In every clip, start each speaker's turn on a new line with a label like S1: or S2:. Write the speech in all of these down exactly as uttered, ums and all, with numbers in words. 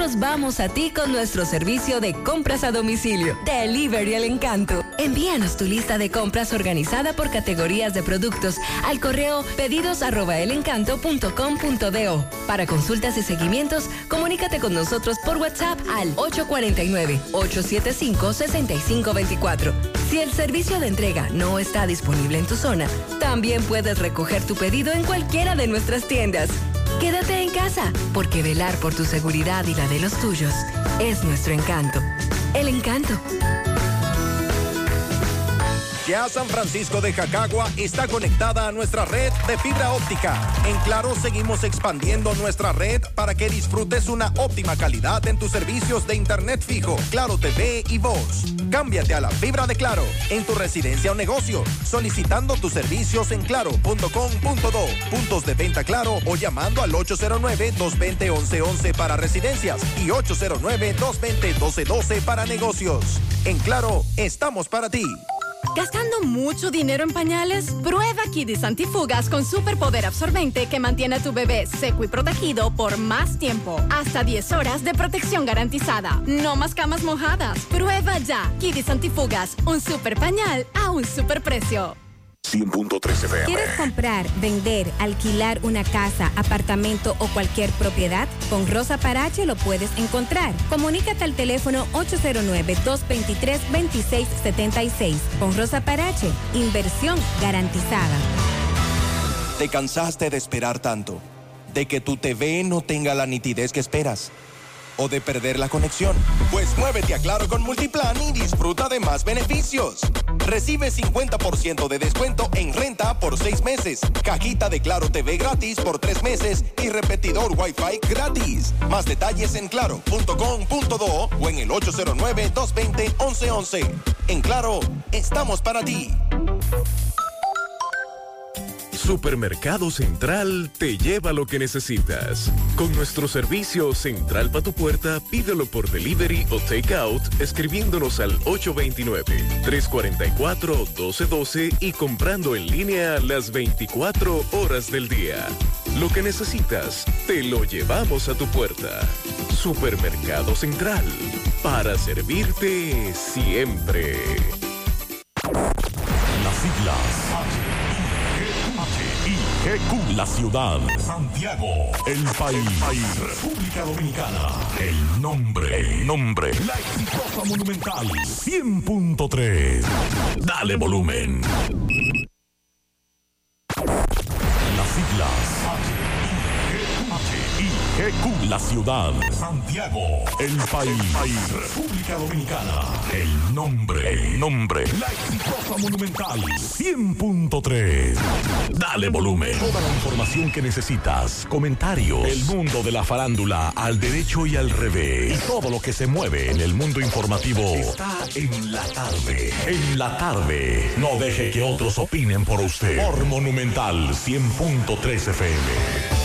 S1: nosotros vamos a ti con nuestro servicio de compras a domicilio. Delivery El Encanto. Envíanos tu lista de compras organizada por categorías de productos al correo pedidos arroba elencanto punto com punto do. Para consultas y seguimientos, comunícate con nosotros por WhatsApp al ocho cuatro nueve, ocho siete cinco, seis cinco dos cuatro. Si el servicio de entrega no está disponible en tu zona, también puedes recoger tu pedido en cualquiera de nuestras tiendas. Quédate en casa, porque velar por tu seguridad y la de los tuyos es nuestro encanto. El Encanto.
S2: Ya San Francisco de Jacagua está conectada a nuestra red de fibra óptica. En Claro seguimos expandiendo nuestra red para que disfrutes una óptima calidad en tus servicios de internet fijo, Claro T V y voz. Cámbiate a la fibra de Claro en tu residencia o negocio, solicitando tus servicios en claro punto com punto do, puntos de venta Claro o llamando al ocho cero nueve, dos dos cero, once once para residencias y ocho cero nueve, dos dos cero, doce doce para negocios. En Claro, estamos para ti.
S3: ¿Gastando mucho dinero en pañales? Prueba Kidis Antifugas con superpoder absorbente que mantiene a tu bebé seco y protegido por más tiempo. Hasta diez horas de protección garantizada. No más camas mojadas. Prueba ya. Kidis Antifugas, un super pañal a un super precio.
S4: cien punto tres F M.
S5: ¿Quieres comprar, vender, alquilar una casa, apartamento o cualquier propiedad? Con Rosa Parache lo puedes encontrar. Comunícate al teléfono ocho cero nueve, dos dos tres, dos seis siete seis. Con Rosa Parache, inversión garantizada.
S2: ¿Te cansaste de esperar tanto? ¿De que tu T V no tenga la nitidez que esperas? ¿O de perder la conexión? Pues muévete a Claro con Multiplan y disfruta de más beneficios. Recibe cincuenta por ciento de descuento en renta por seis meses, cajita de Claro T V gratis por tres meses y repetidor Wi-Fi gratis. Más detalles en claro punto com punto do o en el ocho cero nueve, dos dos cero, once once. En Claro, estamos para ti.
S6: Supermercado Central te lleva lo que necesitas. Con nuestro servicio Central pa' tu puerta, pídelo por delivery o takeout escribiéndonos al ocho dos nueve, tres cuatro cuatro, uno dos uno dos y comprando en línea las veinticuatro horas del día. Lo que necesitas, te lo llevamos a tu puerta. Supermercado Central, para servirte siempre.
S4: Las siglas G Q, la ciudad, Santiago, el país, República Dominicana, el nombre, el nombre, la exitosa Monumental, cien punto tres. Dale volumen. Las siglas G Q, la ciudad, Santiago, el país, República Dominicana, el nombre, el nombre, la exitosa Monumental, cien punto tres. Dale volumen. Toda la información que necesitas, comentarios, el mundo de la farándula al derecho y al revés, y todo lo que se mueve en el mundo informativo está en la tarde. En la tarde. No deje que otros opinen por usted. Por Monumental cien punto tres F M.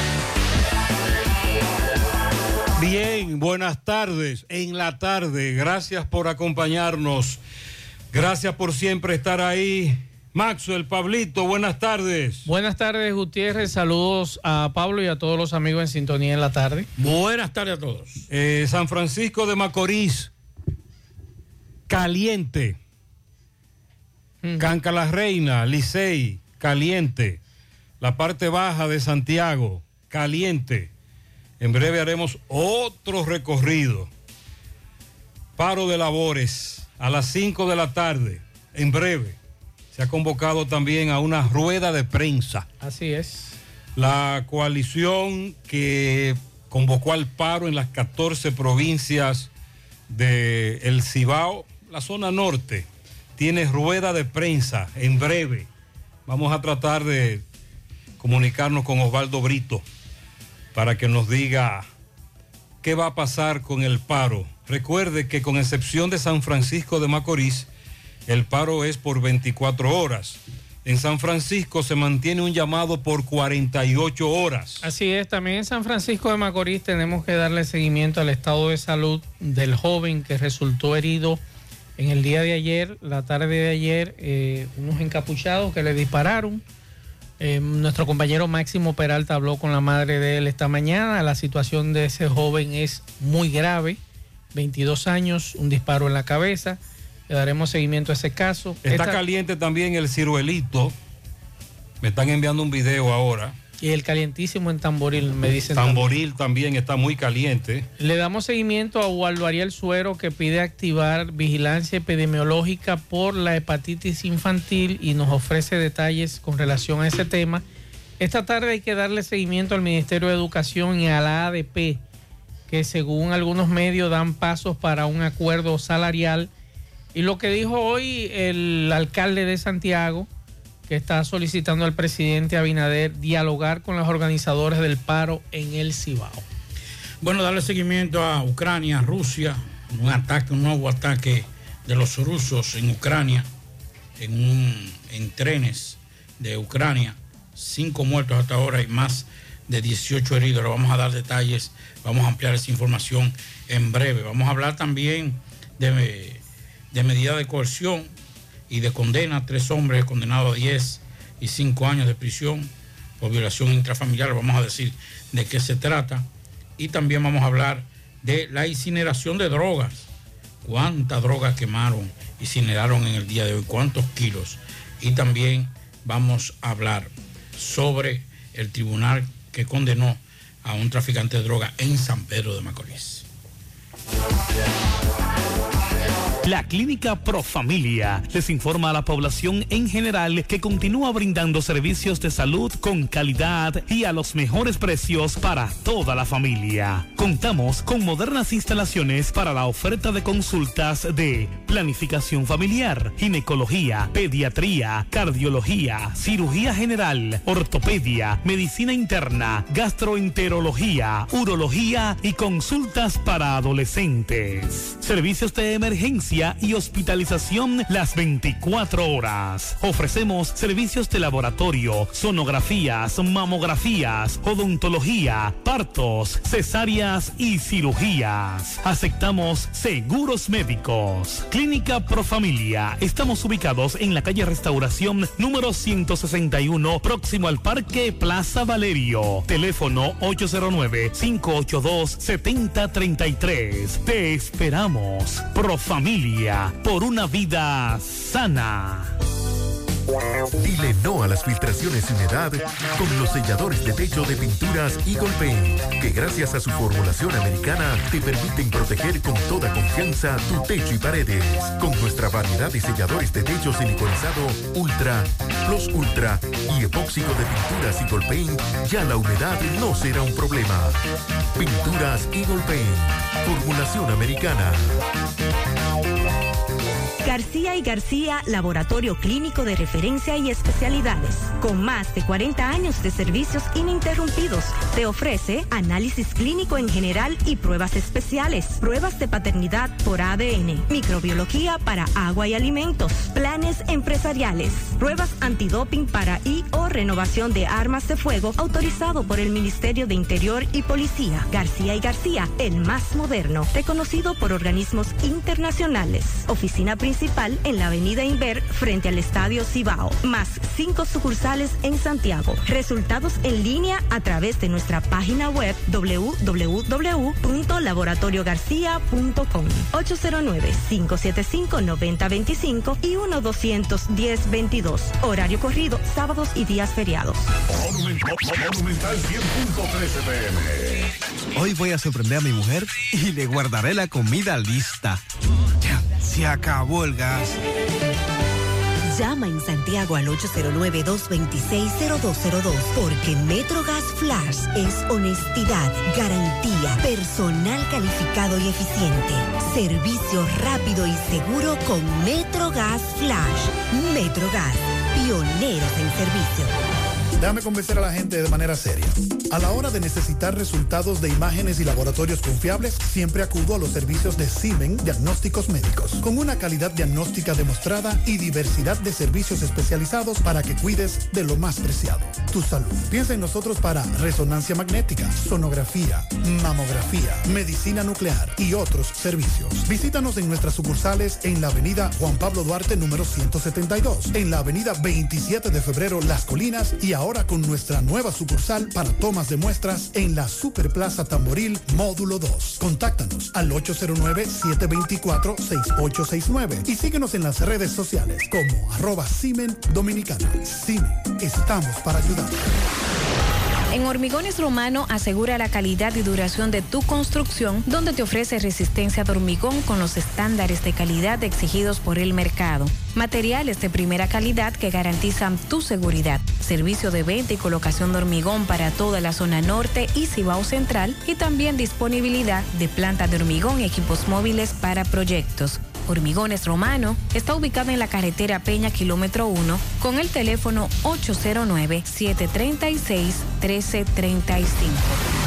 S7: Bien, buenas tardes. En la tarde, gracias por acompañarnos. Gracias por siempre estar ahí. Maxwell, Pablito, buenas tardes.
S8: Buenas tardes, Gutiérrez. Saludos a Pablo y a todos los amigos en sintonía en la tarde.
S7: Buenas tardes a todos. Eh, San Francisco de Macorís, caliente. Mm. Canca la Reina, Licey, caliente. La parte baja de Santiago, caliente. En breve haremos otro recorrido. Paro de labores a las cinco de la tarde. En breve. Se ha convocado también a una rueda de prensa.
S8: Así es.
S7: La coalición que convocó al paro en las catorce provincias de El Cibao, la zona norte, tiene rueda de prensa en breve. Vamos a tratar de comunicarnos con Osvaldo Brito para que nos diga qué va a pasar con el paro. Recuerde que con excepción de San Francisco de Macorís, el paro es por veinticuatro horas. En San Francisco se mantiene un llamado por cuarenta y ocho horas.
S8: Así es, también en San Francisco de Macorís tenemos que darle seguimiento al estado de salud del joven que resultó herido en el día de ayer, la tarde de ayer, eh, unos encapuchados que le dispararon. Eh, nuestro compañero Máximo Peralta habló con la madre de él esta mañana. La situación de ese joven es muy grave, veintidós años, un disparo en la cabeza. Le daremos seguimiento a ese caso.
S7: Está
S8: esta...
S7: caliente también el ciruelito. Me están enviando un video ahora.
S8: Y el calientísimo en Tamboril, me dicen.
S7: Tamboril también está muy caliente.
S8: Le damos seguimiento a Waldo Ariel Suero, que pide activar vigilancia epidemiológica por la hepatitis infantil y nos ofrece detalles con relación a ese tema. Esta tarde hay que darle seguimiento al Ministerio de Educación y a la A D P, que según algunos medios dan pasos para un acuerdo salarial. Y lo que dijo hoy el alcalde de Santiago, que está solicitando al presidente Abinader dialogar con los organizadores del paro en el Cibao.
S9: Bueno, darle seguimiento a Ucrania, Rusia, un ataque, un nuevo ataque de los rusos en Ucrania, en, un, en trenes de Ucrania, cinco muertos hasta ahora y más de dieciocho heridos. Le vamos a dar detalles, vamos a ampliar esa información en breve. Vamos a hablar también de, de medida de coerción y de condena, tres hombres condenados a diez y cinco años de prisión por violación intrafamiliar. Vamos a decir de qué se trata. Y también vamos a hablar de la incineración de drogas. ¿Cuántas drogas quemaron, incineraron en el día de hoy? ¿Cuántos kilos? Y también vamos a hablar sobre el tribunal que condenó a un traficante de drogas en San Pedro de Macorís.
S10: La Clínica Profamilia les informa a la población en general que continúa brindando servicios de salud con calidad y a los mejores precios para toda la familia. Contamos con modernas instalaciones para la oferta de consultas de planificación familiar, ginecología, pediatría, cardiología, cirugía general, ortopedia, medicina interna, gastroenterología, urología y consultas para adolescentes. Servicios de emergencia y hospitalización las veinticuatro horas. Ofrecemos servicios de laboratorio, sonografías, mamografías, odontología, partos, cesáreas y cirugías. Aceptamos seguros médicos. Clínica Profamilia. Estamos ubicados en la calle Restauración número ciento sesenta y uno, próximo al Parque Plaza Valerio. Teléfono ocho cero nueve, cinco ocho dos, siete cero tres tres. Te esperamos. Profamilia. Por una vida sana.
S11: Dile no a las filtraciones y humedad con los selladores de techo de Pinturas Eagle Paint, que gracias a su formulación americana te permiten proteger con toda confianza tu techo y paredes. Con nuestra variedad de selladores de techo siliconizado Ultra, Plus Ultra y epóxico de Pinturas Eagle Paint, ya la humedad no será un problema. Pinturas Eagle Paint, formulación americana.
S12: García y García, laboratorio clínico de referencia y especialidades. Con más de cuarenta años de servicios ininterrumpidos, te ofrece análisis clínico en general y pruebas especiales, pruebas de paternidad por A D N, microbiología para agua y alimentos, planes empresariales, pruebas antidoping para y o renovación de armas de fuego autorizado por el Ministerio de Interior y Policía. García y García, el más moderno, reconocido por organismos internacionales. Oficina principal en la avenida Inver frente al Estadio Cibao, más cinco sucursales en Santiago. Resultados en línea a través de nuestra página web doble u doble u doble u punto laboratorio garcía punto com, ocho cero nueve, cinco siete cinco, nueve cero dos cinco y uno dos uno cero, veintidós. Horario corrido, sábados y días feriados.
S4: Monumental cien punto trece P M.
S13: Hoy voy a sorprender a mi mujer y le guardaré la comida lista. Ya, se acabó el gas.
S14: Llama en Santiago al ocho cero nueve, dos dos seis, cero dos cero dos porque Metrogas Flash es honestidad, garantía, personal calificado y eficiente, servicio rápido y seguro con Metrogas Flash. Metrogas, pioneros en servicio.
S15: Déjame convencer a la gente de manera seria. A la hora de necesitar resultados de imágenes y laboratorios confiables, siempre acudo a los servicios de Simen Diagnósticos Médicos, con una calidad diagnóstica demostrada y diversidad de servicios especializados para que cuides de lo más preciado, tu salud. Piensa en nosotros para resonancia magnética, sonografía, mamografía, medicina nuclear y otros servicios. Visítanos en nuestras sucursales en la avenida Juan Pablo Duarte número ciento setenta y dos, en la avenida veintisiete de febrero Las Colinas y ahora ahora con nuestra nueva sucursal para tomas de muestras en la Superplaza Tamboril Módulo dos. Contáctanos al ocho cero nueve, siete dos cuatro, seis ocho seis nueve y síguenos en las redes sociales como arroba Simen Dominicana. Simen, estamos para ayudar.
S5: En Hormigones Romano asegura la calidad y duración de tu construcción, donde te ofrece resistencia de hormigón con los estándares de calidad exigidos por el mercado. Materiales de primera calidad que garantizan tu seguridad. Servicio de venta y colocación de hormigón para toda la zona norte y Cibao Central, y también disponibilidad de planta de hormigón y equipos móviles para proyectos. Hormigones Romano está ubicado en la carretera Peña, kilómetro uno, con el teléfono ocho cero nueve, siete tres seis, uno tres tres cinco.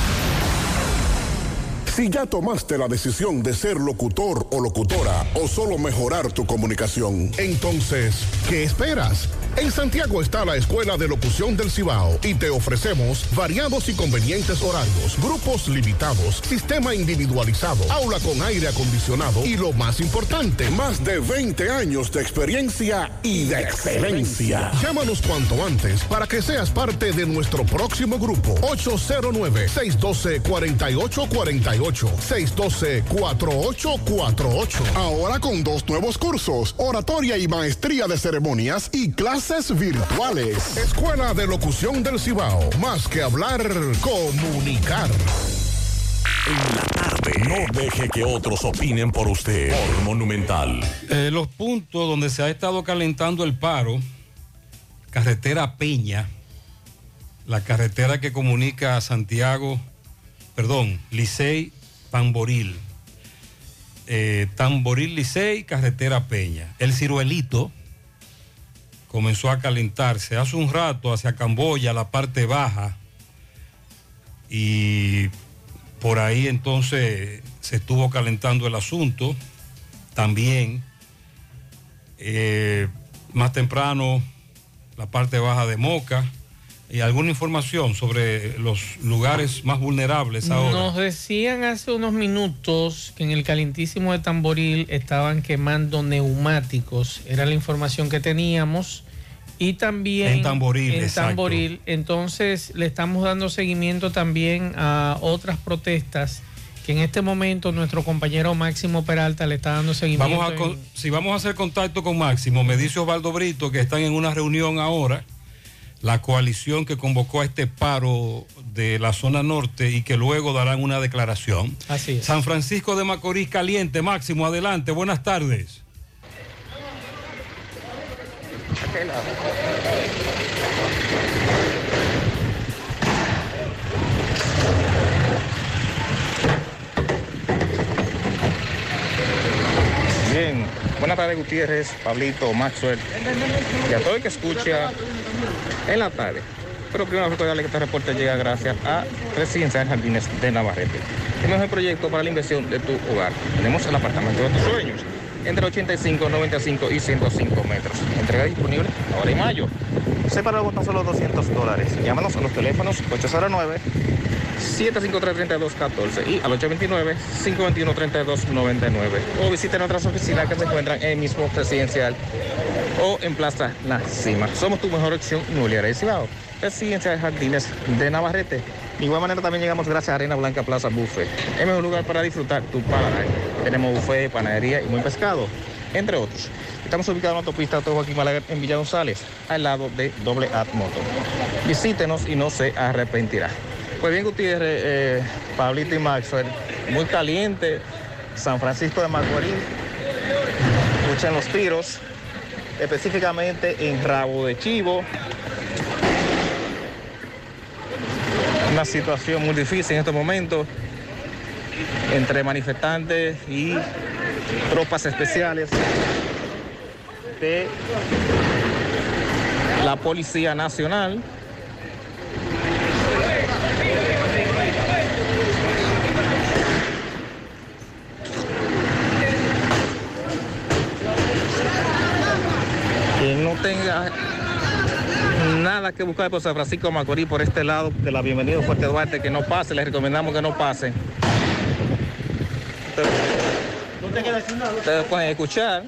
S16: Si ya tomaste la decisión de ser locutor o locutora o solo mejorar tu comunicación, entonces, ¿qué esperas? En Santiago está la Escuela de Locución del Cibao y te ofrecemos variados y convenientes horarios, grupos limitados, sistema individualizado, aula con aire acondicionado y lo más importante, más de veinte años de experiencia y de excelencia. Llámanos cuanto antes para que seas parte de nuestro próximo grupo. ocho cero nueve, seis uno dos, cuatro ocho cuatro ocho, seis uno dos, cuatro ocho cuatro ocho. Ahora con dos nuevos cursos, oratoria y maestría de ceremonias y clases virtuales. Escuela de Locución del Cibao. Más que hablar, comunicar.
S4: En la tarde. No deje que otros opinen por usted. Por Monumental.
S7: Eh, los puntos donde se ha estado calentando el paro: carretera Peña, la carretera que comunica a Santiago, perdón, Licey, Tamboril. Eh, Tamboril, Licey, carretera Peña. El Ciruelito comenzó a calentarse hace un rato hacia Camboya, la parte baja, y por ahí entonces se estuvo calentando el asunto. También eh, más temprano la parte baja de Moca. ¿Y alguna información sobre los lugares más vulnerables ahora?
S8: Nos decían hace unos minutos que en el calentísimo de Tamboril estaban quemando neumáticos. Era la información que teníamos. Y también
S7: en Tamboril,
S8: en Tamboril. Entonces le estamos dando seguimiento también a otras protestas que en este momento nuestro compañero Máximo Peralta le está dando seguimiento.
S7: Vamos a con,
S8: en...
S7: Si vamos a hacer contacto con Máximo, me dice Osvaldo Brito que están en una reunión ahora, la coalición que convocó a este paro de la zona norte, y que luego darán una declaración.
S8: Así es.
S7: San Francisco de Macorís caliente. Máximo, adelante, buenas tardes.
S17: Bien, buenas tardes Gutiérrez, Pablito, Maxwell y a todo el que escucha en la tarde. Pero primero recordarle que este reporte llega gracias a Residencial Jardines de Navarrete, el mejor proyecto para la inversión de tu hogar. Tenemos el apartamento de tus sueños, entre ochenta y cinco, noventa y cinco y ciento cinco metros. Entrega disponible ahora en mayo. Separado con solo doscientos dólares. Llámanos a los teléfonos ocho cero nueve, siete cinco tres, tres dos uno cuatro y al ocho dos nueve, cinco dos uno, tres dos nueve nueve. O visiten otras oficinas que se encuentran en el mismo Residencial o en Plaza La Cima. Somos tu mejor opción inmobiliaria de Cibao. Residencial Jardines de Navarrete. De igual manera también llegamos gracias a Arena Blanca Plaza Buffet, el mejor lugar para disfrutar tu paladar. Tenemos buffet, panadería y buen pescado, entre otros. Estamos ubicados en la autopista Auto Joaquín Balaguer en Villa González, al lado de Doble A Motor. Visítenos y no se arrepentirá. Pues bien, Gutiérrez, eh, Pablito y Maxwell, muy caliente, San Francisco de Macorís, luchan los tiros, específicamente en Rabo de Chivo. Una situación muy difícil en estos momentos entre manifestantes y tropas especiales de la Policía Nacional. Quien no tenga nada que buscar por San Francisco de Macorís, por este lado de la Bienvenido Fuerte Duarte, que no pase, les recomendamos que no pasen. Ustedes pueden escuchar.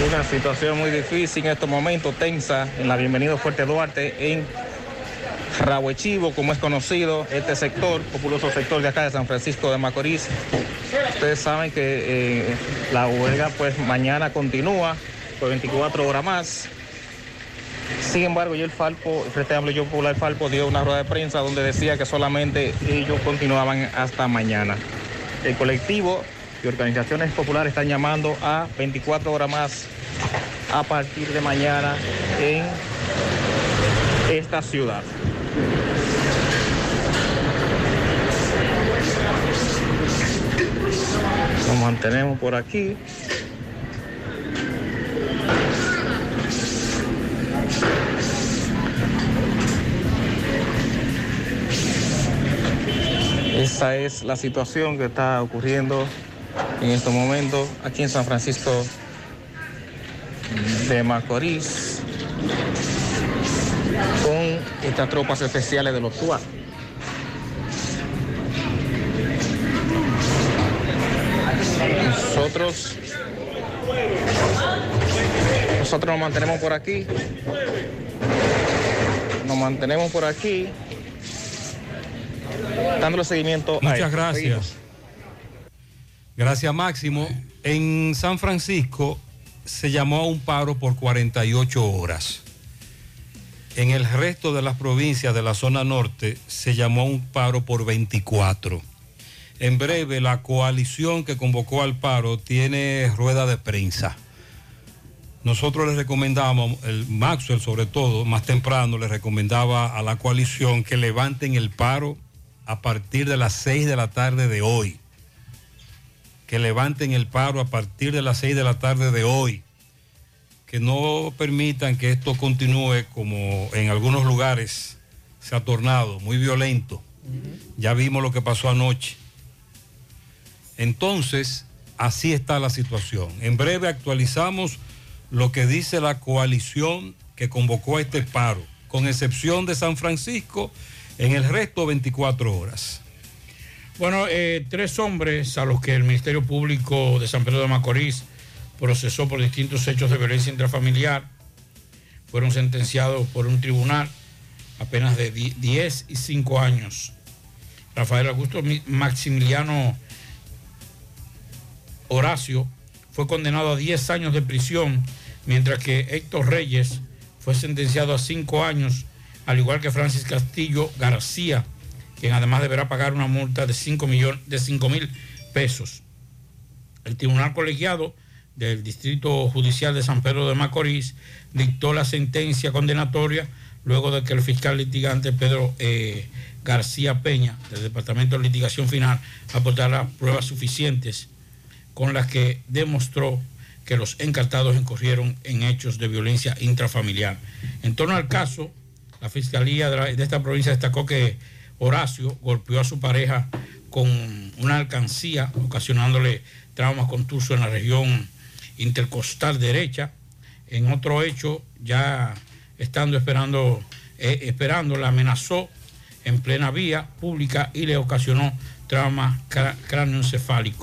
S17: Una situación muy difícil en estos momentos, tensa, en la Bienvenido Fuerte Duarte, en Rahuechivo, como es conocido, este sector, populoso sector de acá de San Francisco de Macorís. Ustedes saben que eh, la huelga pues mañana continúa por veinticuatro horas más. Sin embargo, yo el Falpo, el Frente Amplio Popular Falpo dio una rueda de prensa donde decía que solamente ellos continuaban hasta mañana. El colectivo y organizaciones populares están llamando a veinticuatro horas más a partir de mañana en esta ciudad. Nos mantenemos por aquí. Esa es la situación que está ocurriendo en estos momentos aquí en San Francisco de Macorís con estas tropas especiales de los T U A. Nosotros, nosotros nos mantenemos por aquí, nos mantenemos por aquí, dándole seguimiento.
S7: Muchas gracias. Gracias, Máximo. En San Francisco se llamó a un paro por cuarenta y ocho horas. En el resto de las provincias de la zona norte se llamó a un paro por veinticuatro. En breve, la coalición que convocó al paro tiene rueda de prensa. Nosotros les recomendamos, el Maxwell sobre todo, más temprano le recomendaba a la coalición que levanten el paro a partir de las seis de la tarde de hoy. Que levanten el paro a partir de las seis de la tarde de hoy. Que no permitan que esto continúe como en algunos lugares se ha tornado, muy violento. Uh-huh. Ya vimos lo que pasó anoche. Entonces, así está la situación. En breve actualizamos lo que dice la coalición que convocó a este paro, con excepción de San Francisco, en el resto veinticuatro horas.
S9: Bueno, eh, tres hombres a los que el Ministerio Público de San Pedro de Macorís procesó por distintos hechos de violencia intrafamiliar fueron sentenciados por un tribunal a penas de diez y cinco años. Rafael Augusto Maximiliano Horacio fue condenado a diez años de prisión, mientras que Héctor Reyes fue sentenciado a cinco años, al igual que Francis Castillo García, quien además deberá pagar una multa de cinco mil pesos. El tribunal colegiado del Distrito Judicial de San Pedro de Macorís dictó la sentencia condenatoria luego de que el fiscal litigante Pedro eh, García Peña, del Departamento de Litigación Final, aportara pruebas suficientes con las que demostró que los encartados incurrieron en hechos de violencia intrafamiliar. En torno al caso, la Fiscalía de, la, de esta provincia destacó que Horacio golpeó a su pareja con una alcancía, ocasionándole traumas contusos en la región intercostal derecha. En otro hecho, ya estando esperando, eh, esperando, la amenazó en plena vía pública y le ocasionó trauma cráneoencefálico.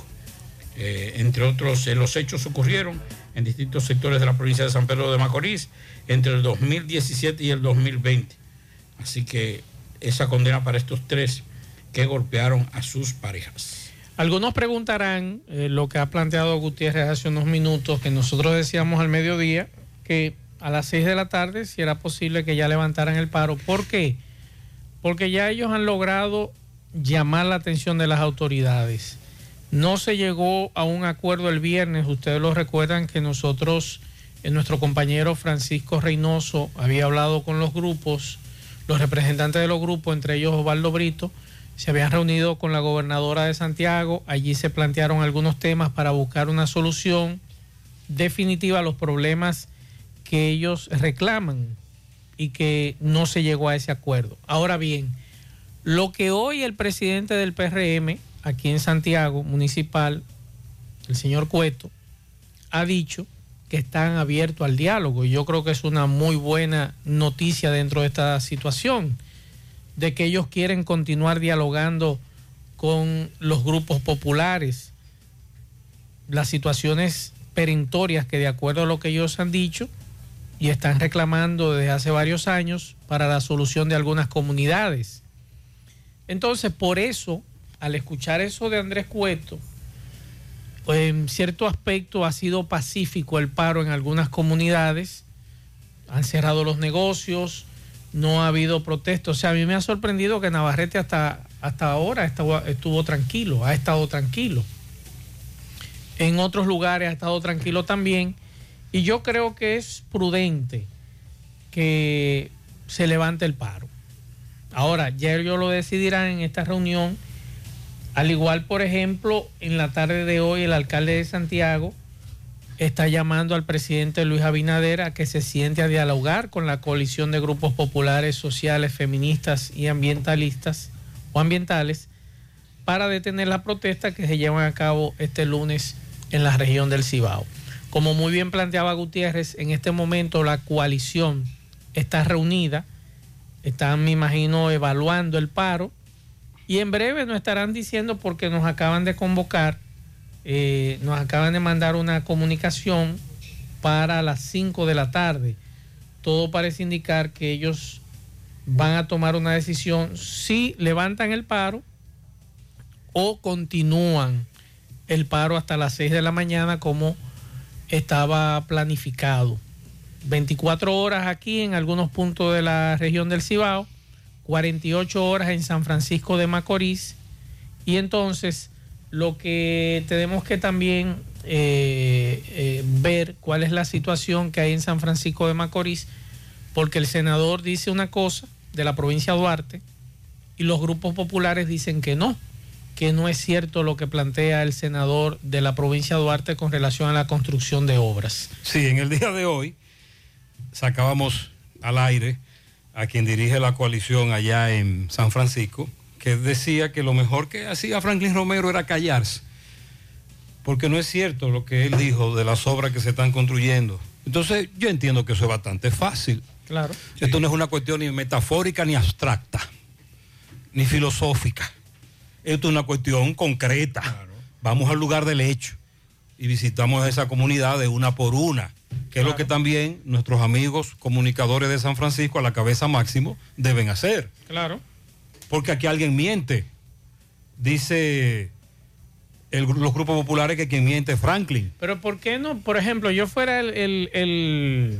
S9: Eh, entre otros, eh, los hechos ocurrieron en distintos sectores de la provincia de San Pedro de Macorís entre el dos mil diecisiete y el dos mil veinte. Así que esa condena para estos tres que golpearon a sus parejas.
S8: Algunos preguntarán eh, lo que ha planteado Gutiérrez hace unos minutos, que nosotros decíamos al mediodía que a las seis de la tarde si era posible que ya levantaran el paro. ¿Por qué? Porque ya ellos han logrado llamar la atención de las autoridades. No se llegó a un acuerdo el viernes. Ustedes lo recuerdan que nosotros, eh, nuestro compañero Francisco Reynoso había hablado con los grupos, los representantes de los grupos, entre ellos Osvaldo Brito, se habían reunido con la gobernadora de Santiago. Allí se plantearon algunos temas para buscar una solución definitiva a los problemas que ellos reclaman y que no se llegó a ese acuerdo. Ahora bien, lo que hoy el presidente del P R M aquí en Santiago municipal, el señor Cueto, ha dicho que están abiertos al diálogo, y yo creo que es una muy buena noticia dentro de esta situación, de que ellos quieren continuar dialogando con los grupos populares. Las situaciones perentorias que de acuerdo a lo que ellos han dicho y están reclamando desde hace varios años para la solución de algunas comunidades. Entonces, por eso, al escuchar eso de Andrés Cueto, en cierto aspecto ha sido pacífico el paro en algunas comunidades, han cerrado los negocios, no ha habido protestas. O sea, a mí me ha sorprendido que Navarrete hasta, hasta ahora estuvo, estuvo tranquilo, ha estado tranquilo. En otros lugares ha estado tranquilo también. Y yo creo que es prudente que se levante el paro. Ahora, ya ellos lo decidirán en esta reunión. Al igual, por ejemplo, en la tarde de hoy el alcalde de Santiago está llamando al presidente Luis Abinader a que se siente a dialogar con la coalición de grupos populares, sociales, feministas y ambientalistas o ambientales para detener la protesta que se llevan a cabo este lunes en la región del Cibao. Como muy bien planteaba Gutiérrez, en este momento la coalición está reunida, están, me imagino, evaluando el paro y en breve nos estarán diciendo, porque nos acaban de convocar, eh, nos acaban de mandar una comunicación para las cinco de la tarde. Todo parece indicar que ellos van a tomar una decisión si levantan el paro o continúan el paro hasta las seis de la mañana como estaba planificado. veinticuatro horas aquí en algunos puntos de la región del Cibao, cuarenta y ocho horas en San Francisco de Macorís. Y entonces lo que tenemos que también eh, eh, ver cuál es la situación que hay en San Francisco de Macorís, porque el senador dice una cosa de la provincia de Duarte y los grupos populares dicen que no, que no es cierto lo que plantea el senador de la provincia de Duarte con relación a la construcción de obras.
S7: Sí, en el día de hoy sacábamos al aire a quien dirige la coalición allá en San Francisco, que decía que lo mejor que hacía Franklin Romero era callarse, porque no es cierto lo que él dijo de las obras que se están construyendo. Entonces yo entiendo que eso es bastante fácil.
S8: Claro.
S7: Esto sí. No es una cuestión ni metafórica ni abstracta, ni filosófica. Esto es una cuestión concreta. Claro. Vamos al lugar del hecho y visitamos a esa comunidad de una por una, que claro. Es lo que también nuestros amigos comunicadores de San Francisco a la cabeza Máximo deben hacer.
S8: Claro.
S7: Porque aquí alguien miente. Dice el, los grupos populares que quien miente es Franklin.
S8: Pero ¿por qué no? Por ejemplo, yo fuera el, el, el,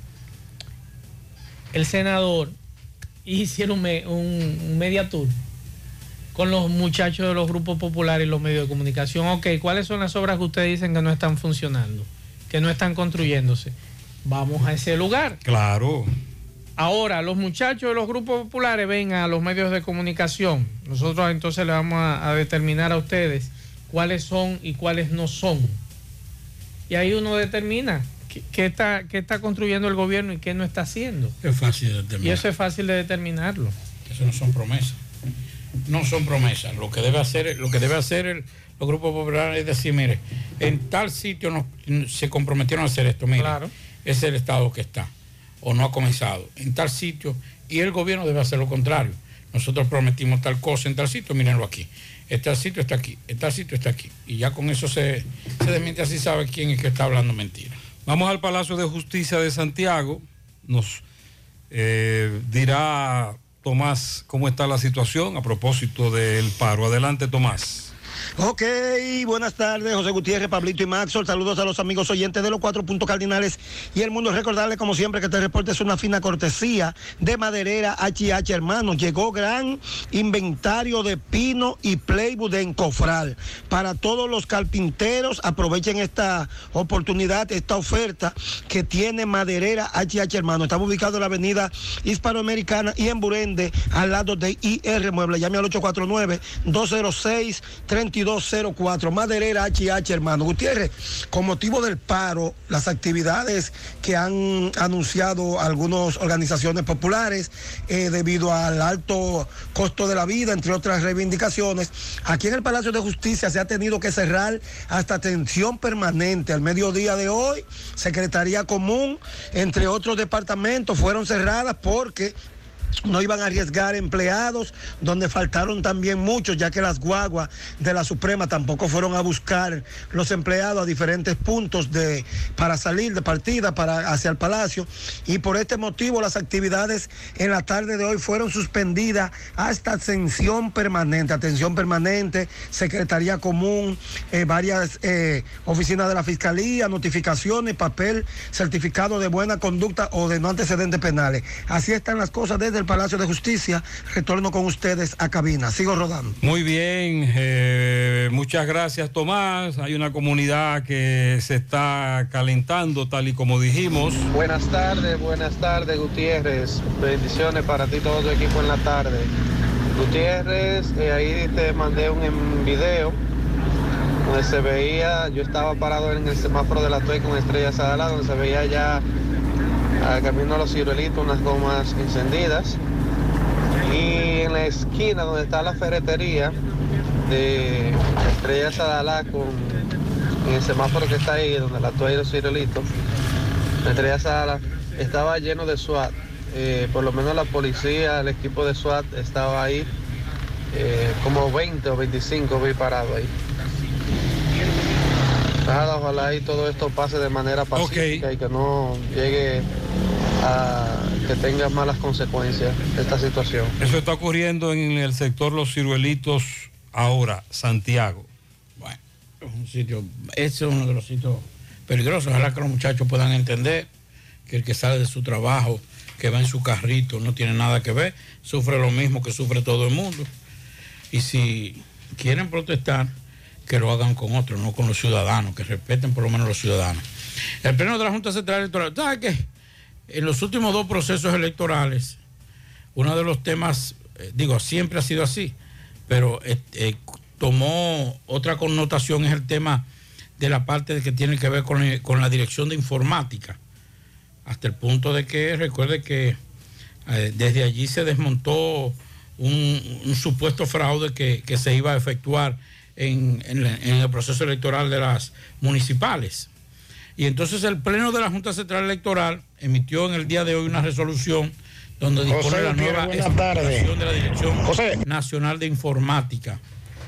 S8: el senador y hiciera un, un, un media tour con los muchachos de los grupos populares y los medios de comunicación. Ok, ¿cuáles son las obras que ustedes dicen que no están funcionando, que no están construyéndose? Vamos a ese lugar.
S7: Claro.
S8: Ahora, los muchachos de los grupos populares ven a los medios de comunicación. Nosotros entonces le vamos a, a determinar a ustedes cuáles son y cuáles no son. Y ahí uno determina qué, qué, está, qué está construyendo el gobierno y qué no está haciendo.
S9: Es fácil de determinar.
S8: Y eso es fácil de determinarlo.
S9: Eso no son promesas. No son promesas. Lo que debe hacer, lo que debe hacer el, los grupos populares es decir, mire, en tal sitio nos, se comprometieron a hacer esto, mire, claro. Es el estado que está, o no ha comenzado, en tal sitio, y el gobierno debe hacer lo contrario. Nosotros prometimos tal cosa en tal sitio, mírenlo aquí. Este sitio está aquí, este sitio está aquí. Y ya con eso se, se desmiente, así sabe quién es que está hablando mentira.
S7: Vamos al Palacio de Justicia de Santiago. Nos eh, dirá Tomás cómo está la situación a propósito del paro. Adelante, Tomás.
S18: Ok, buenas tardes, José Gutiérrez, Pablito y Maxwell. Saludos a los amigos oyentes de los cuatro puntos cardinales y el mundo. Recordarles, como siempre, que este reporte es una fina cortesía de Maderera H y H Hermanos. Llegó gran inventario de pino y playwood de encofrar. Para todos los carpinteros, aprovechen esta oportunidad, esta oferta que tiene Maderera H y H Hermanos. Estamos ubicados en la avenida Hispanoamericana y en Burende, al lado de I R Mueble. Llame al ocho cuatro nueve, dos cero seis, tres dos cero cuatro. Maderera H y H Hermano. Gutiérrez, con motivo del paro, las actividades que han anunciado algunas organizaciones populares eh, debido al alto costo de la vida, entre otras reivindicaciones, aquí en el Palacio de Justicia se ha tenido que cerrar hasta atención permanente. Al mediodía de hoy, Secretaría Común, entre otros departamentos, fueron cerradas porque no iban a arriesgar empleados, donde faltaron también muchos, ya que las guaguas de la Suprema tampoco fueron a buscar los empleados a diferentes puntos de, para salir de partida para, hacia el Palacio, y por este motivo las actividades en la tarde de hoy fueron suspendidas hasta atención permanente, atención permanente, Secretaría Común, eh, varias eh, oficinas de la Fiscalía, notificaciones, papel, certificado de buena conducta o de no antecedentes penales. Así están las cosas desde el Palacio de Justicia. Retorno con ustedes a cabina. Sigo rodando.
S7: Muy bien, eh, muchas gracias, Tomás. Hay una comunidad que se está calentando, tal y como dijimos.
S19: Buenas tardes, buenas tardes, Gutiérrez. Bendiciones para ti y todo tu equipo en la tarde. Gutiérrez, eh, ahí te mandé un video donde se veía, yo estaba parado en el semáforo de la Tuey con Estrella Sadalá, donde se veía ya al camino a los ciruelitos unas gomas encendidas, y en la esquina donde está la ferretería de Estrella Sadalá con en el semáforo que está ahí donde la Tuey y los ciruelitos, la Estrella Sadalá estaba lleno de SWAT, eh, por lo menos la policía, el equipo de SWAT estaba ahí, eh, como veinte o veinticinco vi parado ahí. Nada, ojalá y todo esto pase de manera pacífica, okay, y que no llegue a que tenga malas consecuencias esta situación.
S7: Eso está ocurriendo en el sector Los Ciruelitos ahora, Santiago.
S9: Bueno, es un sitio, ese es uno de los sitios peligrosos. Ojalá que los muchachos puedan entender que el que sale de su trabajo, que va en su carrito, no tiene nada que ver, sufre lo mismo que sufre todo el mundo. Y si quieren protestar, que lo hagan con otros, no con los ciudadanos, que respeten por lo menos los ciudadanos. El Pleno de la Junta Central Electoral, ¿sabes qué? En los últimos dos procesos electorales, uno de los temas, eh, digo, siempre ha sido así, pero eh, eh, tomó otra connotación, es el tema de la parte de que tiene que ver con, eh, con la dirección de informática, hasta el punto de que, recuerde que eh, desde allí se desmontó un, un supuesto fraude que, que se iba a efectuar En, en, en el proceso electoral de las municipales. Y entonces el Pleno de la Junta Central Electoral emitió en el día de hoy una resolución donde dispone José, la nueva estructuración de la Dirección José. Nacional de Informática.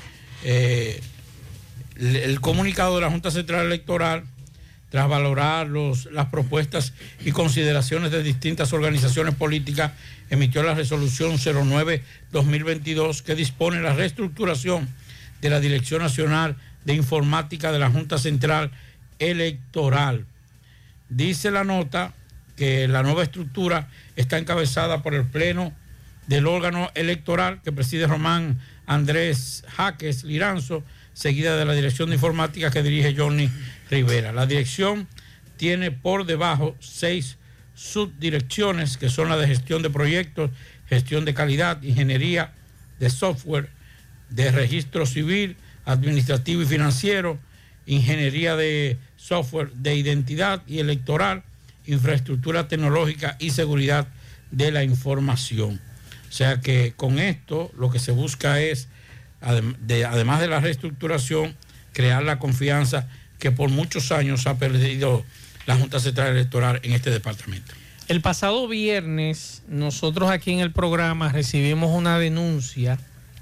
S9: Eh, el, el comunicado de la Junta Central Electoral, tras valorar los, las propuestas y consideraciones de distintas organizaciones políticas, emitió la resolución cero nueve dos mil veintidós que dispone la reestructuración de la Dirección Nacional de Informática de la Junta Central Electoral. Dice la nota que la nueva estructura está encabezada por el Pleno del órgano electoral que preside Román Andrés Jaques Liranzo, seguida de la Dirección de Informática que dirige Johnny Rivera. La dirección tiene por debajo seis subdirecciones que son la de gestión de proyectos, gestión de calidad, ingeniería de software, de registro civil, administrativo y financiero, ingeniería de software de identidad y electoral, infraestructura tecnológica y seguridad de la información. O sea que con esto lo que se busca es, de, además de la reestructuración, crear la confianza que por muchos años ha perdido la Junta Central Electoral en este departamento.
S8: El pasado viernes nosotros aquí en el programa recibimos una denuncia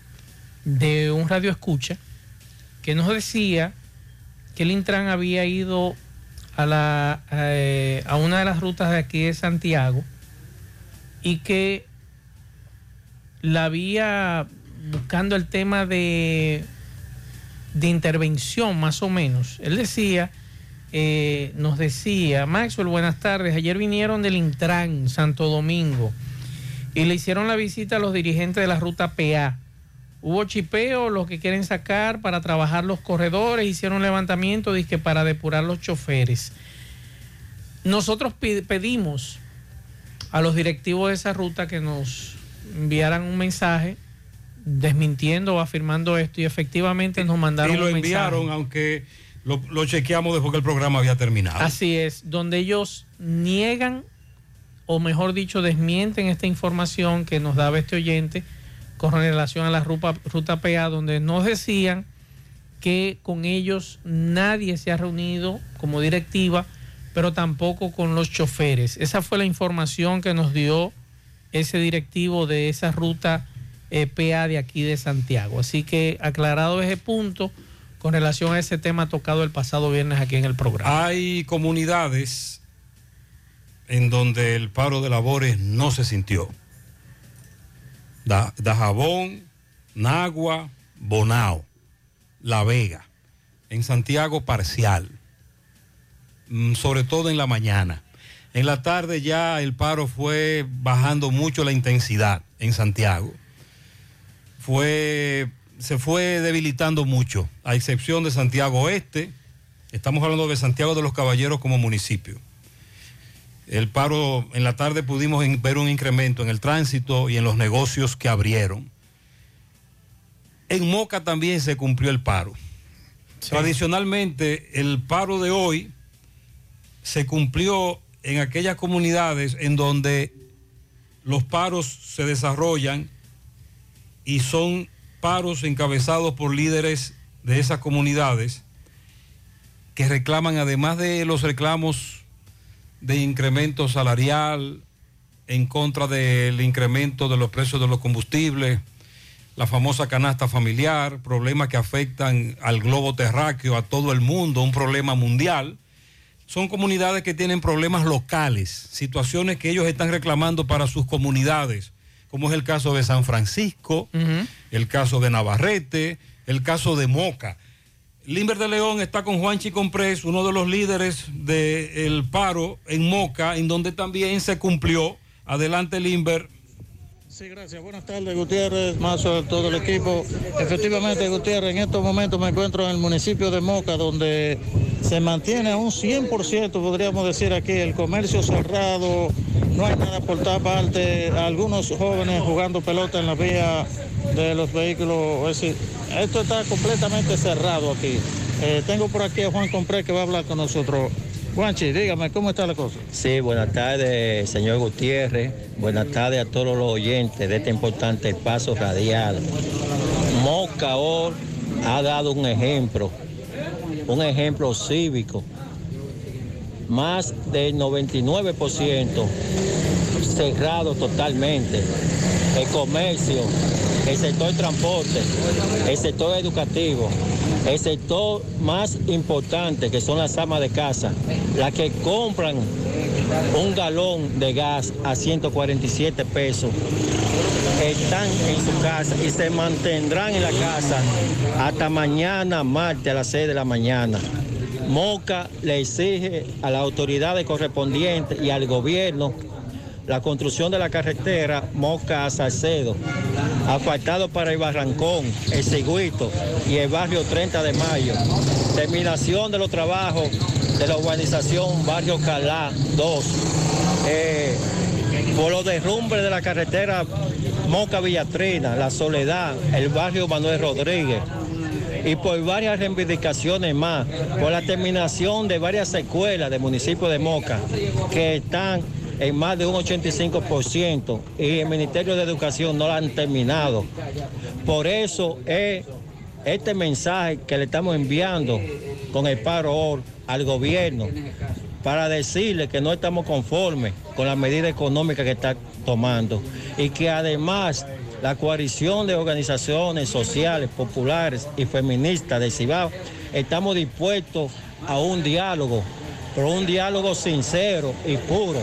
S8: de un radio escucha que nos decía que el Intran había ido a, la, a, a una de las rutas de aquí de Santiago y que la había buscando el tema de, de intervención más o menos. Él decía, eh, nos decía, Maxwell, buenas tardes, ayer vinieron del Intran Santo Domingo y le hicieron la visita a los dirigentes de la ruta P A. Hubo chipeo, los que quieren sacar para trabajar los corredores, hicieron levantamiento dizque para depurar los choferes. Nosotros pedimos a los directivos de esa ruta que nos enviaran un mensaje desmintiendo o afirmando esto y efectivamente nos mandaron
S7: un mensaje. Y lo enviaron,
S8: mensaje.
S7: aunque lo, lo chequeamos después que el programa había terminado.
S8: Así es, donde ellos niegan, o mejor dicho, desmienten esta información que nos daba este oyente con relación a la ruta, ruta P A, donde nos decían que con ellos nadie se ha reunido como directiva, pero tampoco con los choferes. Esa fue la información que nos dio ese directivo de esa ruta eh, P A de aquí de Santiago. Así que aclarado ese punto con relación a ese tema tocado el pasado viernes aquí en el programa.
S7: Hay comunidades en donde el paro de labores no se sintió. Da, Dajabón, Nagua, Bonao, La Vega. En Santiago parcial, sobre todo en la mañana. En la tarde ya el paro fue bajando mucho la intensidad en Santiago. Fue, se fue debilitando mucho, a excepción de Santiago Oeste. Estamos hablando de Santiago de los Caballeros como municipio. El paro, en la tarde pudimos ver un incremento en el tránsito y en los negocios que abrieron. En Moca también se cumplió el paro. Sí. Tradicionalmente, el paro de hoy se cumplió en aquellas comunidades en donde los paros se desarrollan y son paros encabezados por líderes de esas comunidades que reclaman, además de los reclamos de incremento salarial, en contra del incremento de los precios de los combustibles, la famosa canasta familiar, problemas que afectan al globo terráqueo, a todo el mundo, un problema mundial. Son comunidades que tienen problemas locales, situaciones que ellos están reclamando para sus comunidades, como es el caso de San Francisco, uh-huh. el caso de Navarrete, el caso de Moca. Limber de León está con Juanchi Comprés, uno de los líderes del paro en Moca, en donde también se cumplió. Adelante, Limber.
S20: Sí, gracias. Buenas tardes, Gutiérrez, más sobre todo el equipo. Efectivamente, Gutiérrez, en estos momentos me encuentro en el municipio de Moca, donde se mantiene a un cien por ciento, podríamos decir aquí, el comercio cerrado, no hay nada por toda parte, algunos jóvenes jugando pelota en la vía de los vehículos, es decir, esto está completamente cerrado aquí. Eh, tengo por aquí a Juan Compré que va a hablar con nosotros. Juanchi, dígame, ¿cómo está la cosa?
S21: Sí, buenas tardes, señor Gutiérrez. Buenas tardes a todos los oyentes de este importante espacio radial. Moca hoy ha dado un ejemplo, un ejemplo cívico. Más del noventa y nueve por ciento cerrado totalmente. El comercio, el sector transporte, el sector educativo, el sector más importante que son las amas de casa, las que compran un galón de gas a ciento cuarenta y siete pesos, están en su casa y se mantendrán en la casa hasta mañana martes a las seis de la mañana. Moca le exige a las autoridades correspondientes y al gobierno la construcción de la carretera Moca a Salcedo, asfaltado para el Barrancón, el Cigüito y el barrio treinta de mayo. Terminación de los trabajos de la urbanización Barrio Calá dos. Eh, por los derrumbres de la carretera Moca Villatrina, La Soledad, el barrio Manuel Rodríguez. Y por varias reivindicaciones más, por la terminación de varias escuelas del municipio de Moca que están en más de un ochenta y cinco por ciento y el Ministerio de Educación no la han terminado. Por eso es este mensaje que le estamos enviando con el paro al gobierno para decirle que no estamos conformes con la medida económica que está tomando y que además la coalición de organizaciones sociales, populares y feministas de Cibao estamos dispuestos a un diálogo, pero un diálogo sincero y puro,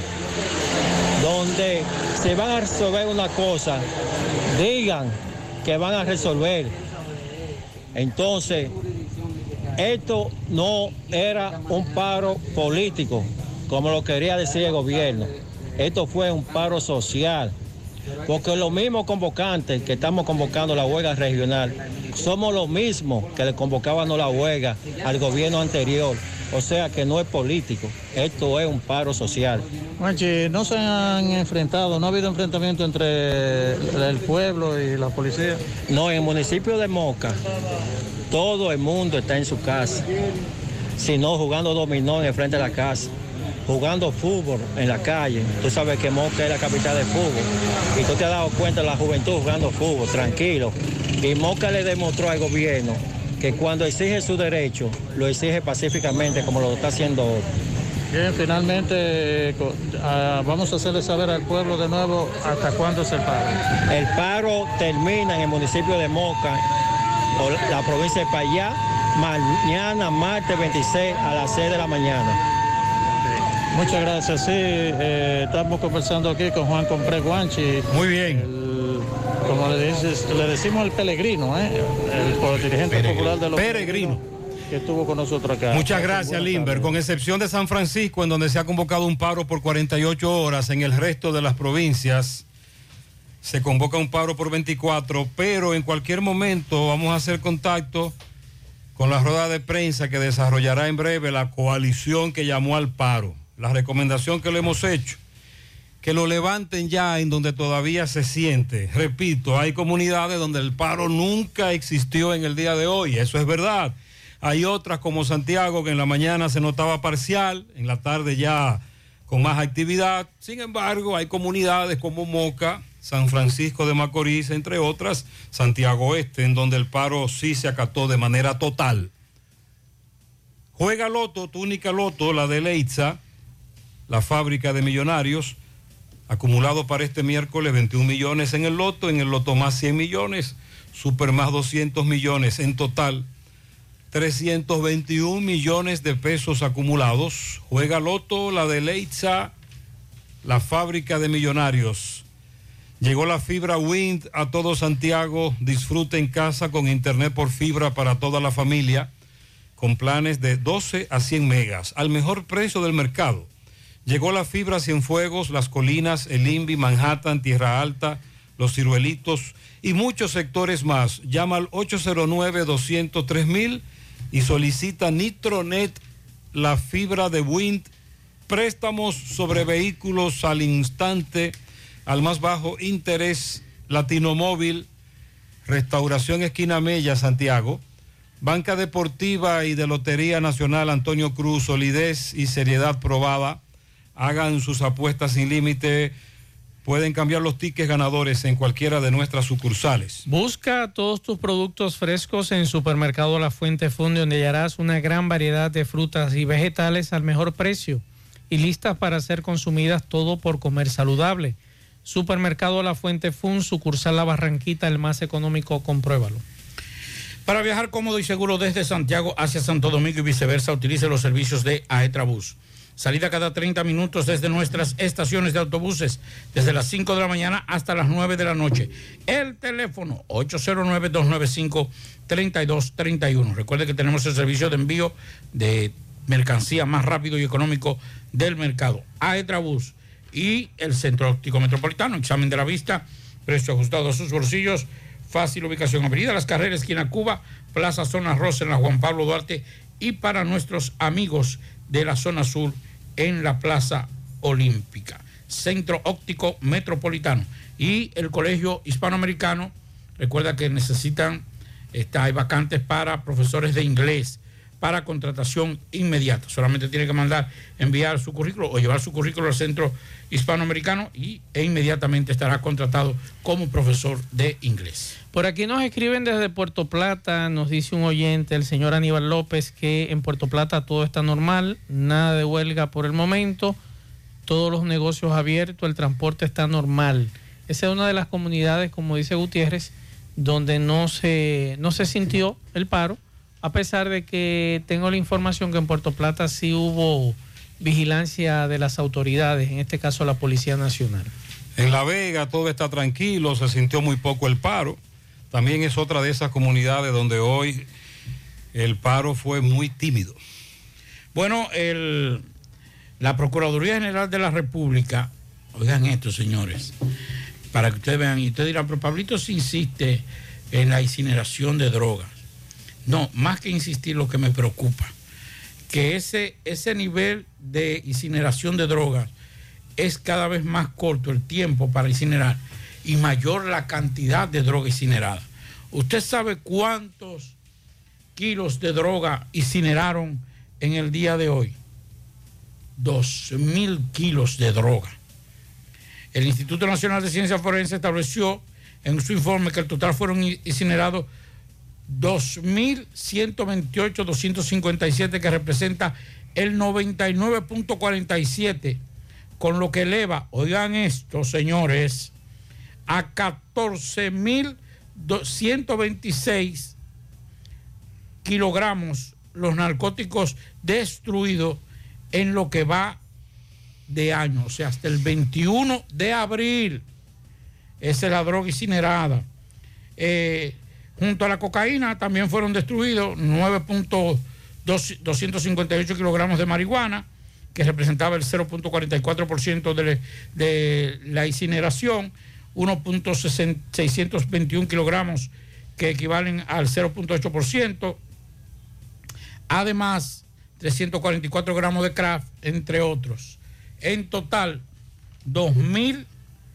S21: donde se van a resolver una cosa, digan que van a resolver. Entonces, esto no era un paro político, como lo quería decir el gobierno. Esto fue un paro social, porque los mismos convocantes que estamos convocando la huelga regional, somos los mismos que le convocaban la huelga al gobierno anterior. O sea que no es político, esto es un paro social.
S20: Juanchi, ¿no se han enfrentado, no ha habido enfrentamiento entre el pueblo y la policía?
S21: No, en el municipio de Moca, todo el mundo está en su casa, sino jugando dominó en el frente de la casa, jugando fútbol en la calle. Tú sabes que Moca es la capital del fútbol y tú te has dado cuenta de la juventud jugando fútbol, tranquilo. Y Moca le demostró al gobierno que cuando exige su derecho, lo exige pacíficamente como lo está haciendo hoy.
S20: Bien, finalmente eh, co- ah, vamos a hacerle saber al pueblo de nuevo hasta cuándo es el paro.
S21: El paro termina en el municipio de Moca, o la provincia de Payá, mañana, martes veintiséis, a las seis de la mañana.
S20: Muchas gracias. Sí, eh, estamos conversando aquí con Juan Compré Guanchi.
S7: Muy bien.
S20: El- como le, dices, le decimos el peregrino, ¿eh? el, el dirigente
S7: Peregrino.
S20: popular de los
S7: Peregrino.
S20: que estuvo con nosotros acá.
S7: Muchas gracias, Limber. Con excepción de San Francisco, en donde se ha convocado un paro por cuarenta y ocho horas, en el resto de las provincias se convoca un paro por veinticuatro, pero en cualquier momento vamos a hacer contacto con la rueda de prensa que desarrollará en breve la coalición que llamó al paro. La recomendación que le hemos hecho, que lo levanten ya en donde todavía se siente. Repito, hay comunidades donde el paro nunca existió en el día de hoy, eso es verdad. Hay otras como Santiago que en la mañana se notaba parcial, en la tarde ya con más actividad. Sin embargo, hay comunidades como Moca, San Francisco de Macorís, entre otras, Santiago Este, en donde el paro sí se acató de manera total. Juega Loto, tu única Loto, la de Leitza, la fábrica de millonarios, acumulado para este miércoles veintiún millones en el Loto, en el Loto más cien millones, Super más doscientos millones, en total trescientos veintiún millones de pesos acumulados. Juega Loto, la de Leitza, la fábrica de millonarios. Llegó la fibra Wind a todo Santiago. Disfruta en casa con internet por fibra para toda la familia, con planes de doce a cien megas, al mejor precio del mercado. Llegó la fibra Cienfuegos, Las Colinas, El Invi, Manhattan, Tierra Alta, Los Ciruelitos y muchos sectores más. Llama al ocho cero nueve, dos cero tres mil y solicita Nitronet, la fibra de Wind. Préstamos sobre vehículos al instante, al más bajo interés. Latinomóvil, Restauración Esquina Mella, Santiago. Banca Deportiva y de Lotería Nacional Antonio Cruz, solidez y seriedad probada. Hagan sus apuestas sin límite. Pueden cambiar los tickets ganadores en cualquiera de nuestras sucursales.
S8: Busca todos tus productos frescos en Supermercado La Fuente Fun, donde hallarás una gran variedad de frutas y vegetales al mejor precio y listas para ser consumidas, todo por comer saludable. Supermercado La Fuente Fun, sucursal La Barranquita, el más económico, compruébalo.
S9: Para viajar cómodo y seguro desde Santiago hacia Santo Domingo y viceversa, utilice los servicios de Aetrabús. Salida cada treinta minutos desde nuestras estaciones de autobuses, desde las cinco de la mañana hasta las nueve de la noche. El teléfono ocho cero nueve, dos nueve cinco, tres dos tres uno. Recuerde que tenemos el servicio de envío de mercancía más rápido y económico del mercado. Aetrabús y el Centro Óptico Metropolitano. Examen de la vista, precio ajustado a sus bolsillos, fácil ubicación. Avenida Las Carreras, esquina Cuba, Plaza Zona Rosa en la Juan Pablo Duarte, y para nuestros amigos de la zona sur en la Plaza Olímpica. Centro Óptico Metropolitano y el Colegio Hispanoamericano. Recuerda que necesitan, está, hay vacantes para profesores de inglés para contratación inmediata. Solamente tiene que mandar, enviar su currículo o llevar su currículo al Centro Hispanoamericano y, e inmediatamente estará contratado como profesor de inglés.
S8: Por aquí nos escriben desde Puerto Plata, nos dice un oyente, el señor Aníbal López, que en Puerto Plata todo está normal, nada de huelga por el momento, todos los negocios abiertos, el transporte está normal. Esa es una de las comunidades, como dice Gutiérrez, donde no se, no se sintió el paro, a pesar de que tengo la información que en Puerto Plata sí hubo vigilancia de las autoridades, en este caso la Policía Nacional.
S7: En La Vega todo está tranquilo, se sintió muy poco el paro. También es otra de esas comunidades donde hoy el paro fue muy tímido.
S9: Bueno, el, la Procuraduría General de la República, oigan esto, señores, para que ustedes vean, y ustedes dirán, pero Pablito se insiste en la incineración de drogas. No, más que insistir, lo que me preocupa, que ese, ese nivel de incineración de drogas es cada vez más corto el tiempo para incinerar y mayor la cantidad de droga incinerada. ¿Usted sabe cuántos kilos de droga incineraron en el día de hoy? Dos mil kilos de droga. El Instituto Nacional de Ciencias Forenses estableció en su informe que el total fueron incinerados dos mil ciento veintiocho, doscientos cincuenta y siete, que representa el noventa y nueve punto cuarenta y siete, con lo que eleva, oigan esto, señores, a catorce mil ciento veintiséis kilogramos los narcóticos destruidos en lo que va de año, o sea, hasta el veintiuno de abril. Esa es la droga incinerada. Eh, junto a la cocaína también fueron destruidos nueve punto doscientos cincuenta y ocho kilogramos de marihuana, que representaba el cero punto cuarenta y cuatro por ciento de, de la incineración, uno punto seiscientos veintiuno kilogramos que equivalen al cero punto ocho por ciento, además trescientos cuarenta y cuatro gramos de crack, entre otros. En total, dos mil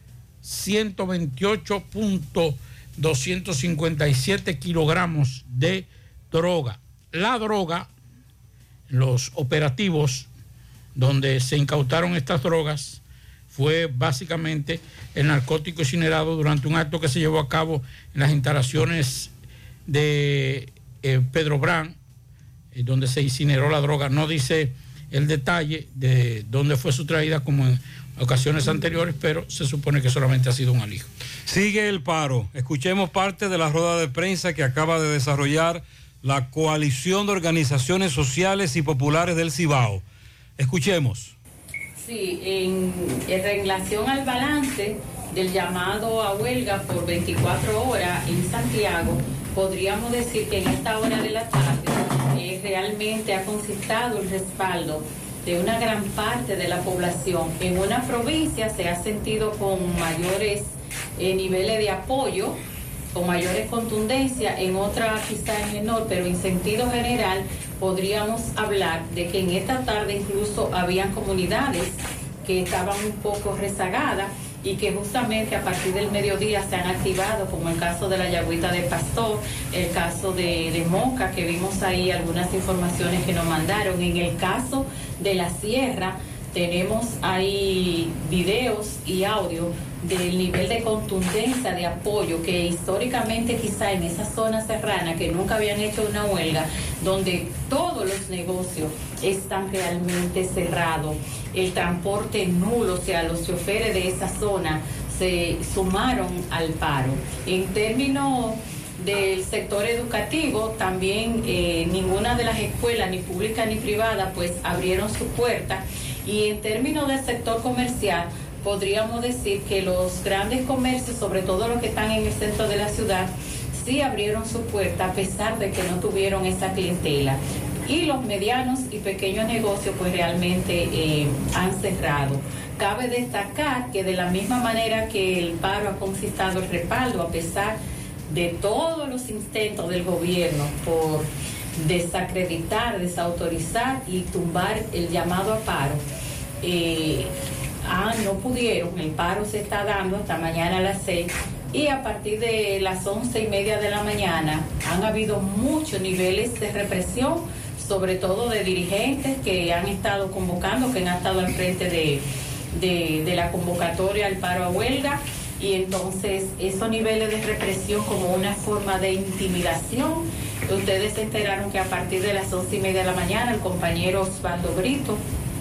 S9: ciento veintiocho punto doscientos cincuenta y siete kilogramos de droga. La droga, los operativos donde se incautaron estas drogas, fue básicamente el narcótico incinerado durante un acto que se llevó a cabo en las instalaciones de eh, Pedro Brán, eh, donde se incineró la droga. No dice el detalle de dónde fue sustraída como en ocasiones anteriores, pero se supone que solamente ha sido un alijo.
S7: Sigue el paro. Escuchemos parte de la rueda de prensa que acaba de desarrollar la Coalición de Organizaciones Sociales y Populares del Cibao. Escuchemos.
S1: Sí, en, en relación al balance del llamado a huelga por veinticuatro horas en Santiago, podríamos decir que en esta hora de la tarde eh, realmente ha conquistado el respaldo de una gran parte de la población. En una provincia se ha sentido con mayores eh, niveles de apoyo, con mayores contundencia, en otra quizá es menor, pero en sentido general podríamos hablar de que en esta tarde incluso habían comunidades que estaban un poco rezagadas y que justamente a partir del mediodía se han activado, como el caso de la Yagüita de Pastor, el caso de, de Moca, que vimos ahí algunas informaciones que nos mandaron. En el caso de la Sierra, tenemos ahí videos y audio del nivel de contundencia de apoyo que históricamente quizá en esa zona serrana que nunca habían hecho una huelga, donde todos los negocios están realmente cerrados, el transporte nulo, o sea, los choferes de esa zona se sumaron al paro. En términos del sector educativo, también eh, ninguna de las escuelas, ni pública ni privada, pues abrieron su puerta. Y en términos del sector comercial, podríamos decir que los grandes comercios, sobre todo los que están en el centro de la ciudad, sí abrieron su puerta a pesar de que no tuvieron esa clientela. Y los medianos y pequeños negocios pues realmente eh, han cerrado. Cabe destacar que de la misma manera que el paro ha conquistado el respaldo, a pesar de todos los intentos del gobierno por desacreditar, desautorizar y tumbar el llamado a paro, eh, ah, no pudieron. El paro se está dando hasta mañana a las seis y a partir de las once y media de la mañana han habido muchos niveles de represión, sobre todo de dirigentes que han estado convocando, que han estado al frente de, de, de la convocatoria al paro a huelga. Y entonces esos niveles de represión como una forma de intimidación. Ustedes se enteraron que a partir de las once y media de la mañana el compañero Osvaldo Brito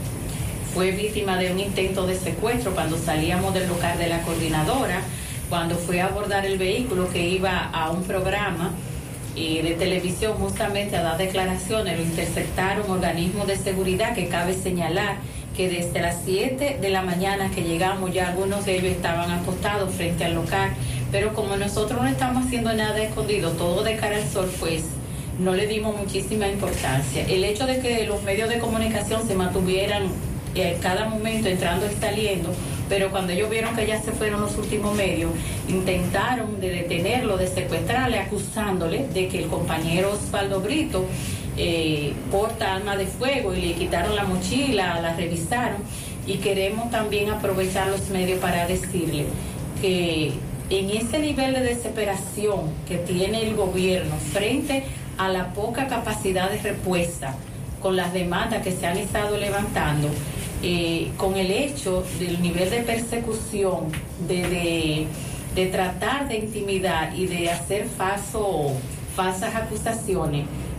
S1: fue víctima de un intento de secuestro cuando salíamos del local de la coordinadora, cuando fue a abordar el vehículo que iba a un programa eh, de televisión justamente a dar declaraciones. Lo interceptaron organismos de seguridad, que cabe señalar que desde las siete de la mañana que llegamos ya algunos de ellos estaban apostados frente al local, pero como nosotros no estamos haciendo nada escondido, todo de cara al sol, pues no le dimos muchísima importancia. El hecho de que los medios de comunicación se mantuvieran eh, cada momento entrando y saliendo, pero cuando ellos vieron que ya se fueron los últimos medios, intentaron de detenerlo, de secuestrarle, acusándole de que el compañero Osvaldo Brito Eh, porta arma de fuego, y le quitaron la mochila, la revisaron. Y queremos también aprovechar los medios para decirle que en ese nivel de desesperación que tiene el gobierno frente a la poca capacidad de respuesta con las demandas que se han estado levantando, eh, con el hecho del nivel de persecución, de, de, de tratar de intimidar y de hacer falso, falsas acusaciones,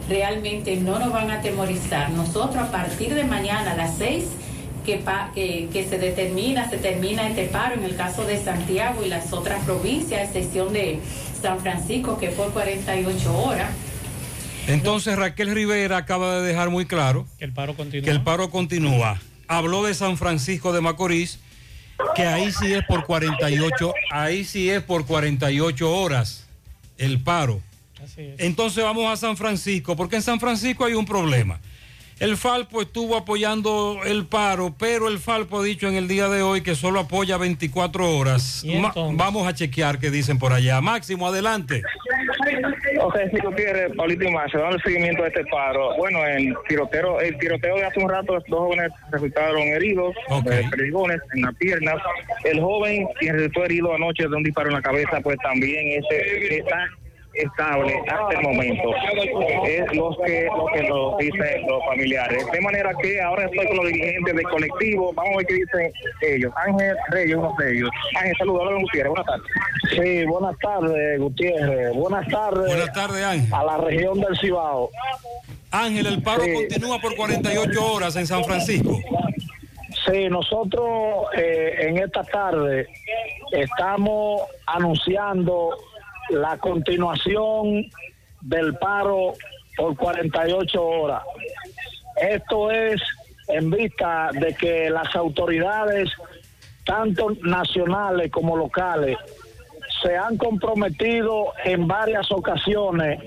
S1: realmente no nos van a atemorizar. Nosotros a partir de mañana a las seis que, pa, que, que se determina, se termina este paro en el caso de Santiago y las otras provincias, a excepción de San Francisco, que fue cuarenta y ocho horas.
S7: Entonces Raquel Rivera acaba de dejar muy claro
S8: que el paro continúa.
S7: Que el paro continúa. Habló de San Francisco de Macorís, que ahí sí es por cuarenta y ocho, ahí sí es por cuarenta y ocho horas el paro.
S8: Así es.
S7: Entonces vamos a San Francisco, porque en San Francisco hay un problema. El Falpo estuvo apoyando el paro, pero el Falpo ha dicho en el día de hoy que solo apoya veinticuatro horas. Ma- vamos a chequear qué dicen por allá. Máximo, adelante.
S17: Ok, si Gutiérrez, Pablito y Macho, dando seguimiento a este paro. Bueno, el tiroteo, el tiroteo de hace un rato, dos jóvenes resultaron heridos,
S7: okay.
S17: eh, perdigones en la pierna. El joven, quien resultó herido anoche de un disparo en la cabeza, pues también ese está estable hasta el momento. Es lo que lo que nos dicen los familiares. De manera que ahora estoy con los dirigentes del colectivo. Vamos a ver qué dicen ellos. Ángel Reyes, uno de ellos. Ángel, saludos. Hola, Gutiérrez. Buenas tardes.
S3: Sí, buenas tardes, Gutiérrez. Buenas tardes.
S7: Buenas tardes, Ángel.
S3: A la región del Cibao.
S7: Ángel, el paro
S3: sí.
S7: continúa por cuarenta y ocho horas en San Francisco.
S3: Sí, nosotros eh, en esta tarde estamos anunciando la continuación del paro por cuarenta y ocho horas. Esto es en vista de que las autoridades, tanto nacionales como locales, se han comprometido en varias ocasiones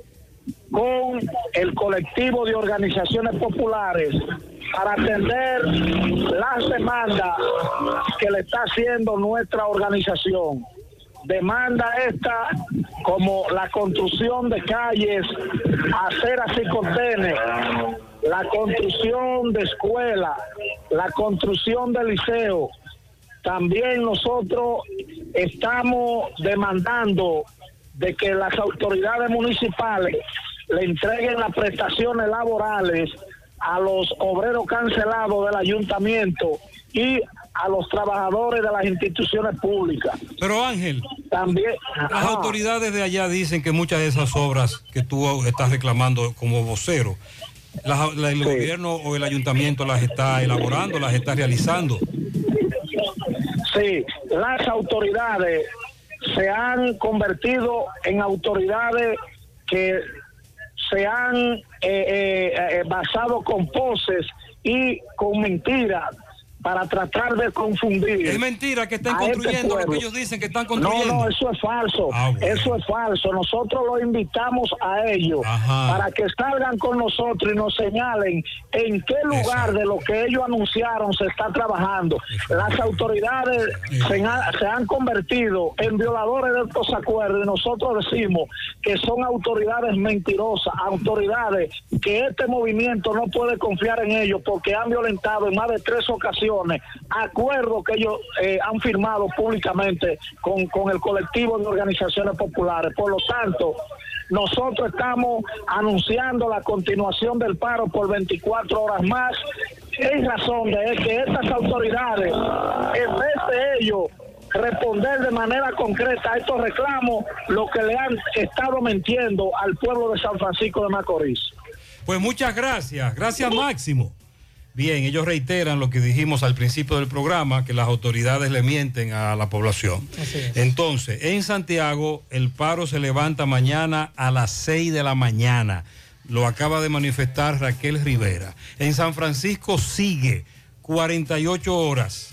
S3: con el colectivo de organizaciones populares para atender las demandas que le está haciendo nuestra organización. Demanda esta como la construcción de calles, aceras y contenes, la construcción de escuelas, la construcción de liceos. También nosotros estamos demandando de que las autoridades municipales le entreguen las prestaciones laborales a los obreros cancelados del ayuntamiento y a los trabajadores de las instituciones públicas.
S7: Pero Ángel,
S3: también
S7: las
S3: ajá.
S7: autoridades de allá dicen que muchas de esas obras que tú estás reclamando como vocero, la, la, el sí. gobierno o el ayuntamiento las está elaborando, las está realizando.
S3: Sí, las autoridades se han convertido en autoridades que se han eh, eh, eh, basado con poses y con mentiras para tratar de confundir.
S7: Es mentira que están construyendo este lo que ellos dicen que están construyendo.
S3: No, no, eso es falso.
S7: Ah, bueno.
S3: Eso es falso. Nosotros los invitamos a ellos
S7: Ajá.
S3: para que salgan con nosotros y nos señalen en qué lugar Exacto. de lo que ellos anunciaron se está trabajando. Exacto. Las autoridades se han, se han convertido en violadores de estos acuerdos y nosotros decimos que son autoridades mentirosas, autoridades que este movimiento no puede confiar en ellos porque han violentado en más de tres ocasiones acuerdos que ellos eh, han firmado públicamente con, con el colectivo de organizaciones populares. Por lo tanto, nosotros estamos anunciando la continuación del paro por veinticuatro horas más, en razón de que estas autoridades, en vez de ellos responder de manera concreta a estos reclamos, lo que le han estado mintiendo al pueblo de San Francisco de Macorís.
S7: Pues muchas gracias, gracias Máximo. Bien, ellos reiteran lo que dijimos al principio del programa, que las autoridades le mienten a la población.
S8: Así es.
S7: Entonces, en Santiago, el paro se levanta mañana a las seis de la mañana. Lo acaba de manifestar Raquel Rivera. En San Francisco sigue cuarenta y ocho horas.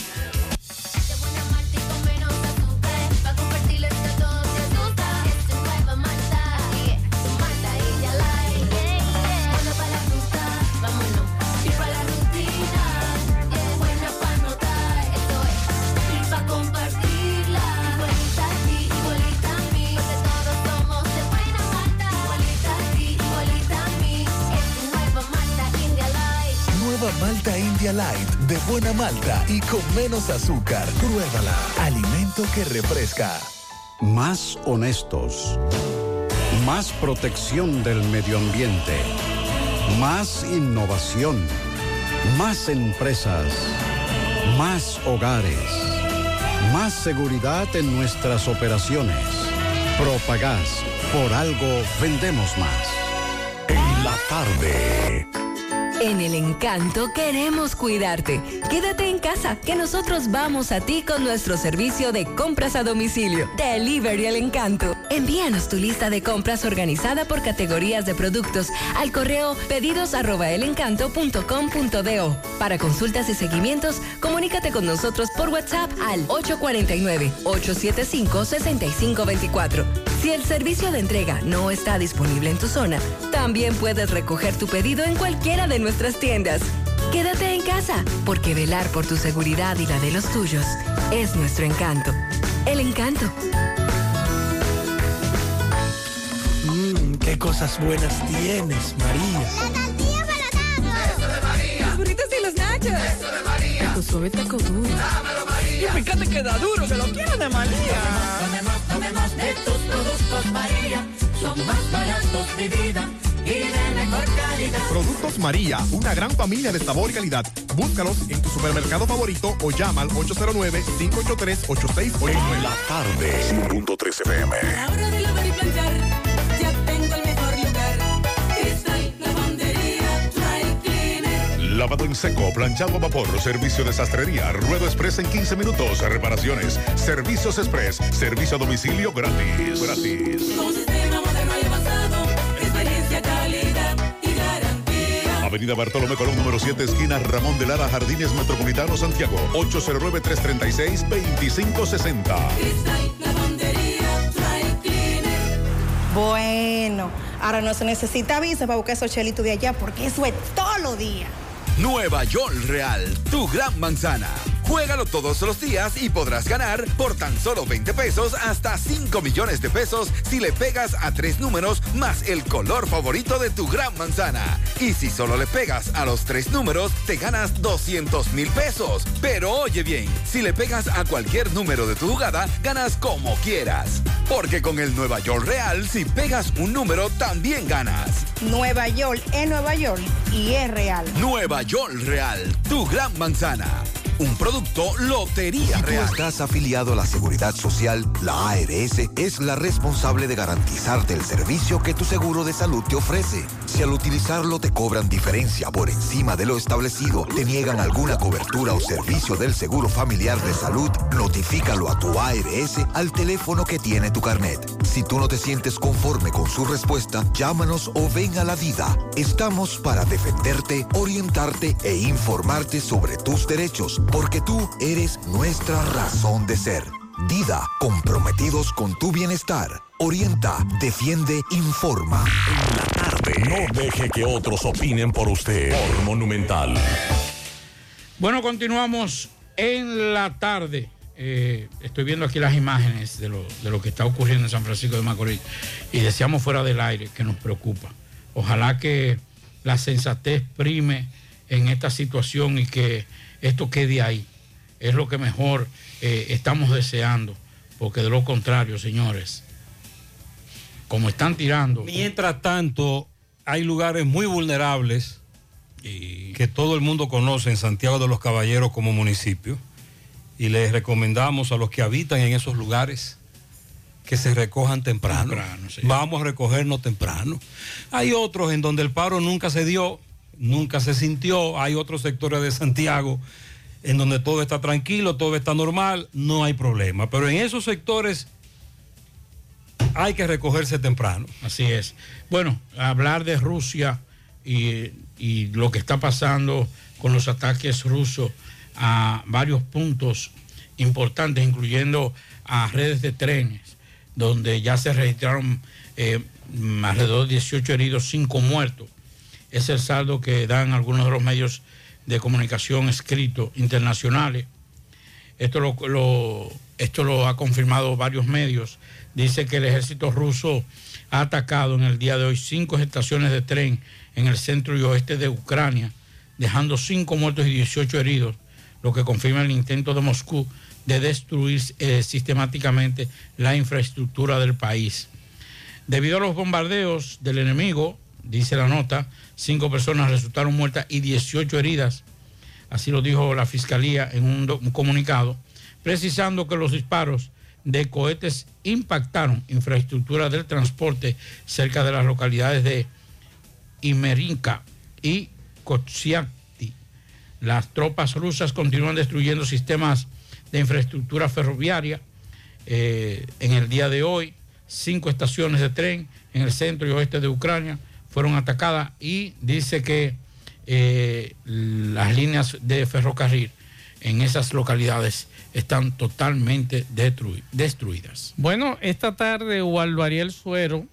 S22: Malta India Light, de buena malta y con menos azúcar. Pruébala. Alimento que refresca.
S23: Más honestos. Más protección del medio ambiente. Más innovación. Más empresas. Más hogares. Más seguridad en nuestras operaciones. Propagás. Por algo vendemos más.
S4: la tarde.
S2: En El Encanto queremos cuidarte. Quédate en casa, que nosotros vamos a ti con nuestro servicio de compras a domicilio. Delivery El Encanto. Envíanos tu lista de compras organizada por categorías de productos al correo pedidos arroba elencanto punto com punto do. Para consultas y seguimientos, comunícate con nosotros por WhatsApp al ocho cuatro nueve, ocho siete cinco, seis cinco dos cuatro. Si el servicio de entrega no está disponible en tu zona, también puedes recoger tu pedido en cualquiera de nuestras tiendas. Quédate en casa, porque velar por tu seguridad y la de los tuyos es nuestro encanto. El Encanto.
S6: Mmm, qué cosas buenas tienes, María.
S10: La tortilla para tacos. Eso de María. Los burritos y los nachos. Eso de María. Tu suave taco duro.
S6: Dámelo, María. Y fíjate que da duro, que lo quiero de María.
S10: Tomemos, tomemos, tomemos de tus productos, María. Son más baratos, de vida. Y de mejor calidad.
S24: Productos María, una gran familia de sabor y calidad. Búscalos en tu supermercado favorito o llama al ocho cero nueve, cinco ocho tres, ocho seis ocho nueve.
S4: La tarde, cien punto tres F M.
S10: A la hora de lavar y planchar, ya tengo el mejor lugar. Cristal Lavandería Dry Cleaner.
S4: Lavado en seco, planchado a vapor, servicio de sastrería, ruedo express en quince minutos, reparaciones, servicios express, servicio a domicilio gratis. Gratis.
S10: Con sistema moderno y avanzado, experiencia, calidad y garantía.
S4: Avenida Bartolomé Colón, número siete, esquina Ramón de Lara, Jardines Metropolitano, Santiago. ocho cero nueve, tres tres seis, dos cinco seis cero.
S10: Cristal Lavandería Dry Cleaner.
S25: Bueno, ahora no se necesita visa para buscar esos chelitos de allá, porque eso es todo lo día.
S26: Nueva York Real, tu gran manzana. Juégalo todos los días y podrás ganar por tan solo veinte pesos hasta cinco millones de pesos si le pegas a tres números más el color favorito de tu gran manzana. Y si solo le pegas a los tres números, te ganas doscientos mil pesos. Pero oye bien, si le pegas a cualquier número de tu jugada, ganas como quieras. Porque con el Nueva York Real, si pegas un número, también ganas.
S25: Nueva York es Nueva York y es real.
S26: Nueva York Real, tu gran manzana. Un producto Lotería Real.
S27: Si tú estás afiliado a la Seguridad Social, la A R S es la responsable de garantizarte el servicio que tu seguro de salud te ofrece. Si al utilizarlo te cobran diferencia por encima de lo establecido, te niegan alguna cobertura o servicio del Seguro Familiar de Salud, notifícalo a tu A R S al teléfono que tiene tu carnet. Si tú no te sientes conforme con su respuesta, llámanos o ven a la vida. Estamos para defenderte, orientarte e informarte sobre tus derechos, porque tú eres nuestra razón de ser. Dida, comprometidos con tu bienestar. Orienta, defiende, informa.
S4: En la tarde, no deje que otros opinen por usted. Por Monumental.
S9: Bueno, continuamos en la tarde. Eh, estoy viendo aquí las imágenes de lo, de lo que está ocurriendo en San Francisco de Macorís y decíamos fuera del aire que nos preocupa. Ojalá que la sensatez prime en esta situación y que esto quede ahí. Es lo que mejor eh, estamos deseando, porque de lo contrario, señores, como están tirando...
S7: Mientras tanto, hay lugares muy vulnerables y... que todo el mundo conoce en Santiago de los Caballeros como municipio, y les recomendamos a los que habitan en esos lugares que se recojan temprano. temprano sí. Vamos a recogernos temprano. Hay otros en donde el paro nunca se dio, nunca se sintió. Hay otros sectores de Santiago en donde todo está tranquilo, todo está normal, no hay problema. Pero en esos sectores hay que recogerse temprano.
S9: Así es. Bueno, hablar de Rusia y, y lo que está pasando con los ataques rusos a varios puntos importantes, incluyendo a redes de trenes, donde ya se registraron eh, alrededor de dieciocho heridos, cinco muertos. Es el saldo que dan algunos de los medios de comunicación escritos internacionales. Esto lo, lo, esto lo ha confirmado varios medios. Dice que el ejército ruso ha atacado en el día de hoy cinco estaciones de tren en el centro y oeste de Ucrania, dejando cinco muertos y dieciocho heridos, lo que confirma el intento de Moscú de destruir eh, sistemáticamente la infraestructura del país. Debido a los bombardeos del enemigo, dice la nota, cinco personas resultaron muertas y dieciocho heridas. Así lo dijo la Fiscalía en un, do, un comunicado, precisando que los disparos de cohetes impactaron infraestructura del transporte cerca de las localidades de Imerinka y Kotsiati. Las tropas rusas continúan destruyendo sistemas de infraestructura ferroviaria. Eh, en el día de hoy, cinco estaciones de tren en el centro y oeste de Ucrania fueron atacadas y dice que eh, las líneas de ferrocarril en esas localidades están totalmente destruy- destruidas.
S8: Bueno, esta tarde Ubaldo Ariel Suero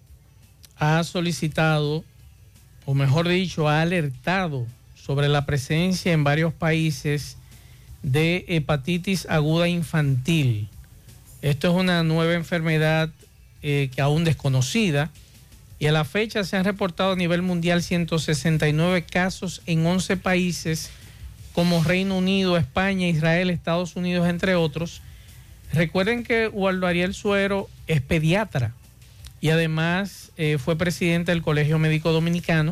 S8: ha solicitado, o mejor dicho, ha alertado sobre la presencia en varios países de hepatitis aguda infantil. Esto es una nueva enfermedad eh, que aún desconocida, y a la fecha se han reportado a nivel mundial ciento sesenta y nueve casos en once países como Reino Unido, España, Israel, Estados Unidos, entre otros. Recuerden que Ubaldo Ariel Suero es pediatra y además eh, fue presidente del Colegio Médico Dominicano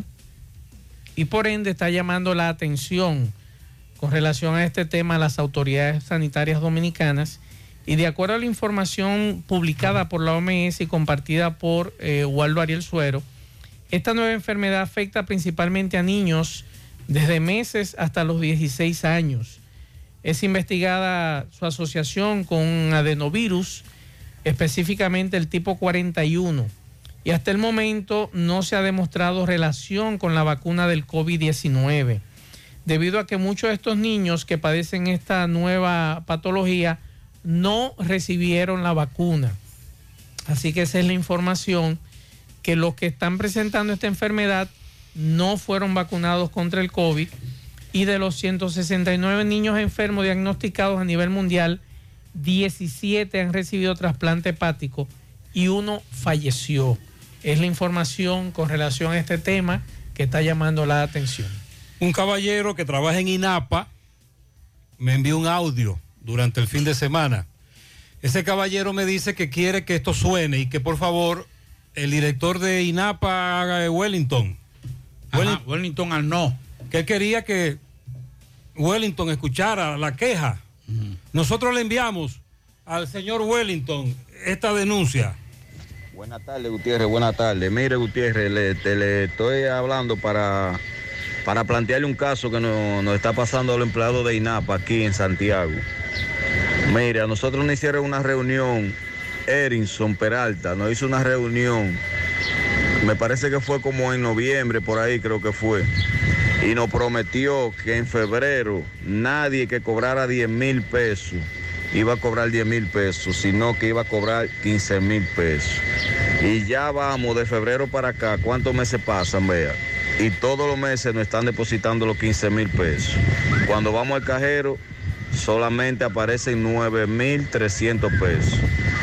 S8: y por ende está llamando la atención con relación a este tema a las autoridades sanitarias dominicanas. Y de acuerdo a la información publicada por la O M S y compartida por eh, Ubaldo Ariel Suero, esta nueva enfermedad afecta principalmente a niños desde meses hasta los dieciséis años. Es investigada su asociación con adenovirus, específicamente el tipo cuarenta y uno, y hasta el momento no se ha demostrado relación con la vacuna del COVID diecinueve, debido a que muchos de estos niños que padecen esta nueva patología no recibieron la vacuna. Así que esa es la información, que los que están presentando esta enfermedad no fueron vacunados contra el COVID, y de los ciento sesenta y nueve niños enfermos diagnosticados a nivel mundial, diecisiete han recibido trasplante hepático y uno falleció. Es la información con relación a este tema que está llamando la atención.
S7: Un caballero que trabaja en INAPA me envió un audio durante el fin de semana. Ese caballero me dice que quiere que esto suene y que por favor el director de INAPA haga de Wellington.
S9: Ajá, Wellington, Wellington al no.
S7: Que él quería que Wellington escuchara la queja. Uh-huh. Nosotros le enviamos al señor Wellington esta denuncia.
S5: Buenas tardes, Gutiérrez, buenas tardes. Mire, Gutiérrez, le, te, le estoy hablando para, para plantearle un caso que nos, nos está pasando a los empleados de INAPA aquí en Santiago. Mire, a nosotros nos hicieron una reunión, Erinson Peralta nos hizo una reunión, me parece que fue como en noviembre, por ahí creo que fue, y nos prometió que en febrero nadie que cobrara diez mil pesos iba a cobrar diez mil pesos, sino que iba a cobrar quince mil pesos. Y ya vamos de febrero para acá, ¿cuántos meses pasan, vea? Y todos los meses nos están depositando los quince mil pesos. Cuando vamos al cajero, solamente aparecen nueve mil trescientos pesos.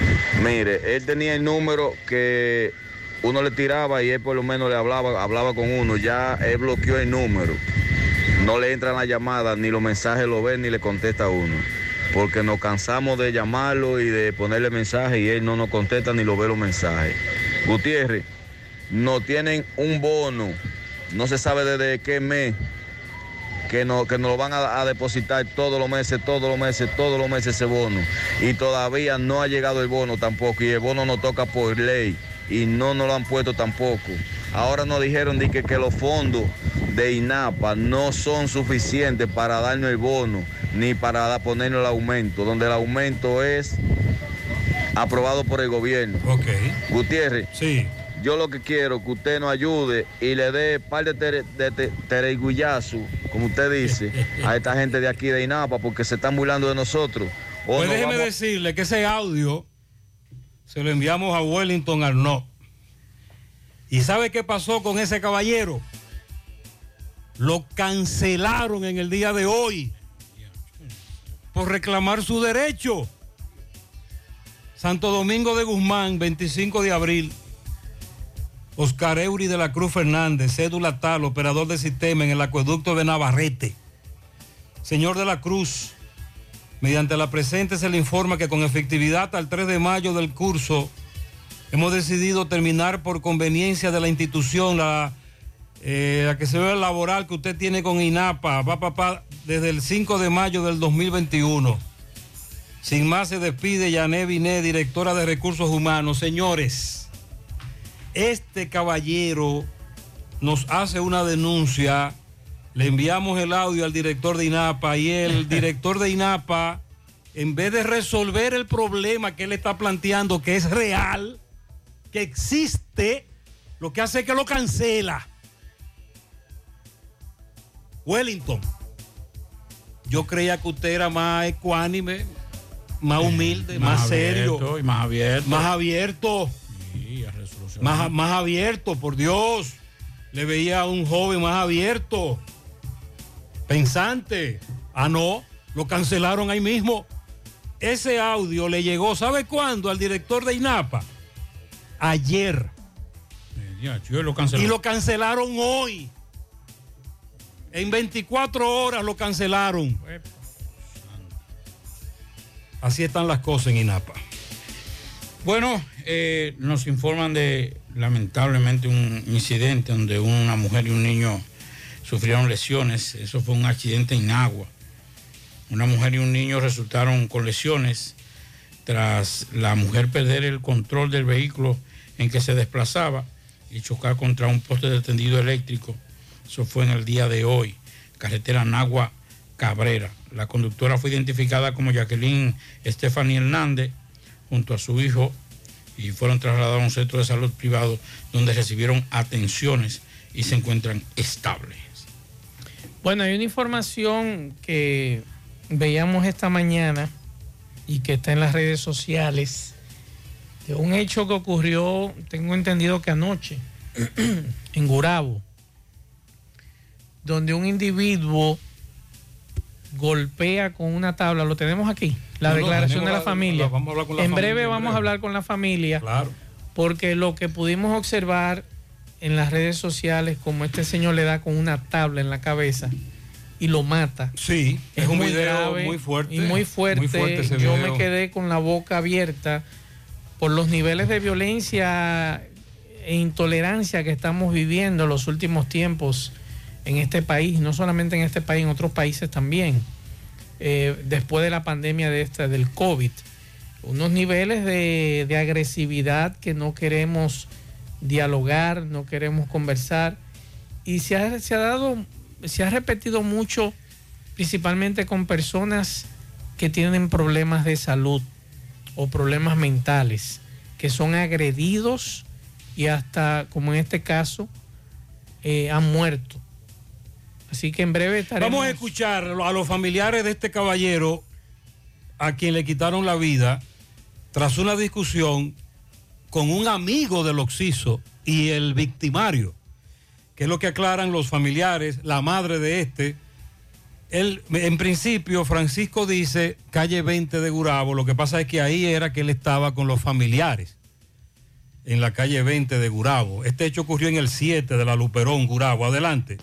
S5: Mire, él tenía el número que uno le tiraba y él por lo menos le hablaba, hablaba con uno. Ya él bloqueó el número. No le entran las llamadas, ni los mensajes lo ven, ni le contesta a uno. Porque nos cansamos de llamarlo y de ponerle mensajes y él no nos contesta ni lo ve los mensajes. Gutiérrez, no tienen un bono, no se sabe desde qué mes, que nos que nos lo van a, a depositar todos los meses, todos los meses, todos los meses ese bono. Y todavía no ha llegado el bono tampoco, y el bono nos toca por ley, y no nos lo han puesto tampoco. Ahora nos dijeron de que, que los fondos de INAPA no son suficientes para darnos el bono, ni para ponernos el aumento, donde el aumento es aprobado por el gobierno.
S7: Ok.
S5: Gutiérrez.
S7: Sí.
S5: Yo lo que quiero es que usted nos ayude y le dé un par de, tere, de, de tereguillazos, como usted dice, a esta gente de aquí de INAPA, porque se están burlando de nosotros. O
S7: pues
S5: nos
S7: déjeme
S5: vamos...
S7: decirle que ese audio se lo enviamos a Wellington Arnaud. ¿Y sabe qué pasó con ese caballero? Lo cancelaron en el día de hoy por reclamar su derecho. Santo Domingo de Guzmán, veinticinco de abril. Oscar Eury de la Cruz Fernández, cédula tal, operador de sistema en el acueducto de Navarrete. Señor de la Cruz, mediante la presente se le informa que con efectividad al tres de mayo del curso hemos decidido terminar por conveniencia de la institución la, eh, la que se ve laboral que usted tiene con INAPA, va papá, desde el cinco de mayo del dos mil veintiuno. Sin más se despide Yané Biné, directora de Recursos Humanos. Señores, este caballero nos hace una denuncia, le enviamos el audio al director de INAPA y el director de INAPA, en vez de resolver el problema que él está planteando, que es real, que existe, lo que hace es que lo cancela. Wellington, yo creía que usted era más ecuánime, más humilde, más, más serio.
S9: Y más abierto.
S7: Más abierto.
S9: Sí, a resolución.
S7: Más, más abierto, por Dios. Le veía a un joven más abierto, pensante. Ah, no, lo cancelaron ahí mismo. Ese audio le llegó, ¿sabe cuándo? Al director de INAPA. Ayer.
S9: Ya, yo lo cancelé.
S7: Y lo cancelaron hoy. En veinticuatro horas lo cancelaron. Así están las cosas en INAPA.
S9: Bueno, eh, nos informan de lamentablemente un incidente donde una mujer y un niño sufrieron lesiones. Eso fue un accidente en Agua. Una mujer y un niño resultaron con lesiones tras la mujer perder el control del vehículo en que se desplazaba y chocar contra un poste de tendido eléctrico. Eso fue en el día de hoy, carretera Nagua Cabrera. La conductora fue identificada como Jacqueline Stephanie Hernández junto a su hijo y fueron trasladados a un centro de salud privado donde recibieron atenciones y se encuentran estables.
S8: Bueno, hay una información que veíamos esta mañana y que está en las redes sociales de un hecho que ocurrió, tengo entendido que anoche, en Gurabo, donde un individuo golpea con una tabla, lo tenemos aquí, la no, declaración no, de la, la familia. La, vamos a hablar con la en familia, breve vamos en breve. a hablar con la familia,
S7: claro.
S8: Porque lo que pudimos observar en las redes sociales, como este señor le da con una tabla en la cabeza y lo mata.
S7: Sí, es, es un muy video grave, muy fuerte.
S8: Y muy fuerte. Muy fuerte ese Yo video. Me quedé con la boca abierta por los niveles de violencia e intolerancia que estamos viviendo en los últimos tiempos en este país, no solamente en este país, en otros países también, eh, después de la pandemia de esta, del COVID. Unos niveles de, de agresividad que no queremos dialogar, no queremos conversar, y se ha, se ha dado, se ha repetido mucho, principalmente con personas que tienen problemas de salud o problemas mentales, que son agredidos y hasta, como en este caso, eh, han muerto. Así que en breve estaremos...
S7: Vamos a escuchar a los familiares de este caballero a quien le quitaron la vida tras una discusión con un amigo del occiso y el victimario, que es lo que aclaran los familiares, la madre de este. Él, en principio, Francisco dice calle veinte de Gurabo, lo que pasa es que ahí era que él estaba con los familiares, en la calle veinte de Gurabo. Este hecho ocurrió en el siete de la Luperón, Gurabo. Adelante.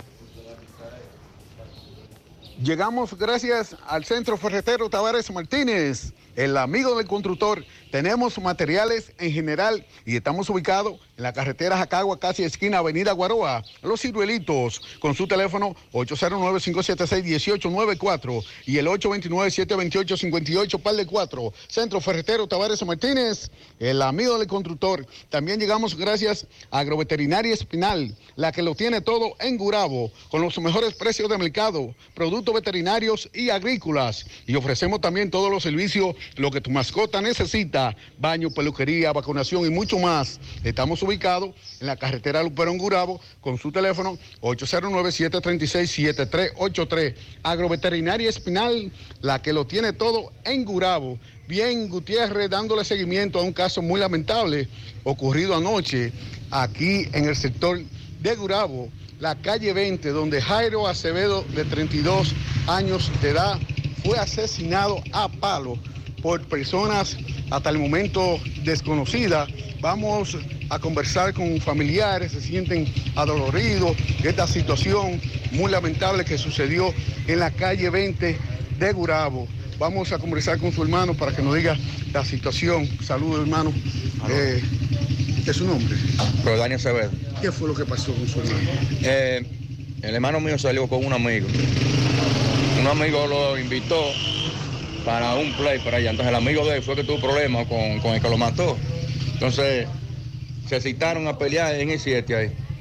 S11: Llegamos gracias al Centro Ferretero Tavares Martínez, el amigo del constructor. Tenemos materiales en general y estamos ubicados en la carretera Jacagua, casi esquina Avenida Guaroa, Los Ciruelitos, con su teléfono ocho cero nueve, cinco siete seis, uno ocho nueve cuatro y el ocho dos nueve, siete dos ocho, cinco ocho, par de cuatro. Centro Ferretero Tavares Martínez, el amigo del constructor. También llegamos gracias a Agroveterinaria Espinal, la que lo tiene todo en Gurabo, con los mejores precios de mercado, productos veterinarios y agrícolas. Y ofrecemos también todos los servicios, lo que tu mascota necesita, baño, peluquería, vacunación y mucho más. Estamos ubicados en la carretera Luperón Gurabo, con su teléfono ocho cero nueve, siete tres seis, siete tres ocho tres. Agroveterinaria Espinal, la que lo tiene todo en Gurabo. Bien, Gutiérrez, dándole seguimiento a un caso muy lamentable ocurrido anoche aquí en el sector de Gurabo, la calle veinte, donde Jairo Acevedo, de treinta y dos años de edad, fue asesinado a palo por personas hasta el momento desconocidas. Vamos a conversar con familiares, se sienten adoloridos de esta situación muy lamentable que sucedió en la calle veinte de Gurabo. Vamos a conversar con su hermano para que nos diga la situación. Saludos, hermano. Eh, ¿Qué es su nombre?
S12: Daniel Acevedo.
S11: ¿Qué fue lo que pasó con su hermano?
S12: Eh, el hermano mío salió con un amigo. Un amigo lo invitó para un play para allá. Entonces el amigo de él fue que tuvo problemas con, con el que lo mató. Entonces se citaron a pelear en el siete ahí.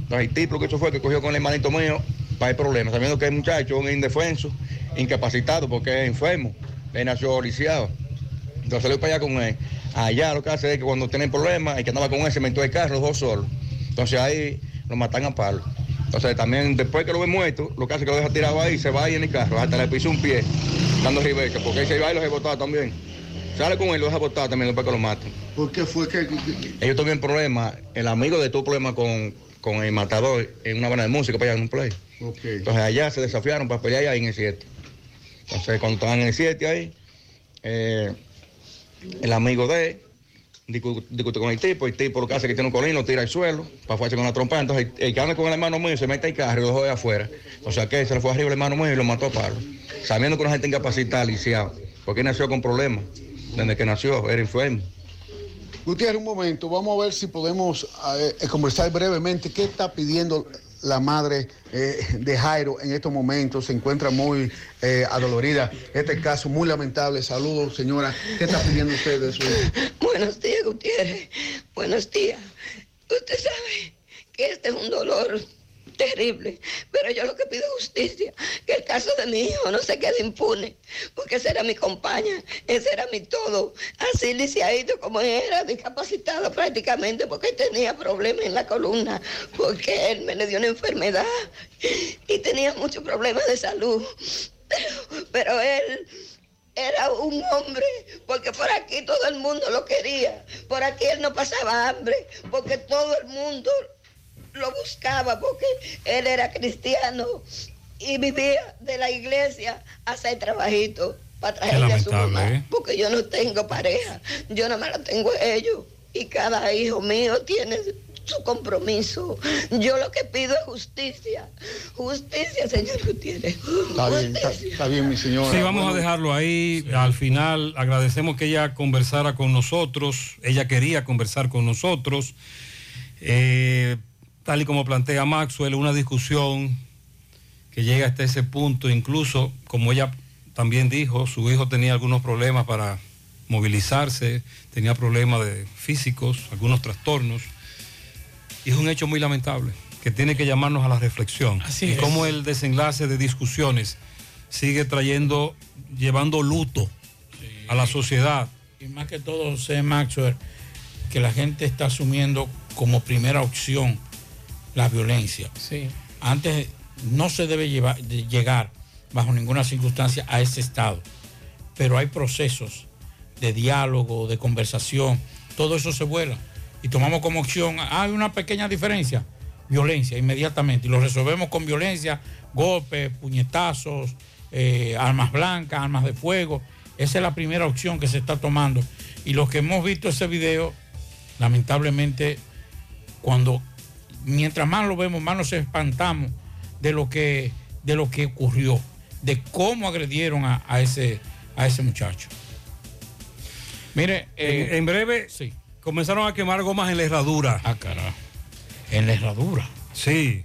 S12: Entonces el tipo lo que hizo fue que cogió con el hermanito mío para el problema, sabiendo que el muchacho es un indefenso, incapacitado porque es enfermo, él nació lisiado. Entonces salió para allá con él. Allá lo que hace es que cuando tienen problemas, el que andaba con él se metió el carro, los dos solos. Entonces ahí lo matan a palo. Entonces también después que lo ve muerto, lo que hace es que lo deja tirado ahí, se va ahí en el carro, hasta le pisó un pie, dando ribeca, porque ahí se va y lo deja botado también. Sale con él y lo deja botado también después que lo matan.
S11: ¿Por qué fue que...?
S12: Ellos tuvieron problemas, el amigo de tuvo problemas con, con el matador en una banda de música para allá en un play.
S11: Okay.
S12: Entonces allá se desafiaron para pelear allá en el siete. Entonces cuando estaban en el siete ahí, eh, el amigo de él discute, discute con el tipo, el tipo lo que hace es que tiene un colín, lo tira al suelo, para fuerza con la trompa. Entonces el, el que anda con el hermano mío se mete al carro y lo dejó de afuera. O sea que se le fue arriba el hermano mío y lo mató a palo. Sabiendo que una gente incapacitada, lisiado, porque él nació con problemas. Desde que nació, era enfermo.
S11: Gutiérrez, un momento, vamos a ver si podemos eh, conversar brevemente. ¿Qué está pidiendo la madre eh, de Jairo en estos momentos? Se encuentra muy eh, adolorida. Este caso muy lamentable. Saludos, señora. ¿Qué está pidiendo usted de su hijo?
S13: Buenos días, Gutiérrez. Buenos días. Usted sabe que este es un dolor terrible, pero yo lo que pido es justicia, que el caso de mi hijo no se quede impune, porque ese era mi compañía, ese era mi todo, así lisiadito como era, discapacitado prácticamente, porque tenía problemas en la columna, porque él me le dio una enfermedad y tenía muchos problemas de salud, pero, pero él era un hombre, porque por aquí todo el mundo lo quería, por aquí él no pasaba hambre, porque todo el mundo lo buscaba, porque él era cristiano y vivía de la iglesia a hacer trabajito para traerle a su mamá, ¿eh? Porque yo no tengo pareja, yo nada más la tengo a ellos y cada hijo mío tiene su compromiso. Yo lo que pido es justicia, justicia, señor Gutiérrez.
S11: Está bien, está, está bien, mi señora.
S7: Sí, vamos a dejarlo ahí. Sí. Al final agradecemos que ella conversara con nosotros, ella quería conversar con nosotros. Eh, Tal y como plantea Maxwell, una discusión que llega hasta ese punto, incluso, como ella también dijo, su hijo tenía algunos problemas para movilizarse, tenía problemas de físicos, algunos trastornos, y es un hecho muy lamentable, que tiene que llamarnos a la reflexión.
S8: Así
S7: y
S8: es.
S7: cómo el desenlace de discusiones sigue trayendo, llevando luto sí. a la sociedad.
S9: Y más que todo, sé, Maxwell, que la gente está asumiendo como primera opción la violencia.
S8: Sí.
S9: Antes no se debe llevar, de llegar bajo ninguna circunstancia a ese estado, pero hay procesos de diálogo, de conversación, todo eso se vuela y tomamos como opción, hay una pequeña diferencia, violencia inmediatamente, y lo resolvemos con violencia, golpes, puñetazos, eh, armas blancas, armas de fuego. Esa es la primera opción que se está tomando, y los que hemos visto ese video, lamentablemente, cuando mientras más lo vemos, más nos espantamos de lo que, de lo que ocurrió, de cómo agredieron a, a, ese, a ese muchacho. Mire, eh,
S7: en, en breve
S9: sí.
S7: comenzaron a quemar gomas en la herradura.
S9: Ah, carajo. En la herradura.
S7: Sí.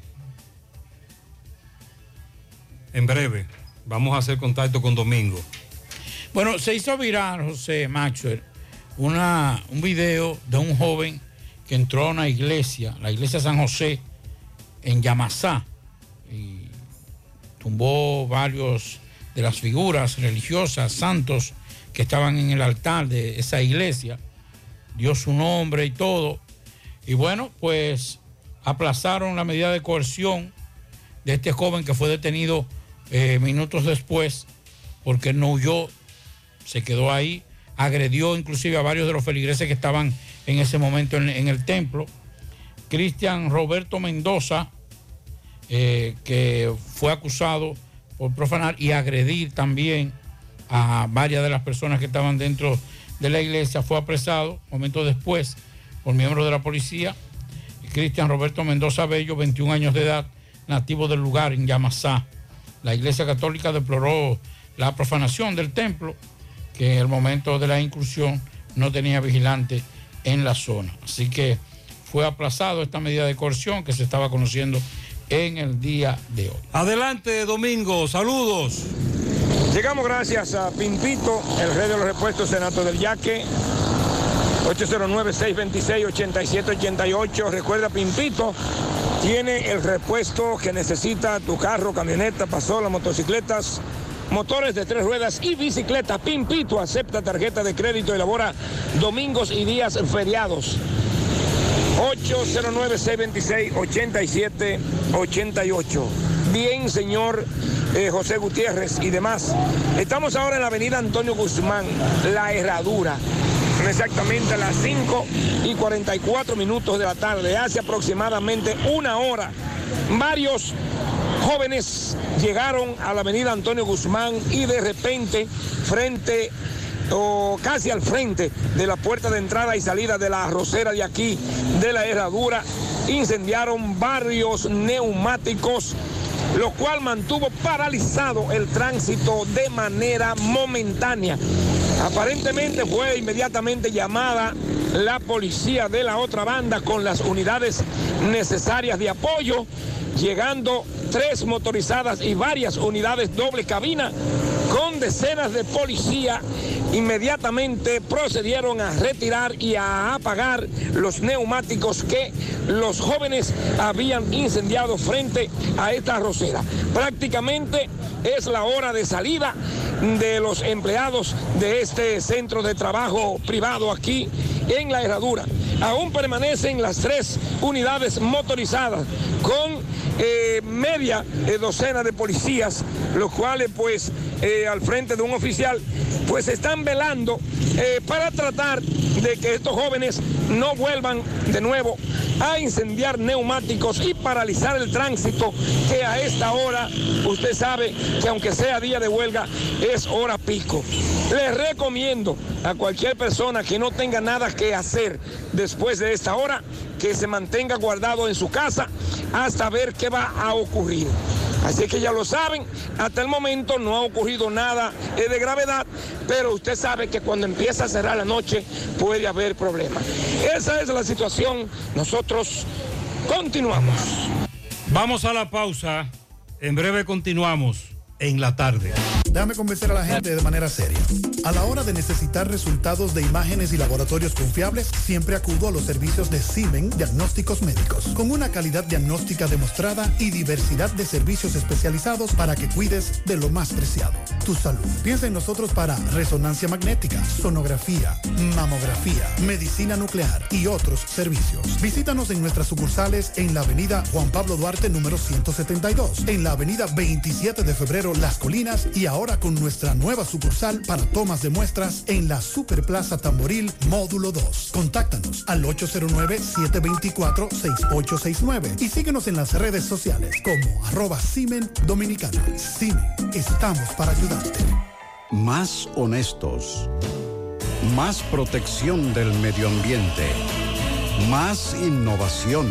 S7: En breve vamos a hacer contacto con Domingo.
S9: Bueno, se hizo viral, José Maxwell, una, un video de un joven que entró a una iglesia, la iglesia San José, en Yamasá, y tumbó varios de las figuras religiosas, santos, que estaban en el altar de esa iglesia, dio su nombre y todo, y bueno, pues aplazaron la medida de coerción de este joven que fue detenido eh, minutos después, porque no huyó, se quedó ahí, agredió inclusive a varios de los feligreses que estaban en ese momento en, en el templo. Cristian Roberto Mendoza, eh, que fue acusado por profanar y agredir también a varias de las personas que estaban dentro de la iglesia, fue apresado momentos después por miembros de la policía. Cristian Roberto Mendoza Bello, veintiún años de edad, nativo del lugar en Yamasá. La iglesia católica deploró la profanación del templo, que en el momento de la incursión no tenía vigilante en la zona. Así que fue aplazado esta medida de coerción que se estaba conociendo en el día de hoy.
S7: Adelante, Domingo, saludos.
S14: Llegamos gracias a Pimpito, el rey de los repuestos Senato del Yaque, ocho cero nueve, seis dos seis, ocho siete ocho ocho. Recuerda, Pimpito, tiene el repuesto que necesita tu carro, camioneta, pasola, motocicletas, motores de tres ruedas y bicicletas. Pimpito acepta tarjeta de crédito y elabora domingos y días feriados. ocho cero nueve, seis dos seis, ocho siete ocho ocho. Bien, señor eh, José Gutiérrez y demás. Estamos ahora en la avenida Antonio Guzmán, La Herradura. Exactamente a las cinco y cuarenta y cuatro minutos de la tarde, hace aproximadamente una hora. Varios jóvenes llegaron a la avenida Antonio Guzmán y de repente, frente o casi al frente de la puerta de entrada y salida de la arrocera de aquí, de La Herradura, incendiaron varios neumáticos, lo cual mantuvo paralizado el tránsito de manera momentánea. Aparentemente fue inmediatamente llamada la policía de la otra banda con las unidades necesarias de apoyo, llegando tres motorizadas y varias unidades doble cabina con decenas de policía. Inmediatamente procedieron a retirar y a apagar los neumáticos que los jóvenes habían incendiado frente a esta arrocera. Prácticamente es la hora de salida de los empleados de este centro de trabajo privado aquí en La Herradura. Aún permanecen las tres unidades motorizadas con eh, media eh, docena de policías, los cuales pues eh, al frente de un oficial pues están velando eh, para tratar de que estos jóvenes no vuelvan de nuevo a incendiar neumáticos y paralizar el tránsito, que a esta hora usted sabe que aunque sea día de huelga es hora pico. Les recomiendo a cualquier persona que no tenga nada que hacer después de esta hora que se mantenga guardado en su casa hasta ver qué va a ocurrir. Así que ya lo saben, hasta el momento no ha ocurrido nada de gravedad, pero usted sabe que cuando empieza a cerrar la noche puede haber problemas. Esa es la situación, nosotros continuamos.
S7: Vamos a la pausa, en breve continuamos en la tarde.
S1: Déjame convencer a la gente de manera seria. A la hora de necesitar resultados de imágenes y laboratorios confiables, siempre acudo a los servicios de Simen Diagnósticos Médicos, con una calidad diagnóstica demostrada y diversidad de servicios especializados para que cuides de lo más preciado, tu salud. Piensa en nosotros para resonancia magnética, sonografía, mamografía, medicina nuclear y otros servicios. Visítanos en nuestras sucursales en la avenida Juan Pablo Duarte número ciento setenta y dos, en la avenida veintisiete de febrero Las Colinas y ahora con nuestra nueva sucursal para tomas de muestras en la Superplaza Tamboril Módulo dos. Contáctanos al ocho cero nueve, siete dos cuatro, seis ocho seis nueve y síguenos en las redes sociales como arroba Simen Dominicana. Simen, estamos para ayudarte.
S23: Más honestos. Más protección del medio ambiente. Más innovación.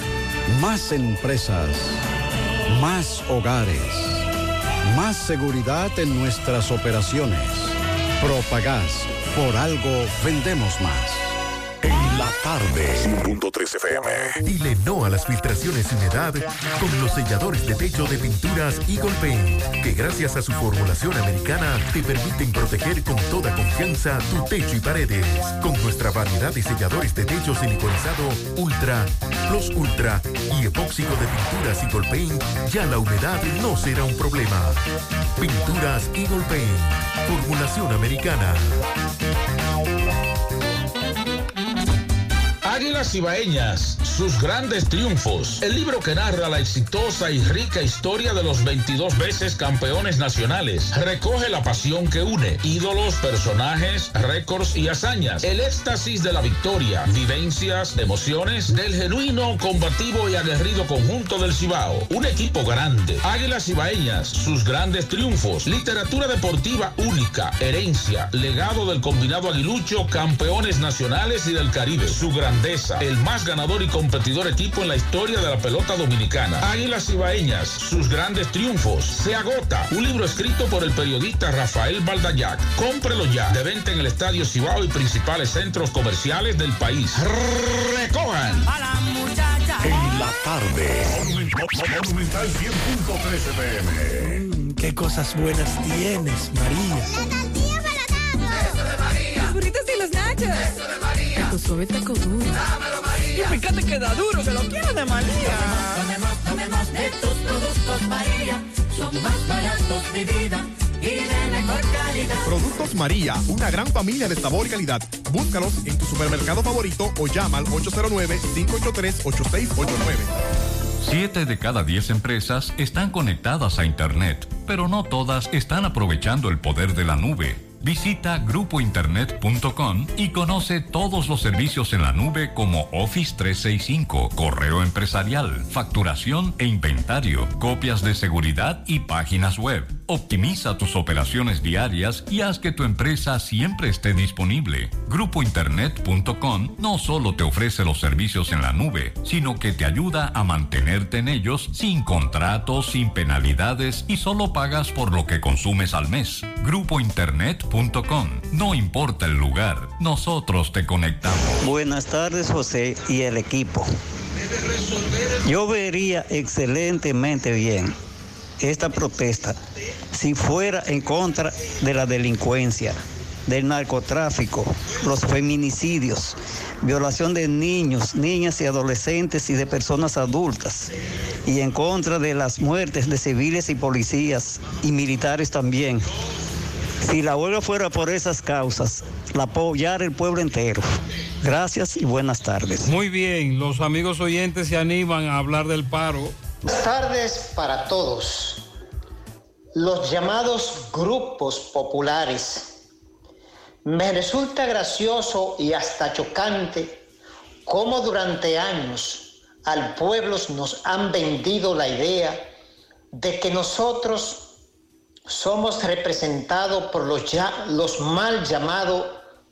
S23: Más empresas. Más hogares. Más seguridad en nuestras operaciones. Propagás, por algo vendemos más.
S15: En la tarde. cien punto tres F M. Dile no a las filtraciones y humedad con los selladores de techo de Pinturas Eagle Paint, que gracias a su formulación americana te permiten proteger con toda confianza tu techo y paredes. Con nuestra variedad de selladores de techo siliconizado Ultra, Plus Ultra y epóxico de Pinturas Eagle Paint, ya la humedad no será un problema. Pinturas Eagle Paint, formulación americana.
S16: Águilas Ibaeñas, sus grandes triunfos. El libro que narra la exitosa y rica historia de los veintidós veces campeones nacionales. Recoge la pasión que une, ídolos, personajes, récords y hazañas. El éxtasis de la victoria, vivencias, emociones del genuino, combativo y aguerrido conjunto del Cibao. Un equipo grande. Águilas Ibaeñas, sus grandes triunfos. Literatura deportiva única, herencia, legado del combinado aguilucho, campeones nacionales y del Caribe. Su grandeza, el más ganador y competidor equipo en la historia de la pelota dominicana. Águilas Ibaeñas, sus grandes triunfos. Se agota. Un libro escrito por el periodista Rafael Baldayac. Cómprelo ya. De venta en el Estadio Cibao y principales centros comerciales del país. Recojan.
S15: En la tarde. Monumental cien punto tres F M.
S18: Qué cosas buenas tienes, María.
S19: La tortilla para tacos. Eso de María. Los burritos y los nachos. Eso de María. Tu suave taco duro. Dámelo, María.
S6: Y fíjate que da duro, que lo quiero de María.
S10: Tomemos, tomemos de tus productos María. Son más baratos de vida y de mejor calidad.
S24: Productos María, una gran familia de sabor y calidad. Búscalos en tu supermercado favorito o llama al ocho cero nueve, cinco ocho tres, ocho seis ocho nueve.
S2: Siete de cada diez empresas están conectadas a Internet, pero no todas están aprovechando el poder de la nube. Visita grupo internet punto com y conoce todos los servicios en la nube como Office trescientos sesenta y cinco, correo empresarial, facturación e inventario, copias de seguridad y páginas web. Optimiza tus operaciones diarias y haz que tu empresa siempre esté disponible. grupo internet punto com no solo te ofrece los servicios en la nube, sino que te ayuda a mantenerte en ellos sin contratos, sin penalidades y solo pagas por lo que consumes al mes. grupo internet punto com. No importa el lugar, nosotros te conectamos.
S3: Buenas tardes, José y el equipo. Yo vería excelentemente bien esta protesta si fuera en contra de la delincuencia, del narcotráfico, los feminicidios, violación de niños, niñas y adolescentes y de personas adultas, y en contra de las muertes de civiles y policías y militares también. Si la huelga fuera por esas causas, la apoyara el pueblo entero. Gracias y buenas tardes.
S7: Muy bien, los amigos oyentes se animan a hablar del paro.
S17: Buenas tardes para todos. Los llamados grupos populares. Me resulta gracioso y hasta chocante cómo durante años al pueblo nos han vendido la idea de que nosotros somos representados por los, ya, los mal llamados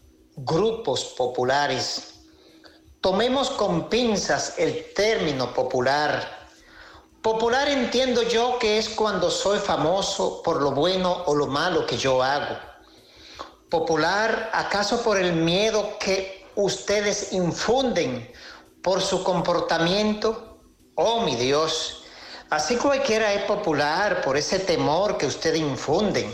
S17: grupos populares. Tomemos con pinzas el término popular. Popular entiendo yo que es cuando soy famoso por lo bueno o lo malo que yo hago. Popular, ¿acaso por el miedo que ustedes infunden por su comportamiento? Oh, mi Dios. Así cualquiera es popular por ese temor que ustedes infunden.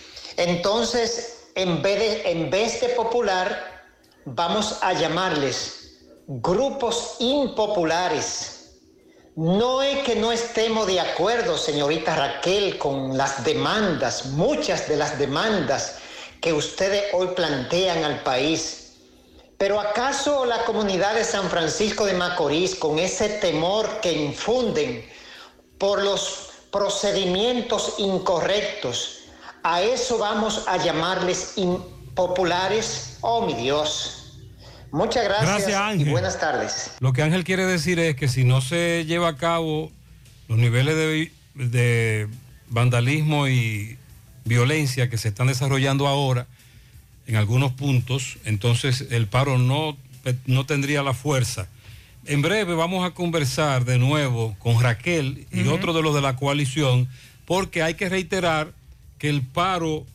S17: Entonces, en vez de, en vez de popular, vamos a llamarles grupos impopulares. No es que no estemos de acuerdo, señorita Raquel, con las demandas, muchas de las demandas que ustedes hoy plantean al país. Pero ¿acaso la comunidad de San Francisco de Macorís, con ese temor que infunden por los procedimientos incorrectos, a eso vamos a llamarles impopulares? Oh, mi Dios. Muchas gracias,
S7: gracias, Ángel.
S17: Y buenas tardes.
S7: Lo que Ángel quiere decir es que si no se lleva a cabo los niveles de, de vandalismo y violencia que se están desarrollando ahora en algunos puntos, entonces el paro no, no tendría la fuerza. En breve vamos a conversar de nuevo con Raquel y uh-huh. otro de los de la coalición, porque hay que reiterar que el paro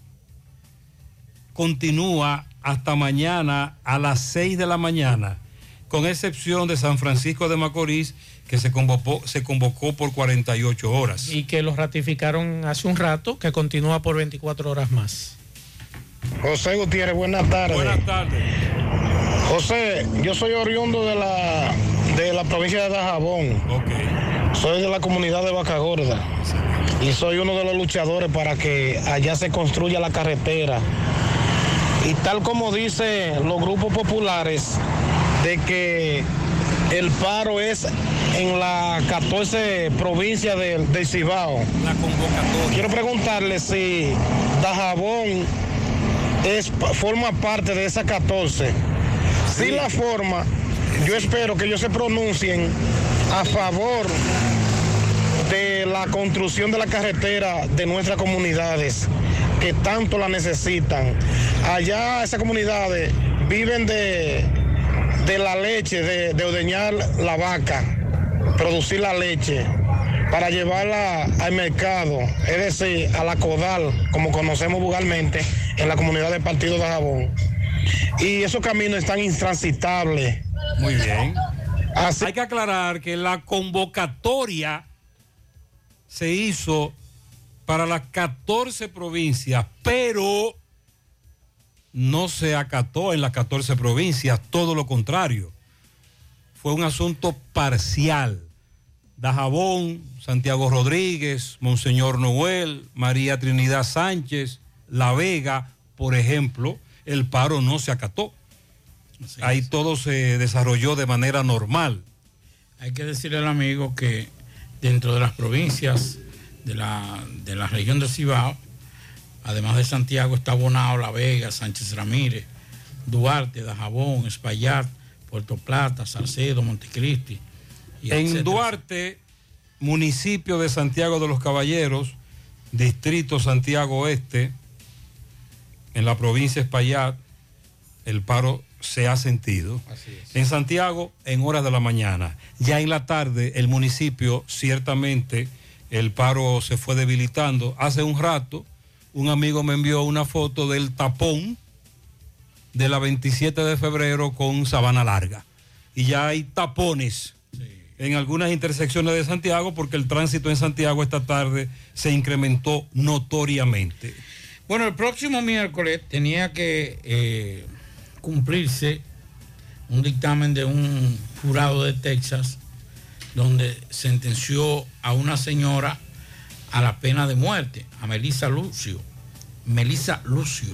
S7: continúa hasta mañana a las seis de la mañana, con excepción de San Francisco de Macorís, que se convocó, se convocó por cuarenta y ocho horas.
S8: Y que lo ratificaron hace un rato, que continúa por veinticuatro horas más.
S19: José Gutiérrez, buenas tardes.
S7: Buenas tardes.
S19: José, yo soy oriundo de la, de la provincia de Dajabón.
S7: Okay.
S19: Soy de la comunidad de Vaca Gorda. Y soy uno de los luchadores para que allá se construya la carretera. Y tal como dicen los grupos populares, de que el paro es en la catorce provincia de, de Cibao.
S7: La convocatoria.
S19: Quiero preguntarle si Dajabón es, forma parte de esa catorce. Si sí. la forma, yo espero que ellos se pronuncien a favor de la construcción de la carretera de nuestras comunidades, que tanto la necesitan. Allá esas comunidades viven de, de la leche, de, de ordeñar la vaca, producir la leche para llevarla al mercado, es decir, a la Codal, como conocemos vulgarmente, en la comunidad del partido de Dajabón. Y esos caminos están intransitables.
S7: Muy bien.
S19: Así...
S7: Hay que aclarar que la convocatoria se hizo para las catorce provincias, pero no se acató en las catorce provincias, todo lo contrario. fue un asunto parcial. Dajabón, Santiago Rodríguez, Monseñor Noel, María Trinidad Sánchez, La Vega, por ejemplo, el paro no se acató. Así Ahí es. Todo se desarrolló de manera normal.
S9: Hay que decirle al amigo que dentro de las provincias de la, de la región de Cibao, además de Santiago, está Bonao, La Vega, Sánchez Ramírez, Duarte, Dajabón, Espaillat, Puerto Plata, Salcedo, Montecristi. Y
S7: en
S9: etcétera.
S7: Duarte, municipio de Santiago de los Caballeros, distrito Santiago Oeste, en la provincia de Espaillat, el paro se ha sentido.
S9: Así es.
S7: En Santiago, en horas de la mañana. Ya en la tarde, el municipio, ciertamente, el paro se fue debilitando. Hace un rato, un amigo me envió una foto del tapón de la veintisiete de febrero con Sabana Larga. Y ya hay tapones sí. en algunas intersecciones de Santiago porque el tránsito en Santiago esta tarde se incrementó notoriamente.
S9: Bueno, el próximo miércoles tenía que eh, cumplirse un dictamen de un jurado de Texas donde sentenció a una señora a la pena de muerte, a Melissa Lucio, Melissa Lucio,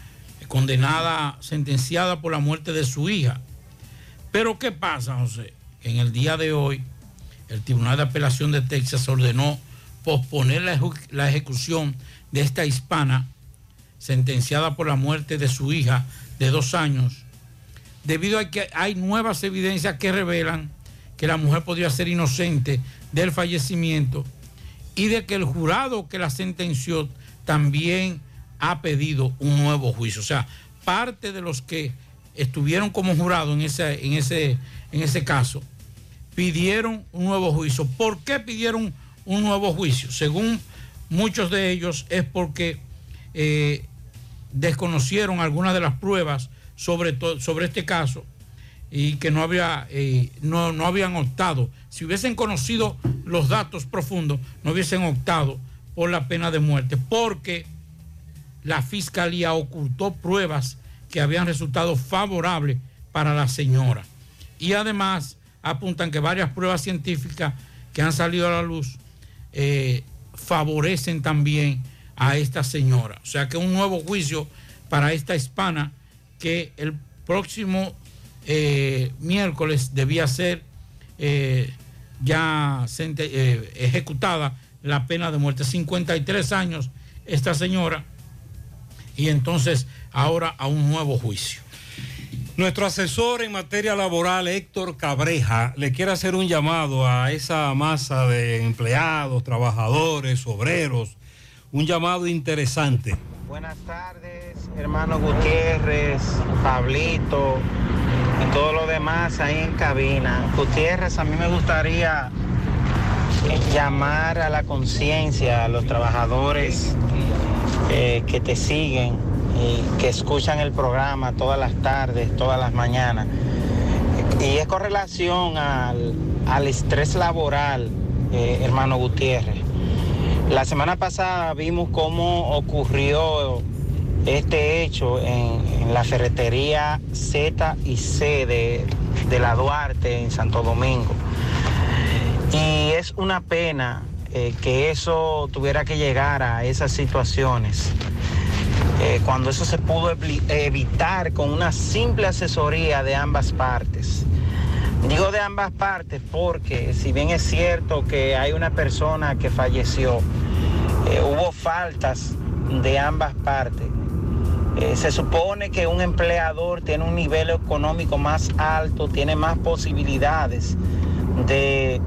S9: condenada, sentenciada por la muerte de su hija. Pero ¿qué pasa, José? En el día de hoy, el Tribunal de Apelación de Texas ordenó posponer la, ejecu- la ejecución de esta hispana, sentenciada por la muerte de su hija de dos años, debido a que hay nuevas evidencias que revelan que la mujer podría ser inocente del fallecimiento y de que el jurado que la sentenció también ha pedido un nuevo juicio. O sea, parte de los que estuvieron como jurado en ese, en ese, en ese caso pidieron un nuevo juicio. ¿Por qué pidieron un nuevo juicio? Según muchos de ellos es porque eh, desconocieron algunas de las pruebas sobre, to- sobre este caso y que no, había, eh, no, no habían optado. Si hubiesen conocido los datos profundos, no hubiesen optado por la pena de muerte, porque la fiscalía ocultó pruebas que habían resultado favorables para la señora. Y además apuntan que varias pruebas científicas que han salido a la luz eh, favorecen también a esta señora. O sea que un nuevo juicio para esta hispana que el próximo eh, miércoles debía ser eh, ya sente, eh, ejecutada la pena de muerte. cincuenta y tres años esta señora, y entonces ahora a un nuevo juicio.
S7: Nuestro asesor en materia laboral, Héctor Cabreja, le quiere hacer un llamado a esa masa de empleados, trabajadores, obreros, un llamado interesante.
S4: Buenas tardes, hermano Gutiérrez, Pablito, y todo lo demás ahí en cabina. Gutiérrez, a mí me gustaría llamar a la conciencia a los trabajadores eh, que te siguen y que escuchan el programa todas las tardes, todas las mañanas. Y es con relación al, al estrés laboral, eh, hermano Gutiérrez. La semana pasada vimos cómo ocurrió este hecho en, en la ferretería Z y C de, de la Duarte en Santo Domingo. Y es una pena eh, que eso tuviera que llegar a esas situaciones. Eh, cuando eso se pudo evitar con una simple asesoría de ambas partes. Digo de ambas partes porque si bien es cierto que hay una persona que falleció, eh, hubo faltas de ambas partes. Eh, se supone que un empleador tiene un nivel económico más alto, tiene más posibilidades de,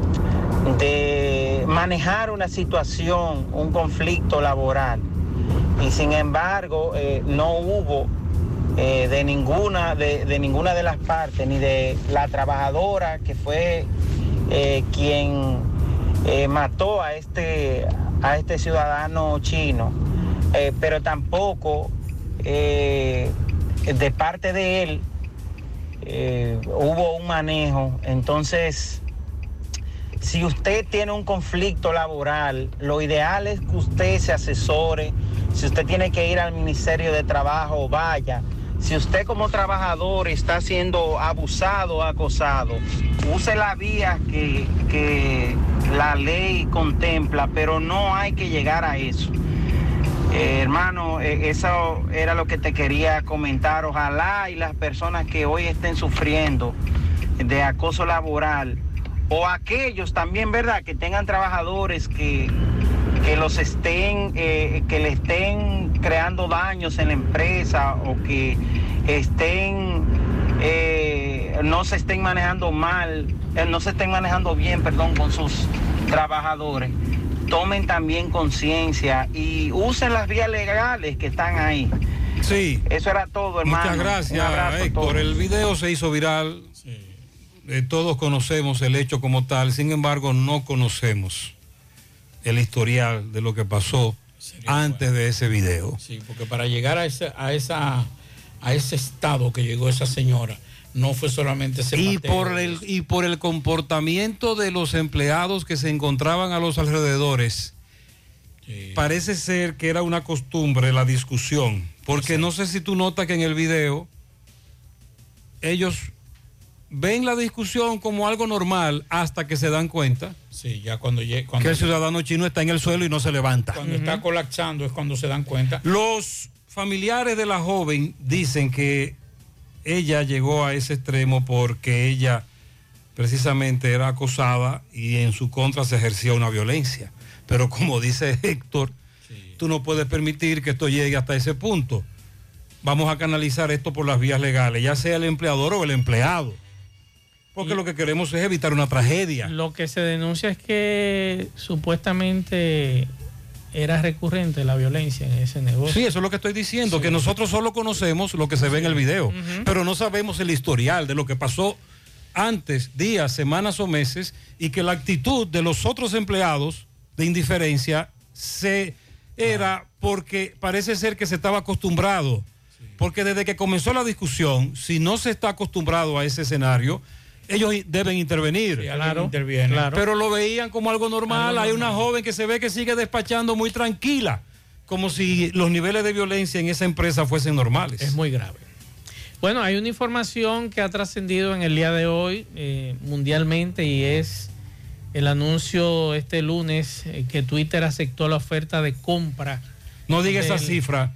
S4: de manejar una situación, un conflicto laboral. Y sin embargo, eh, no hubo eh, de, ninguna, de, de ninguna de las partes, ni de la trabajadora que fue eh, quien eh, mató a este, a este ciudadano chino, eh, pero tampoco eh, de parte de él eh, hubo un manejo. Entonces, si usted tiene un conflicto laboral, lo ideal es que usted se asesore. Si usted tiene que ir al Ministerio de Trabajo, vaya. si usted como trabajador está siendo abusado o acosado, use la vía que, que la ley contempla, pero no hay que llegar a eso. Eh, hermano, eh, eso era lo que te quería comentar. Ojalá y las personas que hoy estén sufriendo de acoso laboral, o aquellos también, ¿verdad?, que tengan trabajadores que, que los estén, eh, que le estén creando daños en la empresa, o que estén, eh, no se estén manejando mal, eh, no se estén manejando bien, perdón, con sus trabajadores. Tomen también conciencia y usen las vías legales que están ahí.
S7: Sí.
S4: Eso era todo, hermano.
S7: Muchas gracias,
S4: Un abrazo a
S7: Héctor.
S4: todos.
S7: El video se hizo viral. Sí. Eh, todos conocemos el hecho como tal, sin embargo, no conocemos el historial de lo que pasó antes de ese video.
S9: Sí, porque para llegar a ese, a esa, a ese estado que llegó esa señora, no fue solamente ese
S7: y
S9: pateo.
S7: por el y por el comportamiento de los empleados que se encontraban a los alrededores. Sí. Parece ser que era una costumbre la discusión, porque no sé si tú notas que en el video ellos ven la discusión como algo normal hasta que se dan cuenta.
S9: Sí, ya cuando, cuando
S7: que el ciudadano chino está en el suelo y no se levanta.
S9: Cuando uh-huh. está colapsando es cuando se dan cuenta.
S7: Los familiares de la joven dicen que ella llegó a ese extremo porque ella precisamente era acosada y en su contra se ejercía una violencia. Pero como dice Héctor, sí. tú no puedes permitir que esto llegue hasta ese punto. Vamos a canalizar esto por las vías legales, ya sea el empleador o el empleado. Porque y lo que queremos es evitar una tragedia.
S8: Lo que se denuncia es que supuestamente era recurrente la violencia en ese negocio.
S7: Sí, eso es lo que estoy diciendo, sí. que nosotros solo conocemos lo que se ve en el video, uh-huh. pero no sabemos el historial de lo que pasó antes, días, semanas o meses, y que la actitud de los otros empleados de indiferencia se era porque parece ser que se estaba acostumbrado, sí. porque desde que comenzó la discusión, si no se está acostumbrado a ese escenario, ellos deben intervenir.
S9: Sí, claro, interviene.
S7: Claro. Pero lo veían como algo normal. Algo Hay normal. Una joven que se ve que sigue despachando muy tranquila, como si los niveles de violencia en esa empresa fuesen normales.
S8: Es muy grave. Bueno, hay una información que ha trascendido en el día de hoy eh, mundialmente, y es el anuncio este lunes eh, que Twitter aceptó la oferta de compra.
S7: No diga
S8: del,
S7: esa cifra.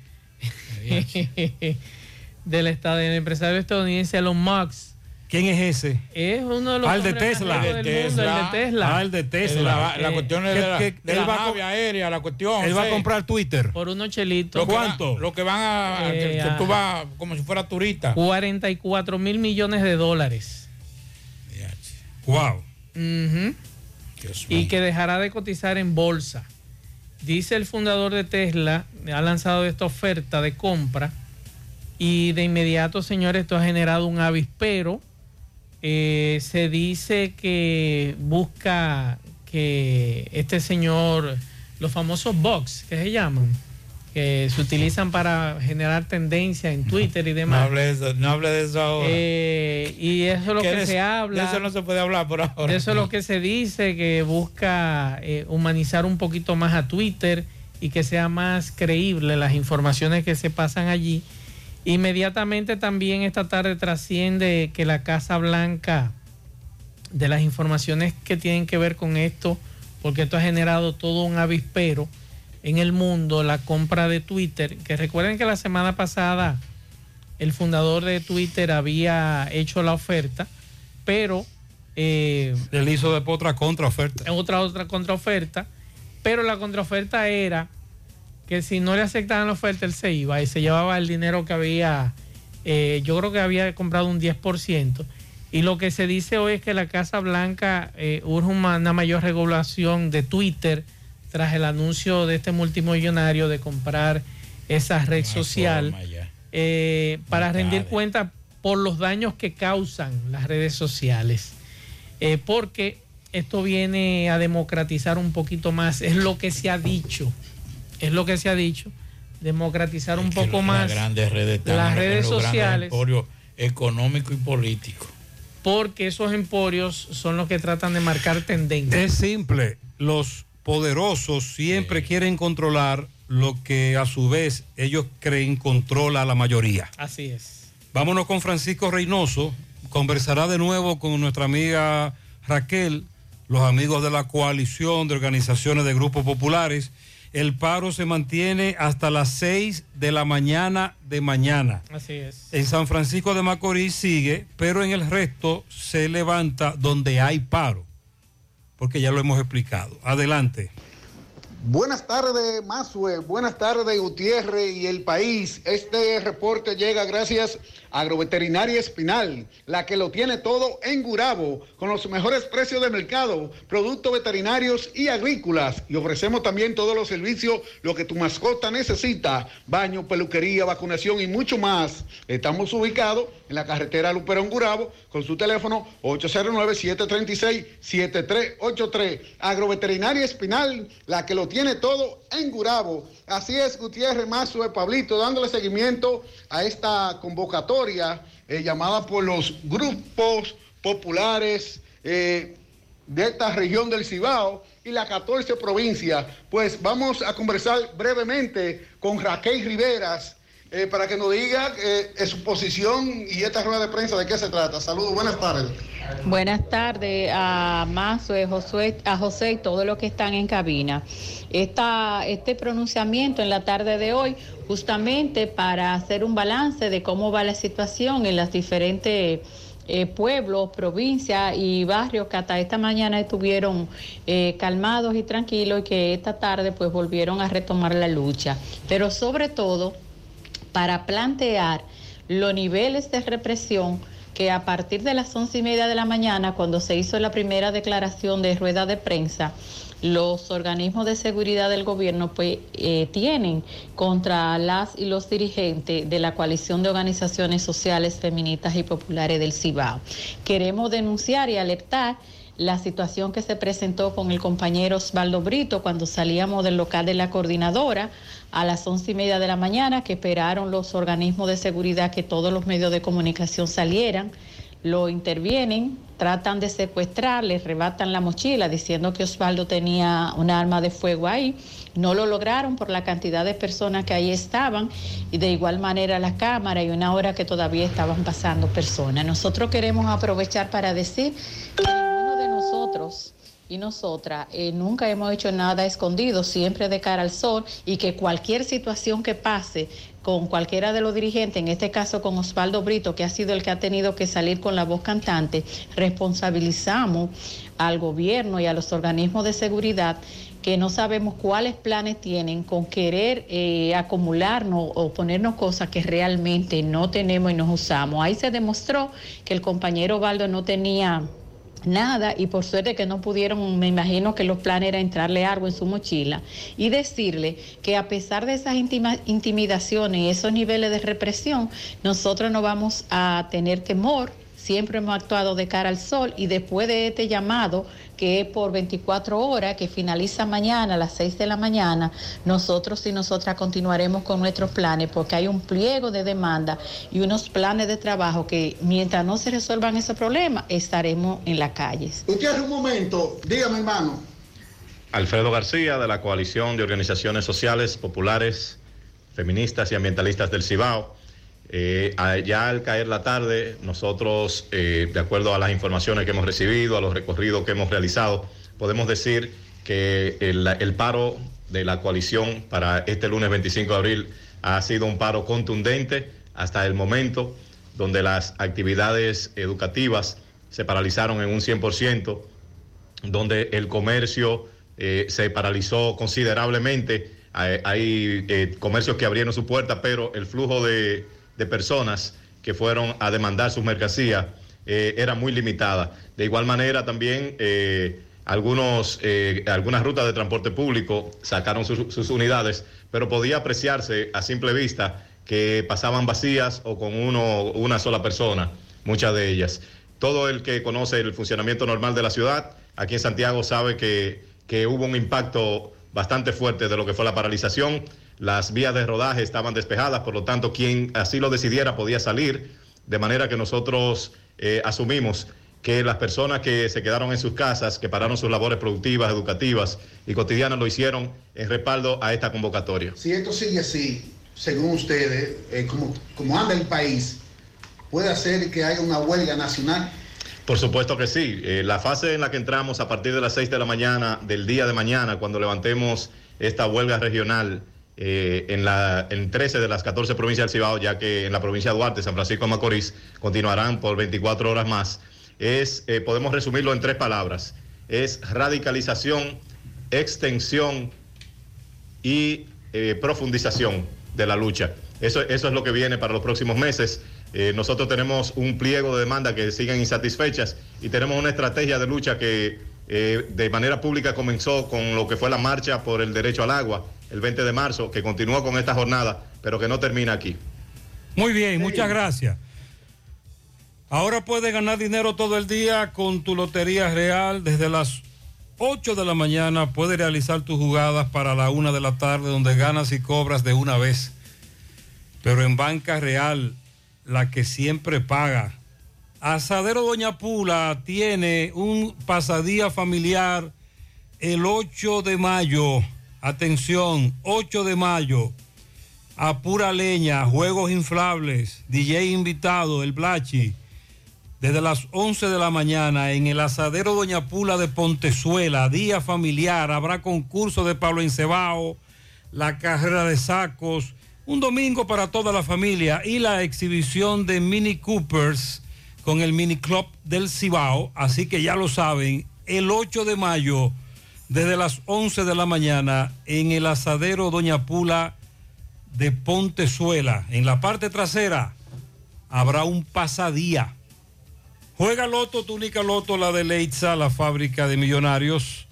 S8: del, estado, del empresario estadounidense Elon Musk.
S7: ¿Quién es ese?
S8: Es uno de los...
S7: Al de Tesla.
S8: Del
S9: de
S8: mundo, el de Tesla.
S7: Al de Tesla.
S9: La, la
S8: eh,
S9: cuestión es de la,
S7: que,
S9: de la nave aérea, la cuestión.
S7: Él va a comprar Twitter.
S8: Por unos chelitos.
S9: Lo
S7: ¿Cuánto?
S9: Va, lo que van a...
S8: Eh,
S9: que, que tú vas como si fuera turista.
S8: cuarenta y cuatro mil millones de dólares.
S7: Wow.
S8: Uh-huh. Y que dejará de cotizar en bolsa. Dice el fundador de Tesla, ha lanzado esta oferta de compra, y de inmediato, señores, esto ha generado un avispero. Eh, se dice que busca que este señor, los famosos bots que se llaman, que se utilizan para generar tendencia en Twitter y demás.
S9: No hable de eso, no hable de eso ahora.
S8: Eh, y eso es lo que se habla.
S9: De eso no se puede hablar por ahora.
S8: De eso es lo que se dice, que busca eh, humanizar un poquito más a Twitter y que sea más creíble las informaciones que se pasan allí. Inmediatamente también esta tarde trasciende que la Casa Blanca, de las informaciones que tienen que ver con esto, porque esto ha generado todo un avispero en el mundo, la compra de Twitter, que recuerden que la semana pasada el fundador de Twitter había hecho la oferta, pero... Eh,
S7: Él hizo después otra contraoferta.
S8: Otra, otra contraoferta, pero la contraoferta era que si no le aceptaban la oferta, él se iba y se llevaba el dinero que había, eh, yo creo que había comprado un diez por ciento. Y lo que se dice hoy es que la Casa Blanca eh, urge una, una mayor regulación de Twitter tras el anuncio de este multimillonario de comprar esa red social eh, para rendir cuenta por los daños que causan las redes sociales. Eh, porque esto viene a democratizar un poquito más, es lo que se ha dicho. Es lo que se ha dicho, democratizar es un poco más
S9: grandes redes
S8: las redes sociales,
S9: emporios económico y político.
S8: Porque esos emporios son los que tratan de marcar tendencia.
S7: Es simple, los poderosos siempre sí. quieren controlar lo que a su vez ellos creen controla a la mayoría.
S8: Así es.
S7: Vámonos con Francisco Reynoso. Conversará de nuevo con nuestra amiga Raquel, los amigos de la coalición de organizaciones de grupos populares. El paro se mantiene hasta las seis de la mañana de mañana.
S8: Así es.
S7: En San Francisco de Macorís sigue, pero en el resto se levanta donde hay paro, porque ya lo hemos explicado. Adelante.
S11: Buenas tardes, Mazue. Buenas tardes, Gutiérrez y el país. Este reporte llega gracias a Agroveterinaria Espinal, la que lo tiene todo en Gurabo, con los mejores precios de mercado, productos veterinarios y agrícolas. Y ofrecemos también todos los servicios, lo que tu mascota necesita: baño, peluquería, vacunación y mucho más. Estamos ubicados en la carretera Luperón Gurabo, con su teléfono ocho cero nueve, siete tres seis, siete tres ocho tres. Agroveterinaria Espinal, la que lo tiene todo en Gurabo. Así es, Gutiérrez, Mazue, Pablito, dándole seguimiento a esta convocatoria eh, llamada por los grupos populares eh, de esta región del Cibao y las catorce provincias. Pues vamos a conversar brevemente con Raquel Riveras, Eh, para que nos diga eh, su posición y esta rueda de prensa de qué se trata. Saludos, buenas tardes.
S5: Buenas tardes a Mazue, Josué, a José y todos los que están en cabina. Esta, este pronunciamiento en la tarde de hoy, justamente para hacer un balance de cómo va la situación en las diferentes eh, pueblos, provincias y barrios que hasta esta mañana estuvieron eh, calmados y tranquilos, y que esta tarde pues volvieron a retomar la lucha. Pero sobre todo para plantear los niveles de represión que a partir de las once y media de la mañana, cuando se hizo la primera declaración de rueda de prensa, los organismos de seguridad del gobierno pues eh, tienen contra las y los dirigentes de la coalición de organizaciones sociales, feministas y populares del Cibao. Queremos denunciar y alertar la situación que se presentó con el compañero Osvaldo Brito cuando salíamos del local de la coordinadora a las once y media de la mañana, que esperaron los organismos de seguridad que todos los medios de comunicación salieran, lo intervienen, tratan de secuestrar, le arrebatan la mochila diciendo que Osvaldo tenía un arma de fuego ahí. No lo lograron por la cantidad de personas que ahí estaban, y de igual manera la cámara, y una hora que todavía estaban pasando personas. Nosotros queremos aprovechar para decir que ninguno de nosotros y nosotras eh, nunca hemos hecho nada escondido, siempre de cara al sol, y que cualquier situación que pase con cualquiera de los dirigentes, en este caso con Osvaldo Brito, que ha sido el que ha tenido que salir con la voz cantante, responsabilizamos al gobierno y a los organismos de seguridad, que no sabemos cuáles planes tienen con querer eh, acumularnos o ponernos cosas que realmente no tenemos y nos usamos. Ahí se demostró que el compañero Osvaldo no tenía nada, y por suerte que no pudieron, me imagino que los planes era entrarle algo en su mochila, y decirle que a pesar de esas intima, intimidaciones y esos niveles de represión, nosotros no vamos a tener temor. Siempre hemos actuado de cara al sol, y después de este llamado, que es por veinticuatro horas, que finaliza mañana a las seis de la mañana, nosotros y nosotras continuaremos con nuestros planes, porque hay un pliego de demanda y unos planes de trabajo que mientras no se resuelvan esos problemas, estaremos en las calles.
S11: Usted, un momento, dígame, hermano.
S20: Alfredo García, de la Coalición de Organizaciones Sociales, Populares, Feministas y Ambientalistas del Cibao. Eh, ya al caer la tarde, nosotros, eh, de acuerdo a las informaciones que hemos recibido, a los recorridos que hemos realizado, podemos decir que el, el paro de la coalición para este lunes veinticinco de abril ha sido un paro contundente hasta el momento, donde las actividades educativas se paralizaron en un cien por ciento, donde el comercio eh, se paralizó considerablemente. Hay, hay eh, comercios que abrieron su puerta, pero el flujo de de personas que fueron a demandar sus mercancías eh, era muy limitada. De igual manera también eh, algunos, eh, algunas rutas de transporte público sacaron sus, sus unidades, pero podía apreciarse a simple vista que pasaban vacías o con uno, una sola persona, muchas de ellas. Todo el que conoce el funcionamiento normal de la ciudad, aquí en Santiago, sabe que, que hubo un impacto bastante fuerte de lo que fue la paralización. Las vías de rodaje estaban despejadas, por lo tanto, quien así lo decidiera podía salir, de manera que nosotros eh, asumimos que las personas que se quedaron en sus casas, que pararon sus labores productivas, educativas y cotidianas, lo hicieron en respaldo a esta convocatoria.
S11: Si esto sigue así, según ustedes, eh, como, como anda el país,
S12: puede hacer que haya una huelga nacional?
S20: Por supuesto que sí. Eh, la fase en la que entramos a partir de las seis de la mañana del día de mañana, cuando levantemos esta huelga regional eh, en, la, en trece de las catorce provincias del Cibao, ya que en la provincia de Duarte, San Francisco de Macorís, continuarán por veinticuatro horas más, es, eh, podemos resumirlo en tres palabras. Es radicalización, extensión y eh, profundización de la lucha. Eso, eso es lo que viene para los próximos meses. Eh, nosotros tenemos un pliego de demanda que siguen insatisfechas y tenemos una estrategia de lucha que eh, de manera pública comenzó con lo que fue la marcha por el derecho al agua el veinte de marzo, que continúa con esta jornada, pero que no termina aquí.
S7: Muy bien, muchas gracias. Ahora puedes ganar dinero todo el día con tu Lotería Real. Desde las ocho de la mañana puedes realizar tus jugadas para la una de la tarde, donde ganas y cobras de una vez. Pero en Banca Real, la que siempre paga. Asadero Doña Pula tiene un pasadía familiar el ocho de mayo. Atención, ocho de mayo. A pura leña, juegos inflables, D J invitado, el Blachi. Desde las once de la mañana en el Asadero Doña Pula de Pontezuela, día familiar, habrá concurso de Pablo Encebao, la carrera de sacos, un domingo para toda la familia y la exhibición de Mini Coopers con el Mini Club del Cibao. Así que ya lo saben, el ocho de mayo desde las once de la mañana en el Asadero Doña Pula de Pontezuela. En la parte trasera habrá un pasadía. Juega Loto, túnica Loto, la de Leitza, la fábrica de millonarios.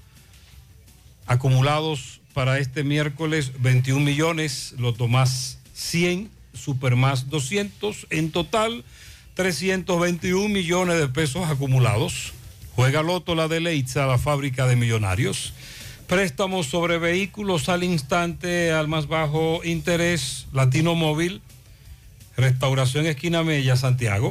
S7: Acumulados para este miércoles veintiún millones, Loto más cien, Super más doscientos. En total, trescientos veintiún millones de pesos acumulados. Juega Loto, la de Leitza, la fábrica de millonarios. Préstamos sobre vehículos al instante, al más bajo interés. Latino Móvil, Restauración Esquina Mella, Santiago.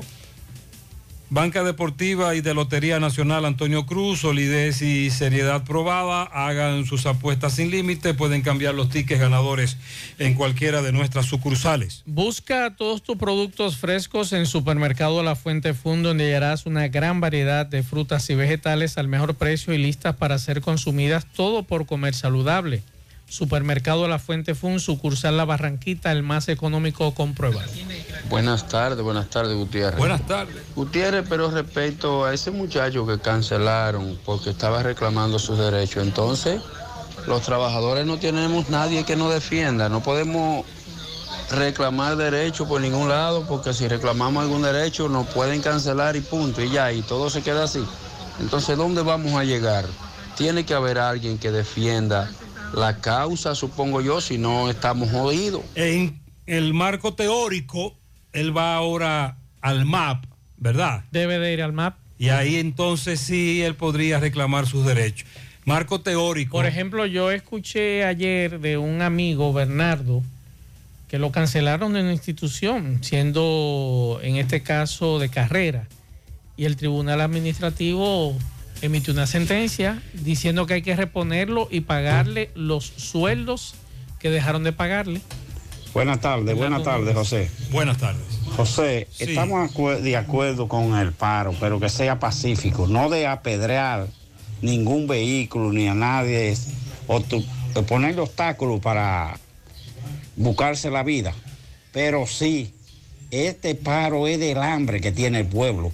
S7: Banca Deportiva y de Lotería Nacional Antonio Cruz, solidez y seriedad probada. Hagan sus apuestas sin límite, pueden cambiar los tickets ganadores en cualquiera de nuestras sucursales.
S8: Busca todos tus productos frescos en Supermercado La Fuente Fun, donde hallarás una gran variedad de frutas y vegetales al mejor precio y listas para ser consumidas, todo por comer saludable. Supermercado La Fuente Fun, sucursal La Barranquita, el más económico, compruébalo.
S13: Buenas tardes, buenas tardes, Gutiérrez.
S7: Buenas tardes.
S13: Gutiérrez, pero respecto a ese muchacho que cancelaron porque estaba reclamando sus derechos, entonces los trabajadores no tenemos nadie que nos defienda, no podemos reclamar derechos por ningún lado, porque si reclamamos algún derecho nos pueden cancelar y punto, y ya, y todo se queda así. Entonces, ¿dónde vamos a llegar? Tiene que haber alguien que defienda la causa, supongo yo, si no estamos jodidos.
S7: En el marco teórico, él va ahora al M A P, ¿verdad?
S8: Debe de ir al M A P.
S7: Y ahí entonces sí él podría reclamar sus derechos. Marco teórico.
S8: Por ejemplo, yo escuché ayer de un amigo, Bernardo, que lo cancelaron de una institución, siendo en este caso de carrera. Y el Tribunal Administrativo emitió una sentencia diciendo que hay que reponerlo y pagarle los sueldos que dejaron de pagarle.
S21: Buenas tardes, buenas tardes, José.
S7: Buenas tardes.
S21: José, sí. Estamos acu- de acuerdo con el paro, pero que sea pacífico, no de apedrear ningún vehículo ni a nadie, o tu, de ponerle obstáculos para buscarse la vida. Pero sí, este paro es del hambre que tiene el pueblo.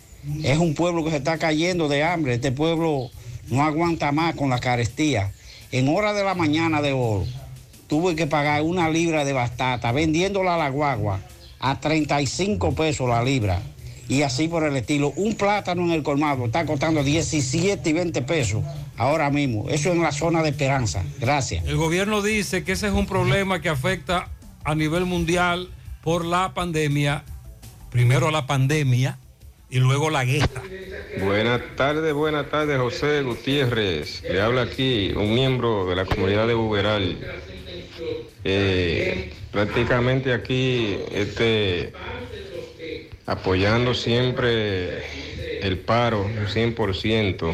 S21: Es un pueblo que se está cayendo de hambre. Este pueblo no aguanta más con la carestía. En hora de la mañana de oro, tuve que pagar una libra de batata, vendiéndola a la guagua a treinta y cinco pesos la libra. Y así por el estilo. Un plátano en el colmado está costando diecisiete y veinte pesos ahora mismo. Eso en la zona de Esperanza. Gracias.
S7: El gobierno dice que ese es un problema que afecta a nivel mundial por la pandemia. Primero la pandemia y luego la guerra.
S22: Buenas tardes, buenas tardes, José Gutiérrez. Le habla aquí un miembro de la comunidad de Uberal. Eh, prácticamente aquí este, apoyando siempre el paro, un cien por ciento.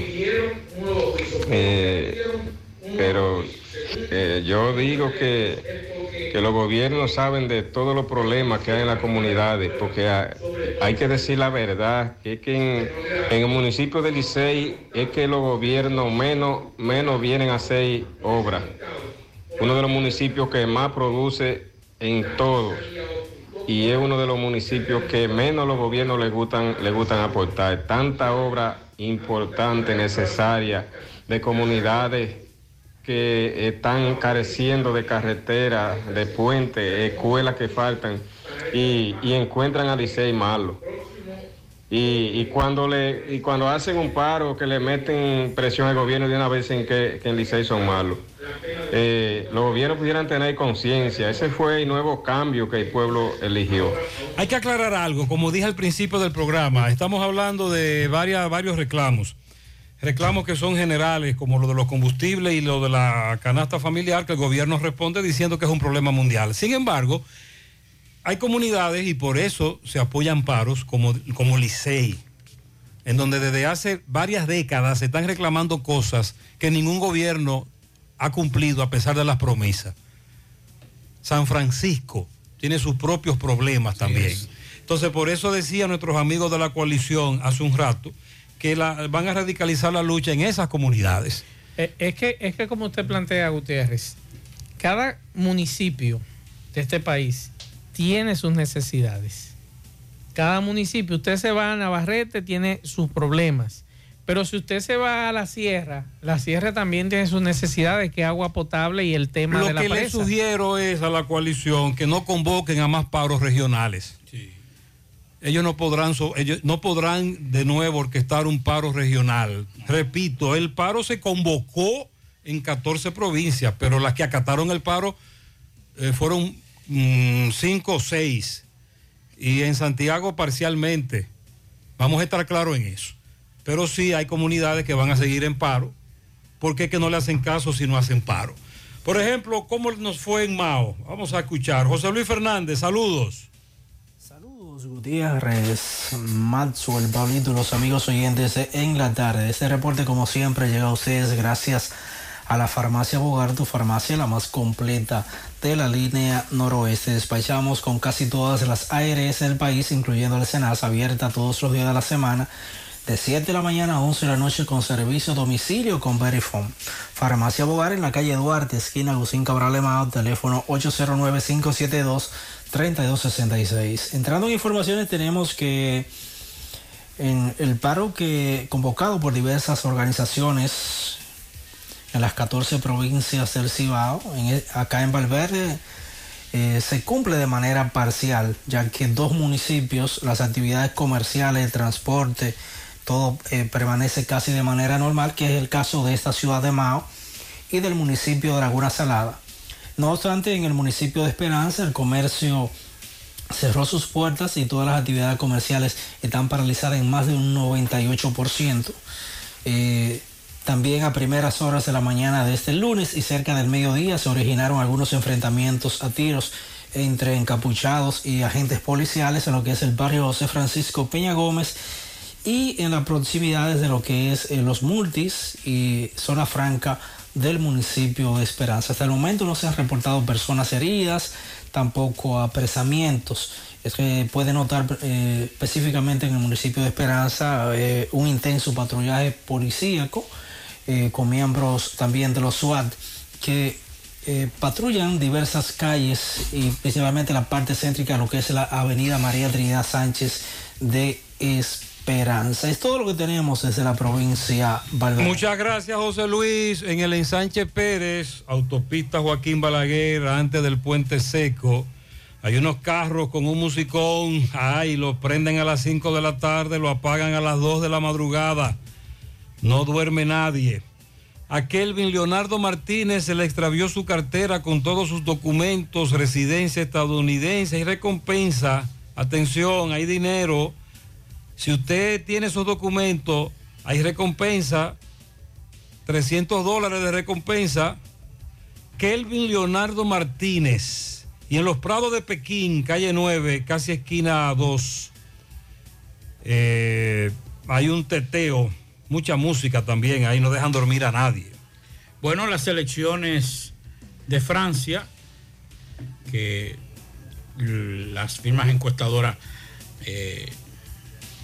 S22: Eh, pero eh, yo digo que, que los gobiernos saben de todos los problemas que hay en las comunidades, porque a, hay que decir la verdad, que es que en, en el municipio de Licey es que los gobiernos menos, menos vienen a hacer obras. Uno de los municipios que más produce en todo. Y es uno de los municipios que menos los gobiernos les gustan, les gustan aportar. Tanta obra importante, necesaria, de comunidades que están careciendo de carreteras, de puentes, escuelas que faltan, y, y encuentran a Licey malo. Y, y, cuando le, y cuando hacen un paro, que le meten presión al gobierno de una vez en que, que en Licey son malos. Eh, los gobiernos pudieran tener conciencia. Ese fue el nuevo cambio que el pueblo eligió.
S7: Hay que aclarar algo, como dije al principio del programa, estamos hablando de varias, varios reclamos. Reclamos que son generales, como lo de los combustibles y lo de la canasta familiar, que el gobierno responde diciendo que es un problema mundial. Sin embargo, hay comunidades, y por eso se apoyan paros como, como Licey, en donde desde hace varias décadas se están reclamando cosas que ningún gobierno ha cumplido a pesar de las promesas. San Francisco tiene sus propios problemas también. Sí, entonces, por eso decían nuestros amigos de la coalición hace un rato que la, van a radicalizar la lucha en esas comunidades.
S8: Eh, es que, es que como usted plantea, Gutiérrez, cada municipio de este país tiene sus necesidades. Cada municipio, usted se va a Navarrete, tiene sus problemas. Pero si usted se va a la sierra, la sierra también tiene sus necesidades, que es agua potable y el tema
S7: Lo
S8: de la
S7: que
S8: presa.
S7: le sugiero es a la coalición que no convoquen a más paros regionales.
S9: Sí.
S7: Ellos no podrán, ellos no podrán de nuevo orquestar un paro regional. Repito, el paro se convocó en catorce provincias, pero las que acataron el paro eh, fueron mmm, cinco o seis. Y en Santiago parcialmente. Vamos a estar claros en eso. Pero sí hay comunidades que van a seguir en paro, porque es que no le hacen caso si no hacen paro. Por ejemplo, ¿cómo nos fue en Mao? Vamos a escuchar. José Luis Fernández, saludos.
S1: Saludos, Gutiérrez, Maxwell, Pablito, los amigos oyentes de En la Tarde. Este reporte, como siempre, llega a ustedes gracias a la farmacia Bogar, tu farmacia la más completa de la línea noroeste. Despachamos con casi todas las A R S del país, incluyendo la Senasa, abierta todos los días de la semana, de siete de la mañana a once de la noche, con servicio a domicilio con Verifone. Farmacia Bogar en la calle Duarte, esquina Agustín Cabral Emao, teléfono ocho cero nueve, cinco siete dos, tres dos seis seis. Entrando en informaciones, tenemos que en el paro que convocado por diversas organizaciones en las catorce provincias del Cibao, en, acá en Valverde, eh, se cumple de manera parcial, ya que en dos municipios las actividades comerciales, el transporte, todo eh, permanece casi de manera normal, que es el caso de esta ciudad de Mao y del municipio de Laguna Salada. No obstante, en el municipio de Esperanza, el comercio cerró sus puertas y todas las actividades comerciales están paralizadas en más de un noventa y ocho por ciento. Eh, también a primeras horas de la mañana de este lunes y cerca del mediodía se originaron algunos enfrentamientos a tiros entre encapuchados y agentes policiales en lo que es el barrio José Francisco Peña Gómez y en las proximidades de lo que es eh, Los Multis y zona franca del municipio de Esperanza. Hasta el momento no se han reportado personas heridas, tampoco apresamientos. Es que puede notar eh, específicamente en el municipio de Esperanza eh, un intenso patrullaje policíaco eh, con miembros también de los SWAT que eh, patrullan diversas calles y principalmente la parte céntrica de lo que es la avenida María Trinidad Sánchez de Esperanza. Es todo lo que tenemos desde la provincia Valverde.
S7: Muchas gracias, José Luis. En el ensanche Pérez, autopista Joaquín Balaguer, antes del Puente Seco, hay unos carros con un musicón, ay, lo prenden a las cinco de la tarde, lo apagan a las dos de la madrugada. No duerme nadie. A Kelvin Leonardo Martínez se le extravió su cartera con todos sus documentos, residencia estadounidense y recompensa. Atención, hay dinero. Si usted tiene esos documentos, hay recompensa, trescientos dólares de recompensa. Kelvin Leonardo Martínez. Y en los Prados de Pekín, calle nueve, casi esquina dos, eh, hay un teteo, mucha música también, ahí no dejan dormir a nadie.
S9: Bueno, las elecciones de Francia, que las firmas encuestadoras eh,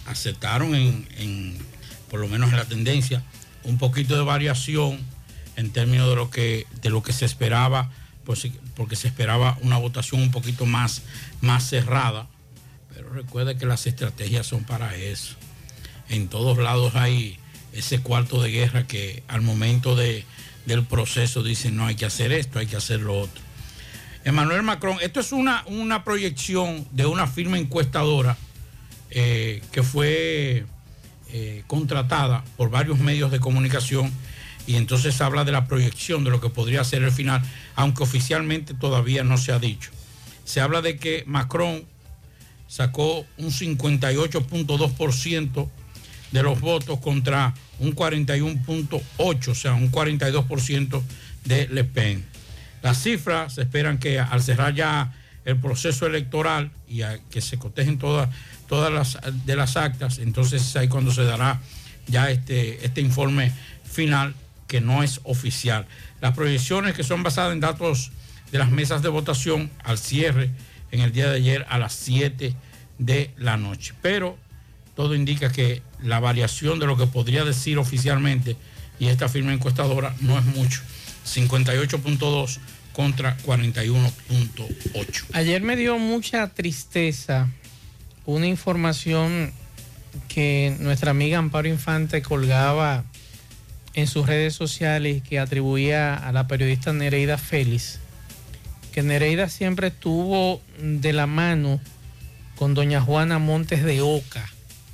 S9: aceptaron en, en, por lo menos en la tendencia, un poquito de variación en términos de lo que, de lo que se esperaba, pues, porque se esperaba una votación un poquito más, más cerrada. Pero recuerde que las estrategias son para eso. En todos lados hay ese cuarto de guerra que al momento de, del proceso dicen, no, hay que hacer esto, hay que hacer lo otro. Emmanuel Macron, esto es una, una proyección de una firma encuestadora eh, que fue eh, contratada por varios medios de comunicación, y entonces habla de la proyección de lo que podría ser el final, aunque oficialmente todavía no se ha dicho. Se habla de que Macron sacó un cincuenta y ocho punto dos por ciento de los votos contra un cuarenta y uno punto ocho por ciento, o sea, un cuarenta y dos por ciento de Le Pen. Las cifras se esperan que al cerrar ya el proceso electoral y a que se cotejen todas, todas las de las actas, entonces es ahí cuando se dará ya este, este informe final, que no es oficial. Las proyecciones, que son basadas en datos de las mesas de votación al cierre en el día de ayer a las siete de la noche. Pero todo indica que la variación de lo que podría decir oficialmente y esta firma encuestadora no es mucho. cincuenta y ocho punto dos contra cuarenta y uno punto ocho.
S8: Ayer me dio mucha tristeza una información que nuestra amiga Amparo Infante colgaba en sus redes sociales, que atribuía a la periodista Nereida Félix, que Nereida siempre estuvo de la mano con doña Juana Montes de Oca.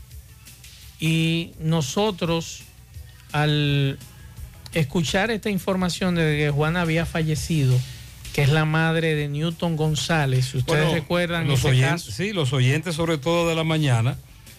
S8: Y nosotros, al escuchar esta información de que Juana había fallecido, que es la madre de Newton González, si ustedes bueno, recuerdan
S7: los
S8: ese
S7: oyentes,
S8: caso.
S7: Sí, los oyentes sobre todo de la mañana,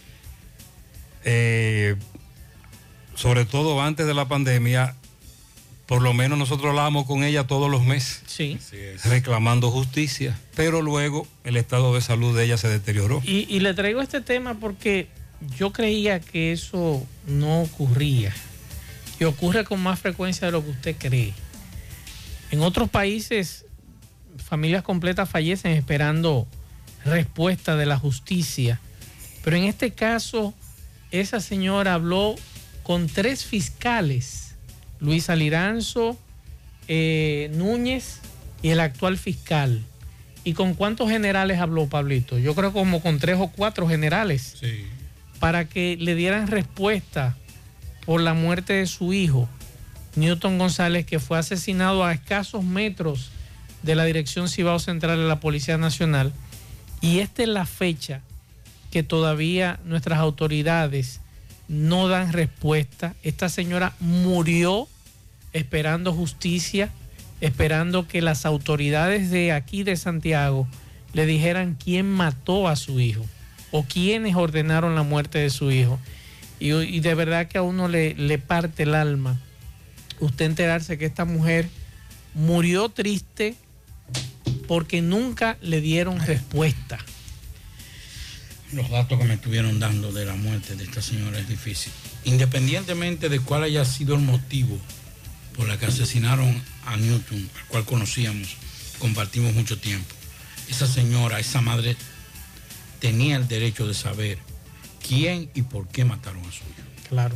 S7: eh, sobre todo antes de la pandemia, por lo menos nosotros hablábamos con ella todos los meses,
S8: sí,
S7: reclamando justicia, pero luego el estado de salud de ella se deterioró.
S8: Y, y le traigo este tema porque yo creía que eso no ocurría, y ocurre con más frecuencia de lo que usted cree. En otros países, familias completas fallecen esperando respuesta de la justicia, pero en este caso, esa señora habló con tres fiscales, Luisa Liranzo, eh, Núñez y el actual fiscal. ¿Y con cuántos generales habló, Pablito? Yo creo como con tres o cuatro generales,
S9: sí,
S8: para que le dieran respuesta por la muerte de su hijo, Newton González, que fue asesinado a escasos metros de la Dirección Cibao Central de la Policía Nacional. Y esta es la fecha que todavía nuestras autoridades no dan respuesta. Esta señora murió esperando justicia, esperando que las autoridades de aquí de Santiago le dijeran quién mató a su hijo o quiénes ordenaron la muerte de su hijo. Y, y de verdad que a uno le, le parte el alma usted enterarse que esta mujer murió triste porque nunca le dieron respuesta.
S9: Los datos que me estuvieron dando de la muerte de esta señora es difícil. Independientemente de cuál haya sido el motivo por el que asesinaron a Newton, al cual conocíamos, compartimos mucho tiempo, esa señora, esa madre, tenía el derecho de saber quién y por qué mataron a su hijo.
S8: Claro.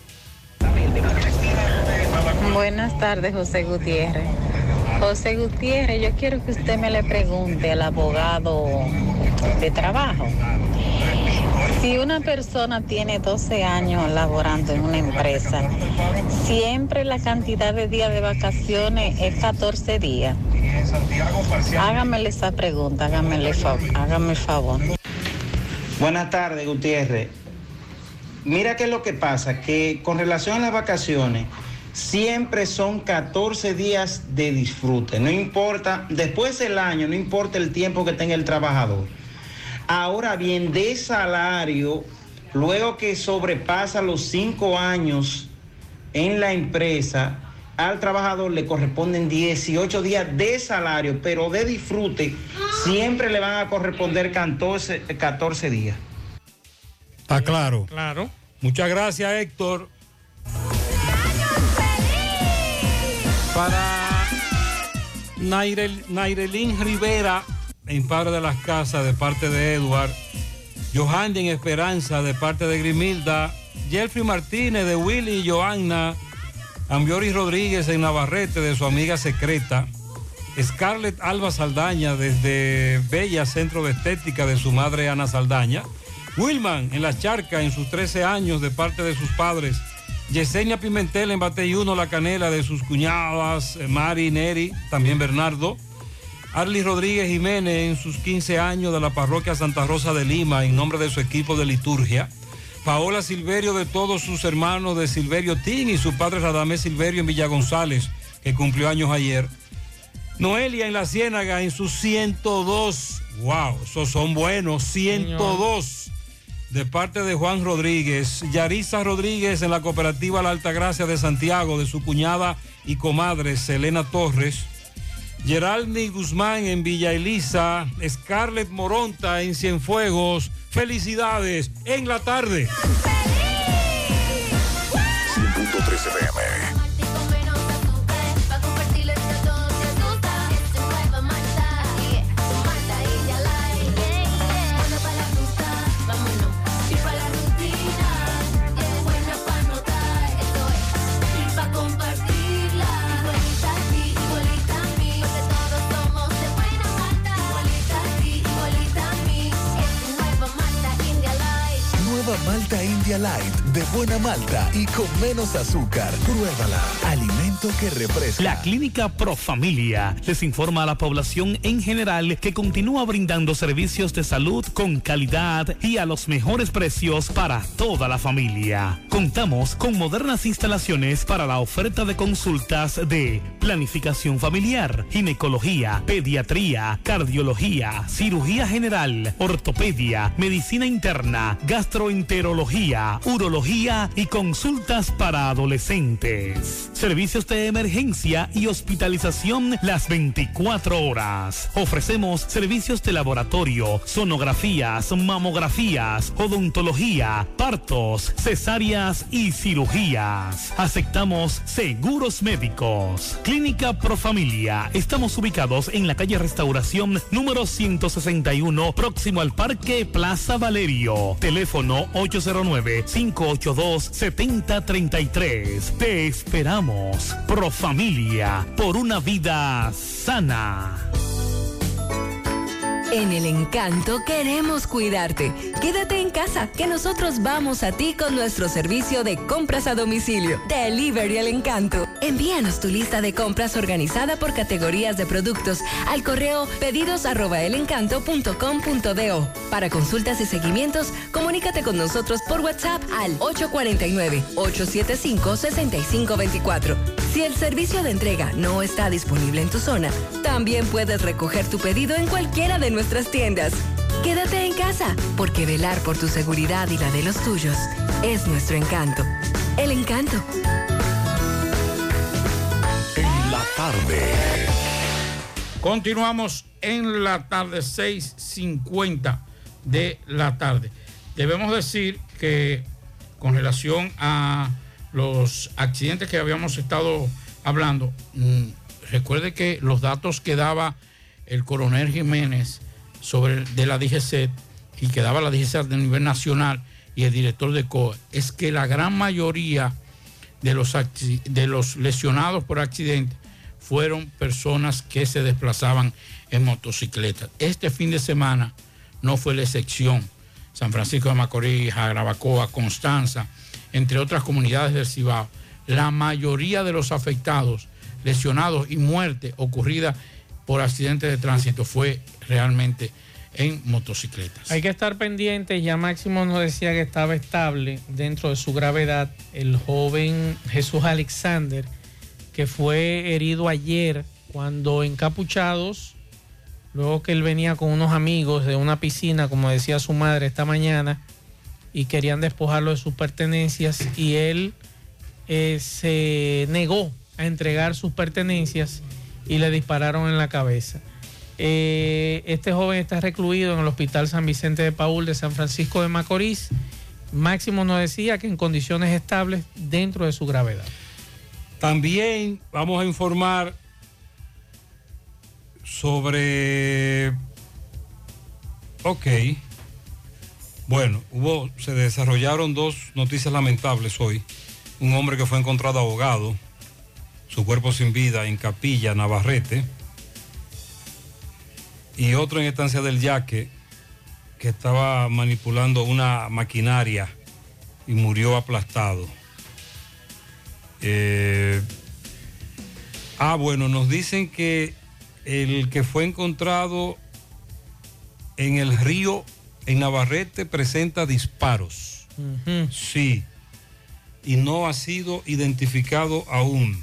S14: Buenas tardes, José Gutiérrez. José Gutiérrez, yo quiero que usted me le pregunte al abogado de trabajo. Si una persona tiene doce años laborando en una empresa, siempre la cantidad de días de vacaciones es catorce días. Hágamele esa pregunta, hágamele el favor. Hágame el favor.
S3: Buenas tardes, Gutiérrez. Mira qué es lo que pasa, que con relación a las vacaciones, siempre son catorce días de disfrute. No importa, después del año, no importa el tiempo que tenga el trabajador. Ahora bien, de salario, luego que sobrepasa los cinco años en la empresa, al trabajador le corresponden dieciocho días de salario, pero de disfrute siempre le van a corresponder catorce, catorce días.
S7: Está claro.
S8: Claro.
S7: Muchas gracias, Héctor. Para Nairel, Nairelín Rivera, en Padre de las Casas, de parte de Edward, Johanny en Esperanza de parte de Grimilda, Jeffrey Martínez de Willy y Joanna, Ambiori Rodríguez en Navarrete de su amiga secreta, Scarlett Alba Saldaña desde Bella Centro de Estética de su madre Ana Saldaña, Wilman en La Charca en sus trece años de parte de sus padres, Yesenia Pimentel en Bateyuno La Canela de sus cuñadas Mari, Neri, también Bernardo, Arly Rodríguez Jiménez en sus quince años de la parroquia Santa Rosa de Lima en nombre de su equipo de liturgia, Paola Silverio de todos sus hermanos de Silverio Tin y su padre Radamés Silverio en Villa González, que cumplió años ayer. Noelia en La Ciénaga en sus ciento dos. Wow, esos son buenos, ciento dos. De parte de Juan Rodríguez. Yarisa Rodríguez en la cooperativa La Altagracia de Santiago, de su cuñada y comadre Selena Torres. Geraldi Guzmán en Villa Elisa. Scarlett Moronta en Cienfuegos. Felicidades en la tarde.
S15: cien punto tres F M. Malta India Light, de buena malta y con menos azúcar. Pruébala. Alimento que refresca.
S16: La Clínica Profamilia les informa a la población en general que continúa brindando servicios de salud con calidad y a los mejores precios para toda la familia. Contamos con modernas instalaciones para la oferta de consultas de planificación familiar, ginecología, pediatría, cardiología, cirugía general, ortopedia, medicina interna, gastroenterología, urología y consultas para adolescentes. Servicios de emergencia y hospitalización las veinticuatro horas. Ofrecemos servicios de laboratorio, sonografías, mamografías, odontología, partos, cesáreas y cirugías. Aceptamos seguros médicos. Clínica Profamilia. Estamos ubicados en la calle Restauración número ciento sesenta y uno, próximo al Parque Plaza Valerio. Teléfono ocho cero nueve, cinco ocho dos, siete cero tres tres. Te esperamos. Profamilia, por una vida sana.
S18: En El Encanto queremos cuidarte. Quédate en casa, que nosotros vamos a ti con nuestro servicio de compras a domicilio. Delivery El Encanto. Envíanos tu lista de compras organizada por categorías de productos al correo pedidos arroba elencanto punto com punto do. Para consultas y seguimientos, comunícate con nosotros por WhatsApp al ocho cuatro nueve, ocho siete cinco, seis cinco dos cuatro. Si el servicio de entrega no está disponible en tu zona, también puedes recoger tu pedido en cualquiera de nuestras tiendas. Quédate en casa, porque velar por tu seguridad y la de los tuyos es nuestro encanto. El Encanto.
S15: En la tarde.
S9: Continuamos en la tarde, seis cincuenta de la tarde. Debemos decir que con relación a los accidentes que habíamos estado hablando, mmm, recuerde que los datos que daba el coronel Jiménez sobre de la D G C y que daba la D G C a nivel nacional y el director de C O E, es que la gran mayoría de los, de los lesionados por accidente fueron personas que se desplazaban en motocicletas. Este fin de semana no fue la excepción. San Francisco de Macorís, Jarabacoa, Constanza, entre otras comunidades del Cibao, la mayoría de los afectados, lesionados y muerte ocurrida por accidentes de tránsito fue realmente en motocicletas.
S8: Hay que estar pendientes. Ya Máximo nos decía que estaba estable dentro de su gravedad el joven Jesús Alexander, que fue herido ayer cuando encapuchados, luego que él venía con unos amigos de una piscina, como decía su madre esta mañana, y querían despojarlo de sus pertenencias, y él eh, se negó a entregar sus pertenencias y le dispararon en la cabeza. Eh, este joven está recluido en el Hospital San Vicente de Paúl de San Francisco de Macorís. Máximo nos decía que en condiciones estables dentro de su gravedad.
S7: También vamos a informar sobre... Ok. Bueno, hubo, se desarrollaron dos noticias lamentables hoy. Un hombre que fue encontrado ahogado, su cuerpo sin vida en Capilla, Navarrete. Y otro en Estancia del Yaque, que estaba manipulando una maquinaria y murió aplastado. Eh, ah, bueno, nos dicen que el que fue encontrado en el río en Navarrete presenta disparos. Uh-huh. Sí. Y no ha sido identificado aún.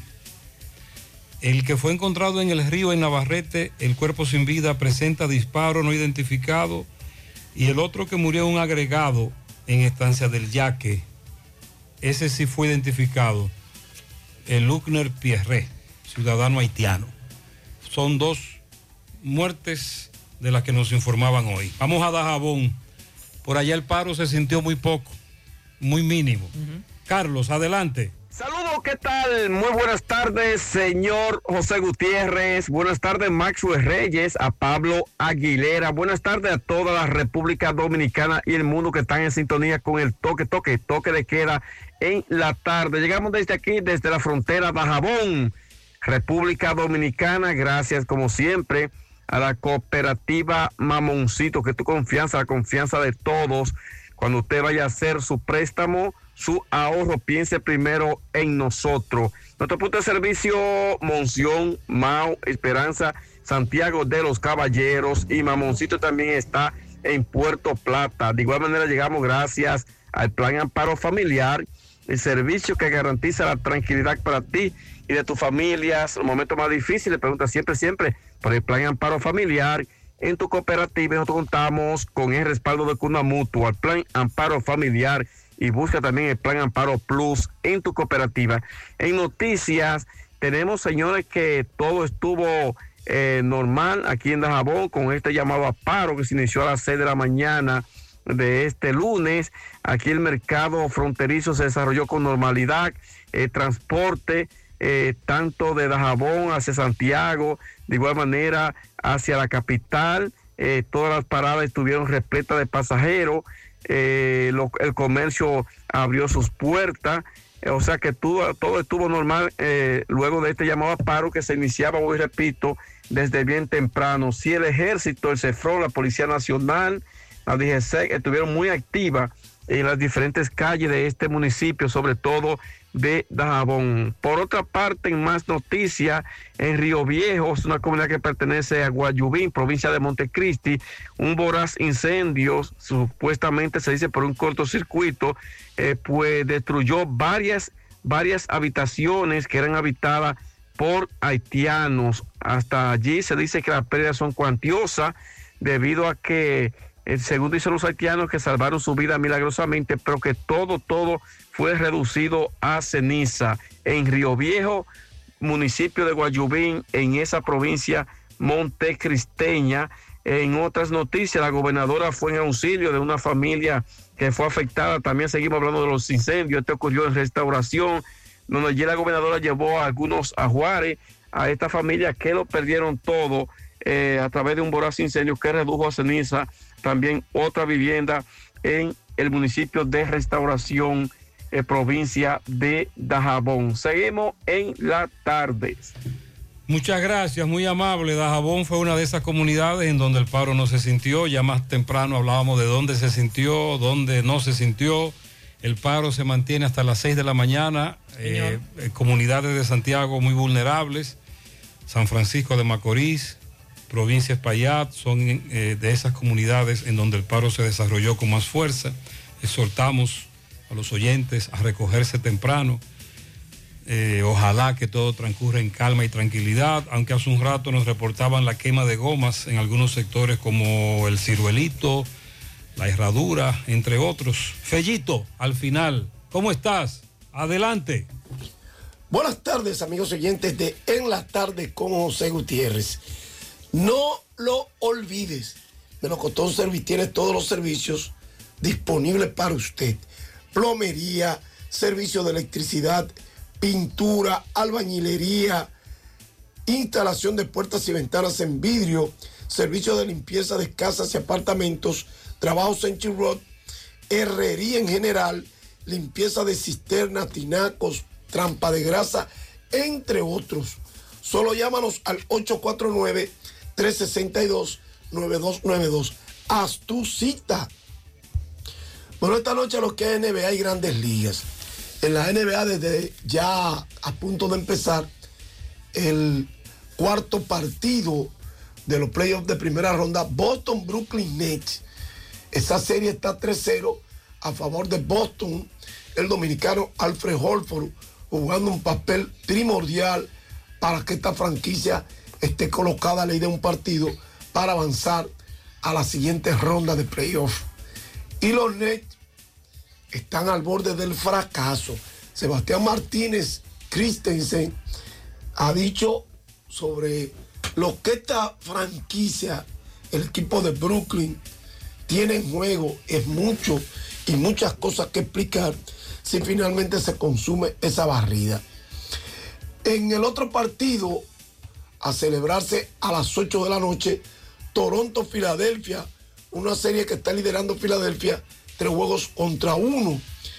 S7: El que fue encontrado en el río en Navarrete, el cuerpo sin vida, presenta disparos no identificados. Y el otro que murió en un agregado en Estancia del Yaque, ese sí fue identificado. El Luckner Pierre, ciudadano haitiano. Son dos muertes de las que nos informaban hoy. Vamos a Dajabón. Por allá el paro se sintió muy poco, muy mínimo. Uh-huh. Carlos, adelante.
S6: Saludos, ¿qué tal? Muy buenas tardes, señor José Gutiérrez. Buenas tardes, Maxwell Reyes, a Pablo Aguilera. Buenas tardes a toda la República Dominicana y el mundo que están en sintonía con el toque, toque, toque de queda en la tarde. Llegamos desde aquí, desde la frontera de Dajabón, República Dominicana. Gracias, como siempre, a la cooperativa Mamoncito, que tu confianza, la confianza de todos. Cuando usted vaya a hacer su préstamo, su ahorro, piense primero en nosotros. Nuestro punto de servicio, Monción, Mao, Esperanza, Santiago de los Caballeros, y Mamoncito también está en Puerto Plata. De igual manera llegamos gracias al Plan Amparo Familiar, el servicio que garantiza la tranquilidad para ti y de tus familias. Los momentos más difíciles, pregunta siempre, siempre por el Plan Amparo Familiar. En tu cooperativa nosotros contamos con el respaldo de Cuna Mutua, el Plan Amparo Familiar, y busca también el Plan Amparo Plus en tu cooperativa. En noticias, tenemos, señores, que todo estuvo eh, normal aquí en Dajabón con este llamado a paro que se inició a las seis de la mañana de este lunes. Aquí el mercado fronterizo se desarrolló con normalidad, eh, transporte, eh, tanto de Dajabón hacia Santiago, de igual manera hacia la capital, eh, todas las paradas estuvieron repletas de pasajeros. Eh, lo, el comercio abrió sus puertas, eh, o sea que todo, todo estuvo normal eh, luego de este llamado a paro que se iniciaba, hoy repito, desde bien temprano. Si el ejército, el CEFRON, la Policía Nacional, la D G C estuvieron muy activas en las diferentes calles de este municipio, sobre todo de Dajabón. Por otra parte, en más noticias, en Río Viejo, es una comunidad que pertenece a Guayubín, provincia de Montecristi, un voraz incendio, supuestamente se dice por un cortocircuito, eh, pues destruyó varias, varias habitaciones que eran habitadas por haitianos. Hasta allí se dice que las pérdidas son cuantiosas debido a que, eh, según dicen los haitianos, que salvaron su vida milagrosamente, pero que todo, todo fue reducido a ceniza en Río Viejo, municipio de Guayubín, en esa provincia montecristeña. En otras noticias, la gobernadora fue en auxilio de una familia que fue afectada. También seguimos hablando de los incendios. Este ocurrió en Restauración, donde allí la gobernadora llevó a algunos ajuares a esta familia que lo perdieron todo eh, a través de un voraz incendio que redujo a ceniza también otra vivienda en el municipio de Restauración, Eh, provincia de Dajabón. Seguimos en la tarde.
S7: Muchas gracias, muy amable. Dajabón fue una de esas comunidades en donde el paro no se sintió. Ya más temprano hablábamos de dónde se sintió, dónde no se sintió. El paro se mantiene hasta las seis de la mañana. Eh, eh, comunidades de Santiago muy vulnerables. San Francisco de Macorís, provincia Espaillat, son eh, de esas comunidades en donde el paro se desarrolló con más fuerza. Exhortamos a los oyentes a recogerse temprano. Eh, ojalá que todo transcurra en calma y tranquilidad, aunque hace un rato nos reportaban la quema de gomas en algunos sectores como el Ciruelito, la Herradura, entre otros. Fellito, al final, ¿cómo estás? Adelante.
S10: Buenas tardes, amigos oyentes de En la Tarde con José Gutiérrez. No lo olvides, Melocotón Service tiene todos los servicios disponibles para usted. Plomería, servicio de electricidad, pintura, albañilería, instalación de puertas y ventanas en vidrio, servicio de limpieza de casas y apartamentos, trabajos en Chirrut, herrería en general, limpieza de cisternas, tinacos, trampa de grasa, entre otros. Solo llámanos al ocho cuatro nueve, tres seis dos, nueve dos nueve dos. Haz tu cita. Bueno, esta noche lo que es N B A y Grandes Ligas. En la N B A, desde ya a punto de empezar el cuarto partido de los playoffs de primera ronda, Boston Brooklyn Nets. Esa serie está tres cero a favor de Boston. El dominicano Alfred Horford jugando un papel primordial para que esta franquicia esté colocada a ley de un partido para avanzar a la siguiente ronda de playoffs. Y los Nets están al borde del fracaso. Sebastián Martínez Christensen ha dicho sobre lo que esta franquicia, el equipo de Brooklyn, tiene en juego. Es mucho y muchas cosas que explicar si finalmente se consume esa barrida. En el otro partido, a celebrarse a las ocho de la noche, Toronto-Filadelfia, una serie que está liderando Filadelfia, tres juegos contra uno.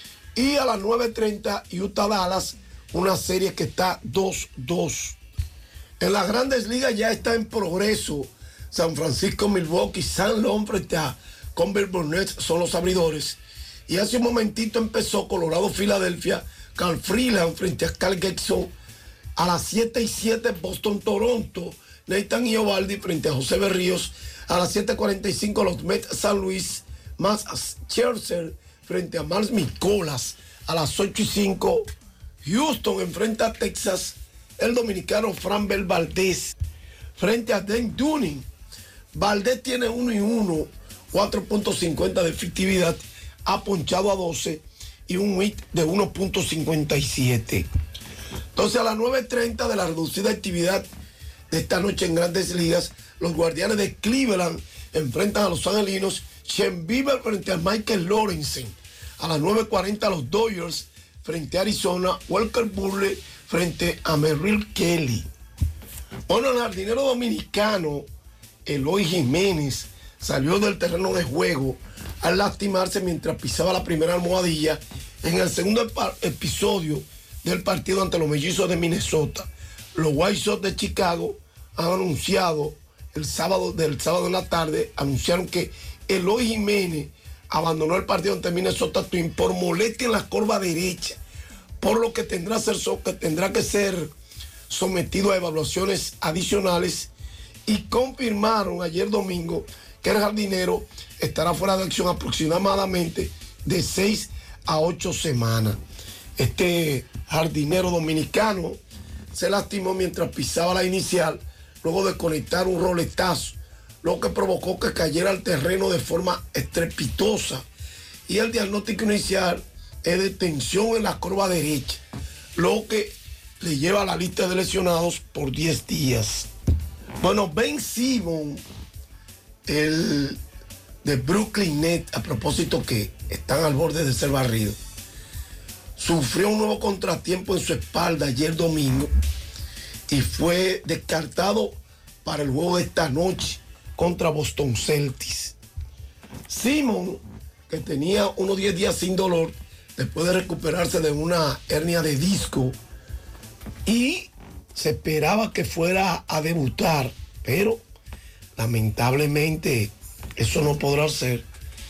S10: Y a las nueve treinta, Utah-Dallas, una serie que está dos dos. En las Grandes Ligas ya está en progreso. San Francisco-Milwaukee, San Lon frente a Converse son los abridores. Y hace un momentito empezó Colorado-Filadelfia, Carl Freeland frente a Carl Gibson. A las siete y siete, Boston-Toronto, Nathan Eovaldi frente a José Berríos. A las siete cuarenta y cinco, los Mets San Luis, Max Scherzer frente a Miles Mikolas. A las ocho y cinco, Houston enfrenta a Texas, el dominicano Framber Valdez frente a Dan Dunning. Valdez tiene uno y uno, cuatro punto cincuenta de efectividad, ha ponchado a doce y un hit de uno punto cincuenta y siete. Entonces a las nueve treinta de la reducida actividad de esta noche en Grandes Ligas, los Guardianes de Cleveland enfrentan a los Angelinos, Shane Bieber frente a Michael Lorenzen. A las nueve cuarenta los Dodgers frente a Arizona, Walker Buehler frente a Merrill Kelly. Bueno, el jardinero dominicano Eloy Jiménez salió del terreno de juego al lastimarse mientras pisaba la primera almohadilla en el segundo episodio del partido ante los Mellizos de Minnesota. Los White Sox de Chicago han anunciado el sábado del sábado en la tarde, anunciaron que Eloy Jiménez abandonó el partido ante Minnesota Twins por molestia en la corva derecha, por lo que tendrá, ser, que tendrá que ser sometido a evaluaciones adicionales, y confirmaron ayer domingo que el jardinero estará fuera de acción aproximadamente de seis a ocho semanas. Este jardinero dominicano se lastimó mientras pisaba la inicial luego de conectar un roletazo, lo que provocó que cayera al terreno de forma estrepitosa, y el diagnóstico inicial es de tensión en la curva derecha, lo que le lleva a la lista de lesionados por diez días. Bueno, Ben Simmons, el de Brooklyn Nets, a propósito que están al borde de ser barridos, sufrió un nuevo contratiempo en su espalda ayer domingo y fue descartado para el juego de esta noche contra Boston Celtics. Simmons, que tenía unos diez días sin dolor después de recuperarse de una hernia de disco, y se esperaba que fuera a debutar, pero lamentablemente eso no podrá ser,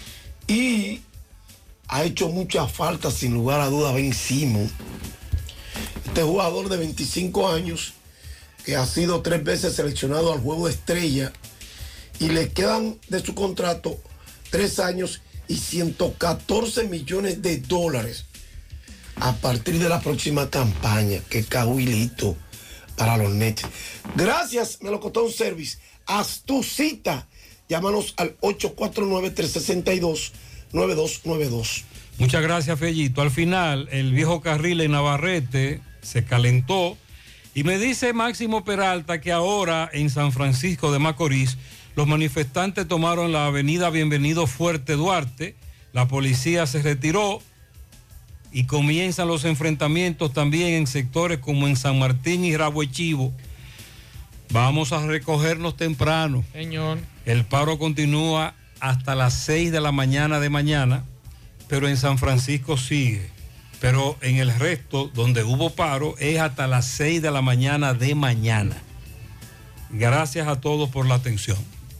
S10: y ha hecho mucha falta sin lugar a duda Ben Simmons, este jugador de veinticinco años que ha sido tres veces seleccionado al Juego de Estrella, y le quedan de su contrato tres años y ciento catorce millones de dólares a partir de la próxima campaña. Qué cahuilito para los Nets. Gracias, Melocotón Service. Haz tu cita. Llámanos al ocho cuatro nueve, tres seis dos, nueve dos nueve dos.
S7: Muchas gracias, Fellito. Al final, el viejo carril en Navarrete se calentó, y me dice Máximo Peralta que ahora en San Francisco de Macorís los manifestantes tomaron la avenida Bienvenido Fuerte Duarte, la policía se retiró y comienzan los enfrentamientos también en sectores como en San Martín y Rabo Chivo. Vamos a recogernos temprano.
S8: Señor.
S7: El paro continúa hasta las seis de la mañana de mañana pero en San Francisco sigue. Pero en el resto, donde hubo paro, es hasta las seis de la mañana de mañana. Gracias a todos por la atención.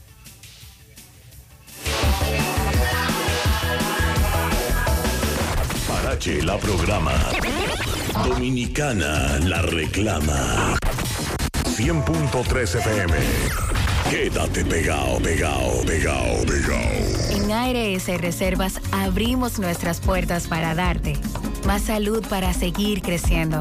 S2: Parache la programa. Dominicana la reclama. cien punto tres F M. Quédate pegado, pegado, pegado, pegado.
S17: En A R S Reservas abrimos nuestras puertas para darte más salud para seguir creciendo,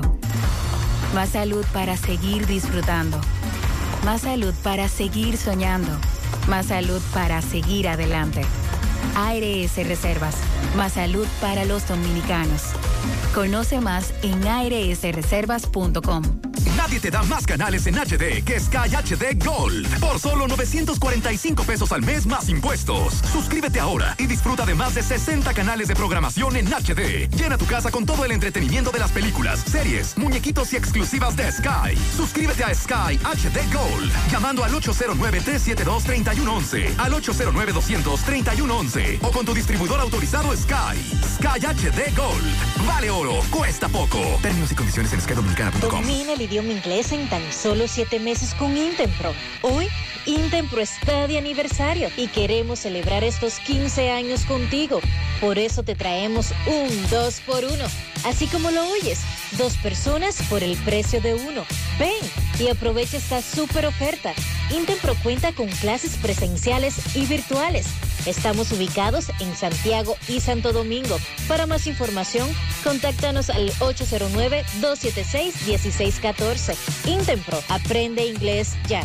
S17: más salud para seguir disfrutando, más salud para seguir soñando, más salud para seguir adelante. A R S Reservas, más salud para los dominicanos. Conoce más en a r s reservas punto com.
S23: Nadie te da más canales en H D que Sky H D Gold. Por solo novecientos cuarenta y cinco pesos al mes más impuestos. Suscríbete ahora y disfruta de más de sesenta canales de programación en H D. Llena tu casa con todo el entretenimiento de las películas, series, muñequitos y exclusivas de Sky. Suscríbete a Sky H D Gold llamando al ocho cero nueve, tres siete dos, tres uno uno uno, al ocho cero nueve, dos cero cero, tres uno uno uno o con tu distribuidor autorizado Sky. Sky H D Gold. Vale oro, cuesta poco. Términos y condiciones en sky dominicana punto com.
S24: Domina el idioma inglés en tan solo siete meses con Intempro. Hoy, Intempro está de aniversario y queremos celebrar estos quince años contigo. Por eso te traemos un dos por uno. Así como lo oyes, dos personas por el precio de uno. Ven y aprovecha esta súper oferta. Intempro cuenta con clases presenciales y virtuales. Estamos ubicados en Santiago y Santo Domingo. Para más información, contáctanos al ocho cero nueve, dos siete seis, uno seis uno cuatro. Intempro, aprende inglés ya.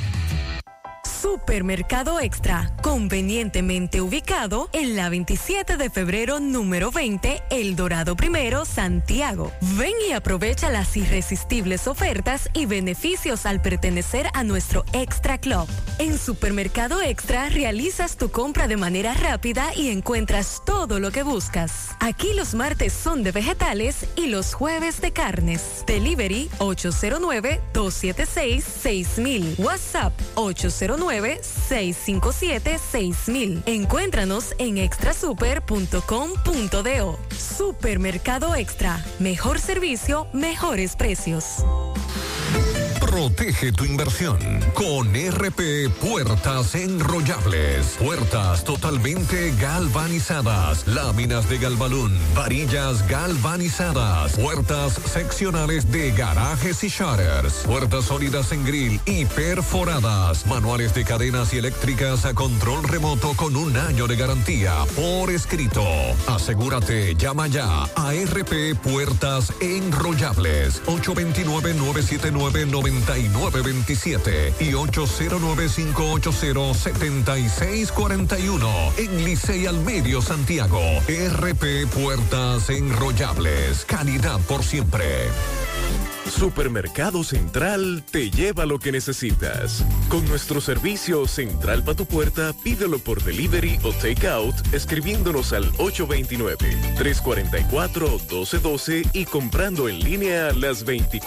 S18: Supermercado Extra, convenientemente ubicado en la veintisiete de febrero número veinte, El Dorado Primero, Santiago. Ven y aprovecha las irresistibles ofertas y beneficios al pertenecer a nuestro Extra Club. En Supermercado Extra realizas tu compra de manera rápida y encuentras todo lo que buscas. Aquí los martes son de vegetales y los jueves de carnes. Delivery ocho cero nueve, dos siete seis, seis mil. WhatsApp ocho cero nueve, seis cinco siete, seis mil. Encuéntranos en extrasuper punto com punto do. Supermercado Extra. Mejor servicio, mejores precios.
S2: Protege tu inversión con R P Puertas Enrollables. Puertas totalmente galvanizadas, láminas de Galvalún, varillas galvanizadas, puertas seccionales de garajes y shutters, puertas sólidas en grill y perforadas, manuales de cadenas y eléctricas a control remoto con un año de garantía por escrito. Asegúrate, llama ya a R P Puertas Enrollables ocho dos nueve, nueve siete nueve, nueve nueve dos siete y ocho cero nueve, cinco ocho cero, siete seis cuatro uno en Licey al Medio, Santiago. R P Puertas Enrollables, calidad por siempre.
S25: Supermercado Central te lleva lo que necesitas. Con nuestro servicio Central pa' tu puerta, pídelo por delivery o takeout escribiéndonos al ocho dos nueve, tres cuatro cuatro, uno dos uno dos y comprando en línea las veinticuatro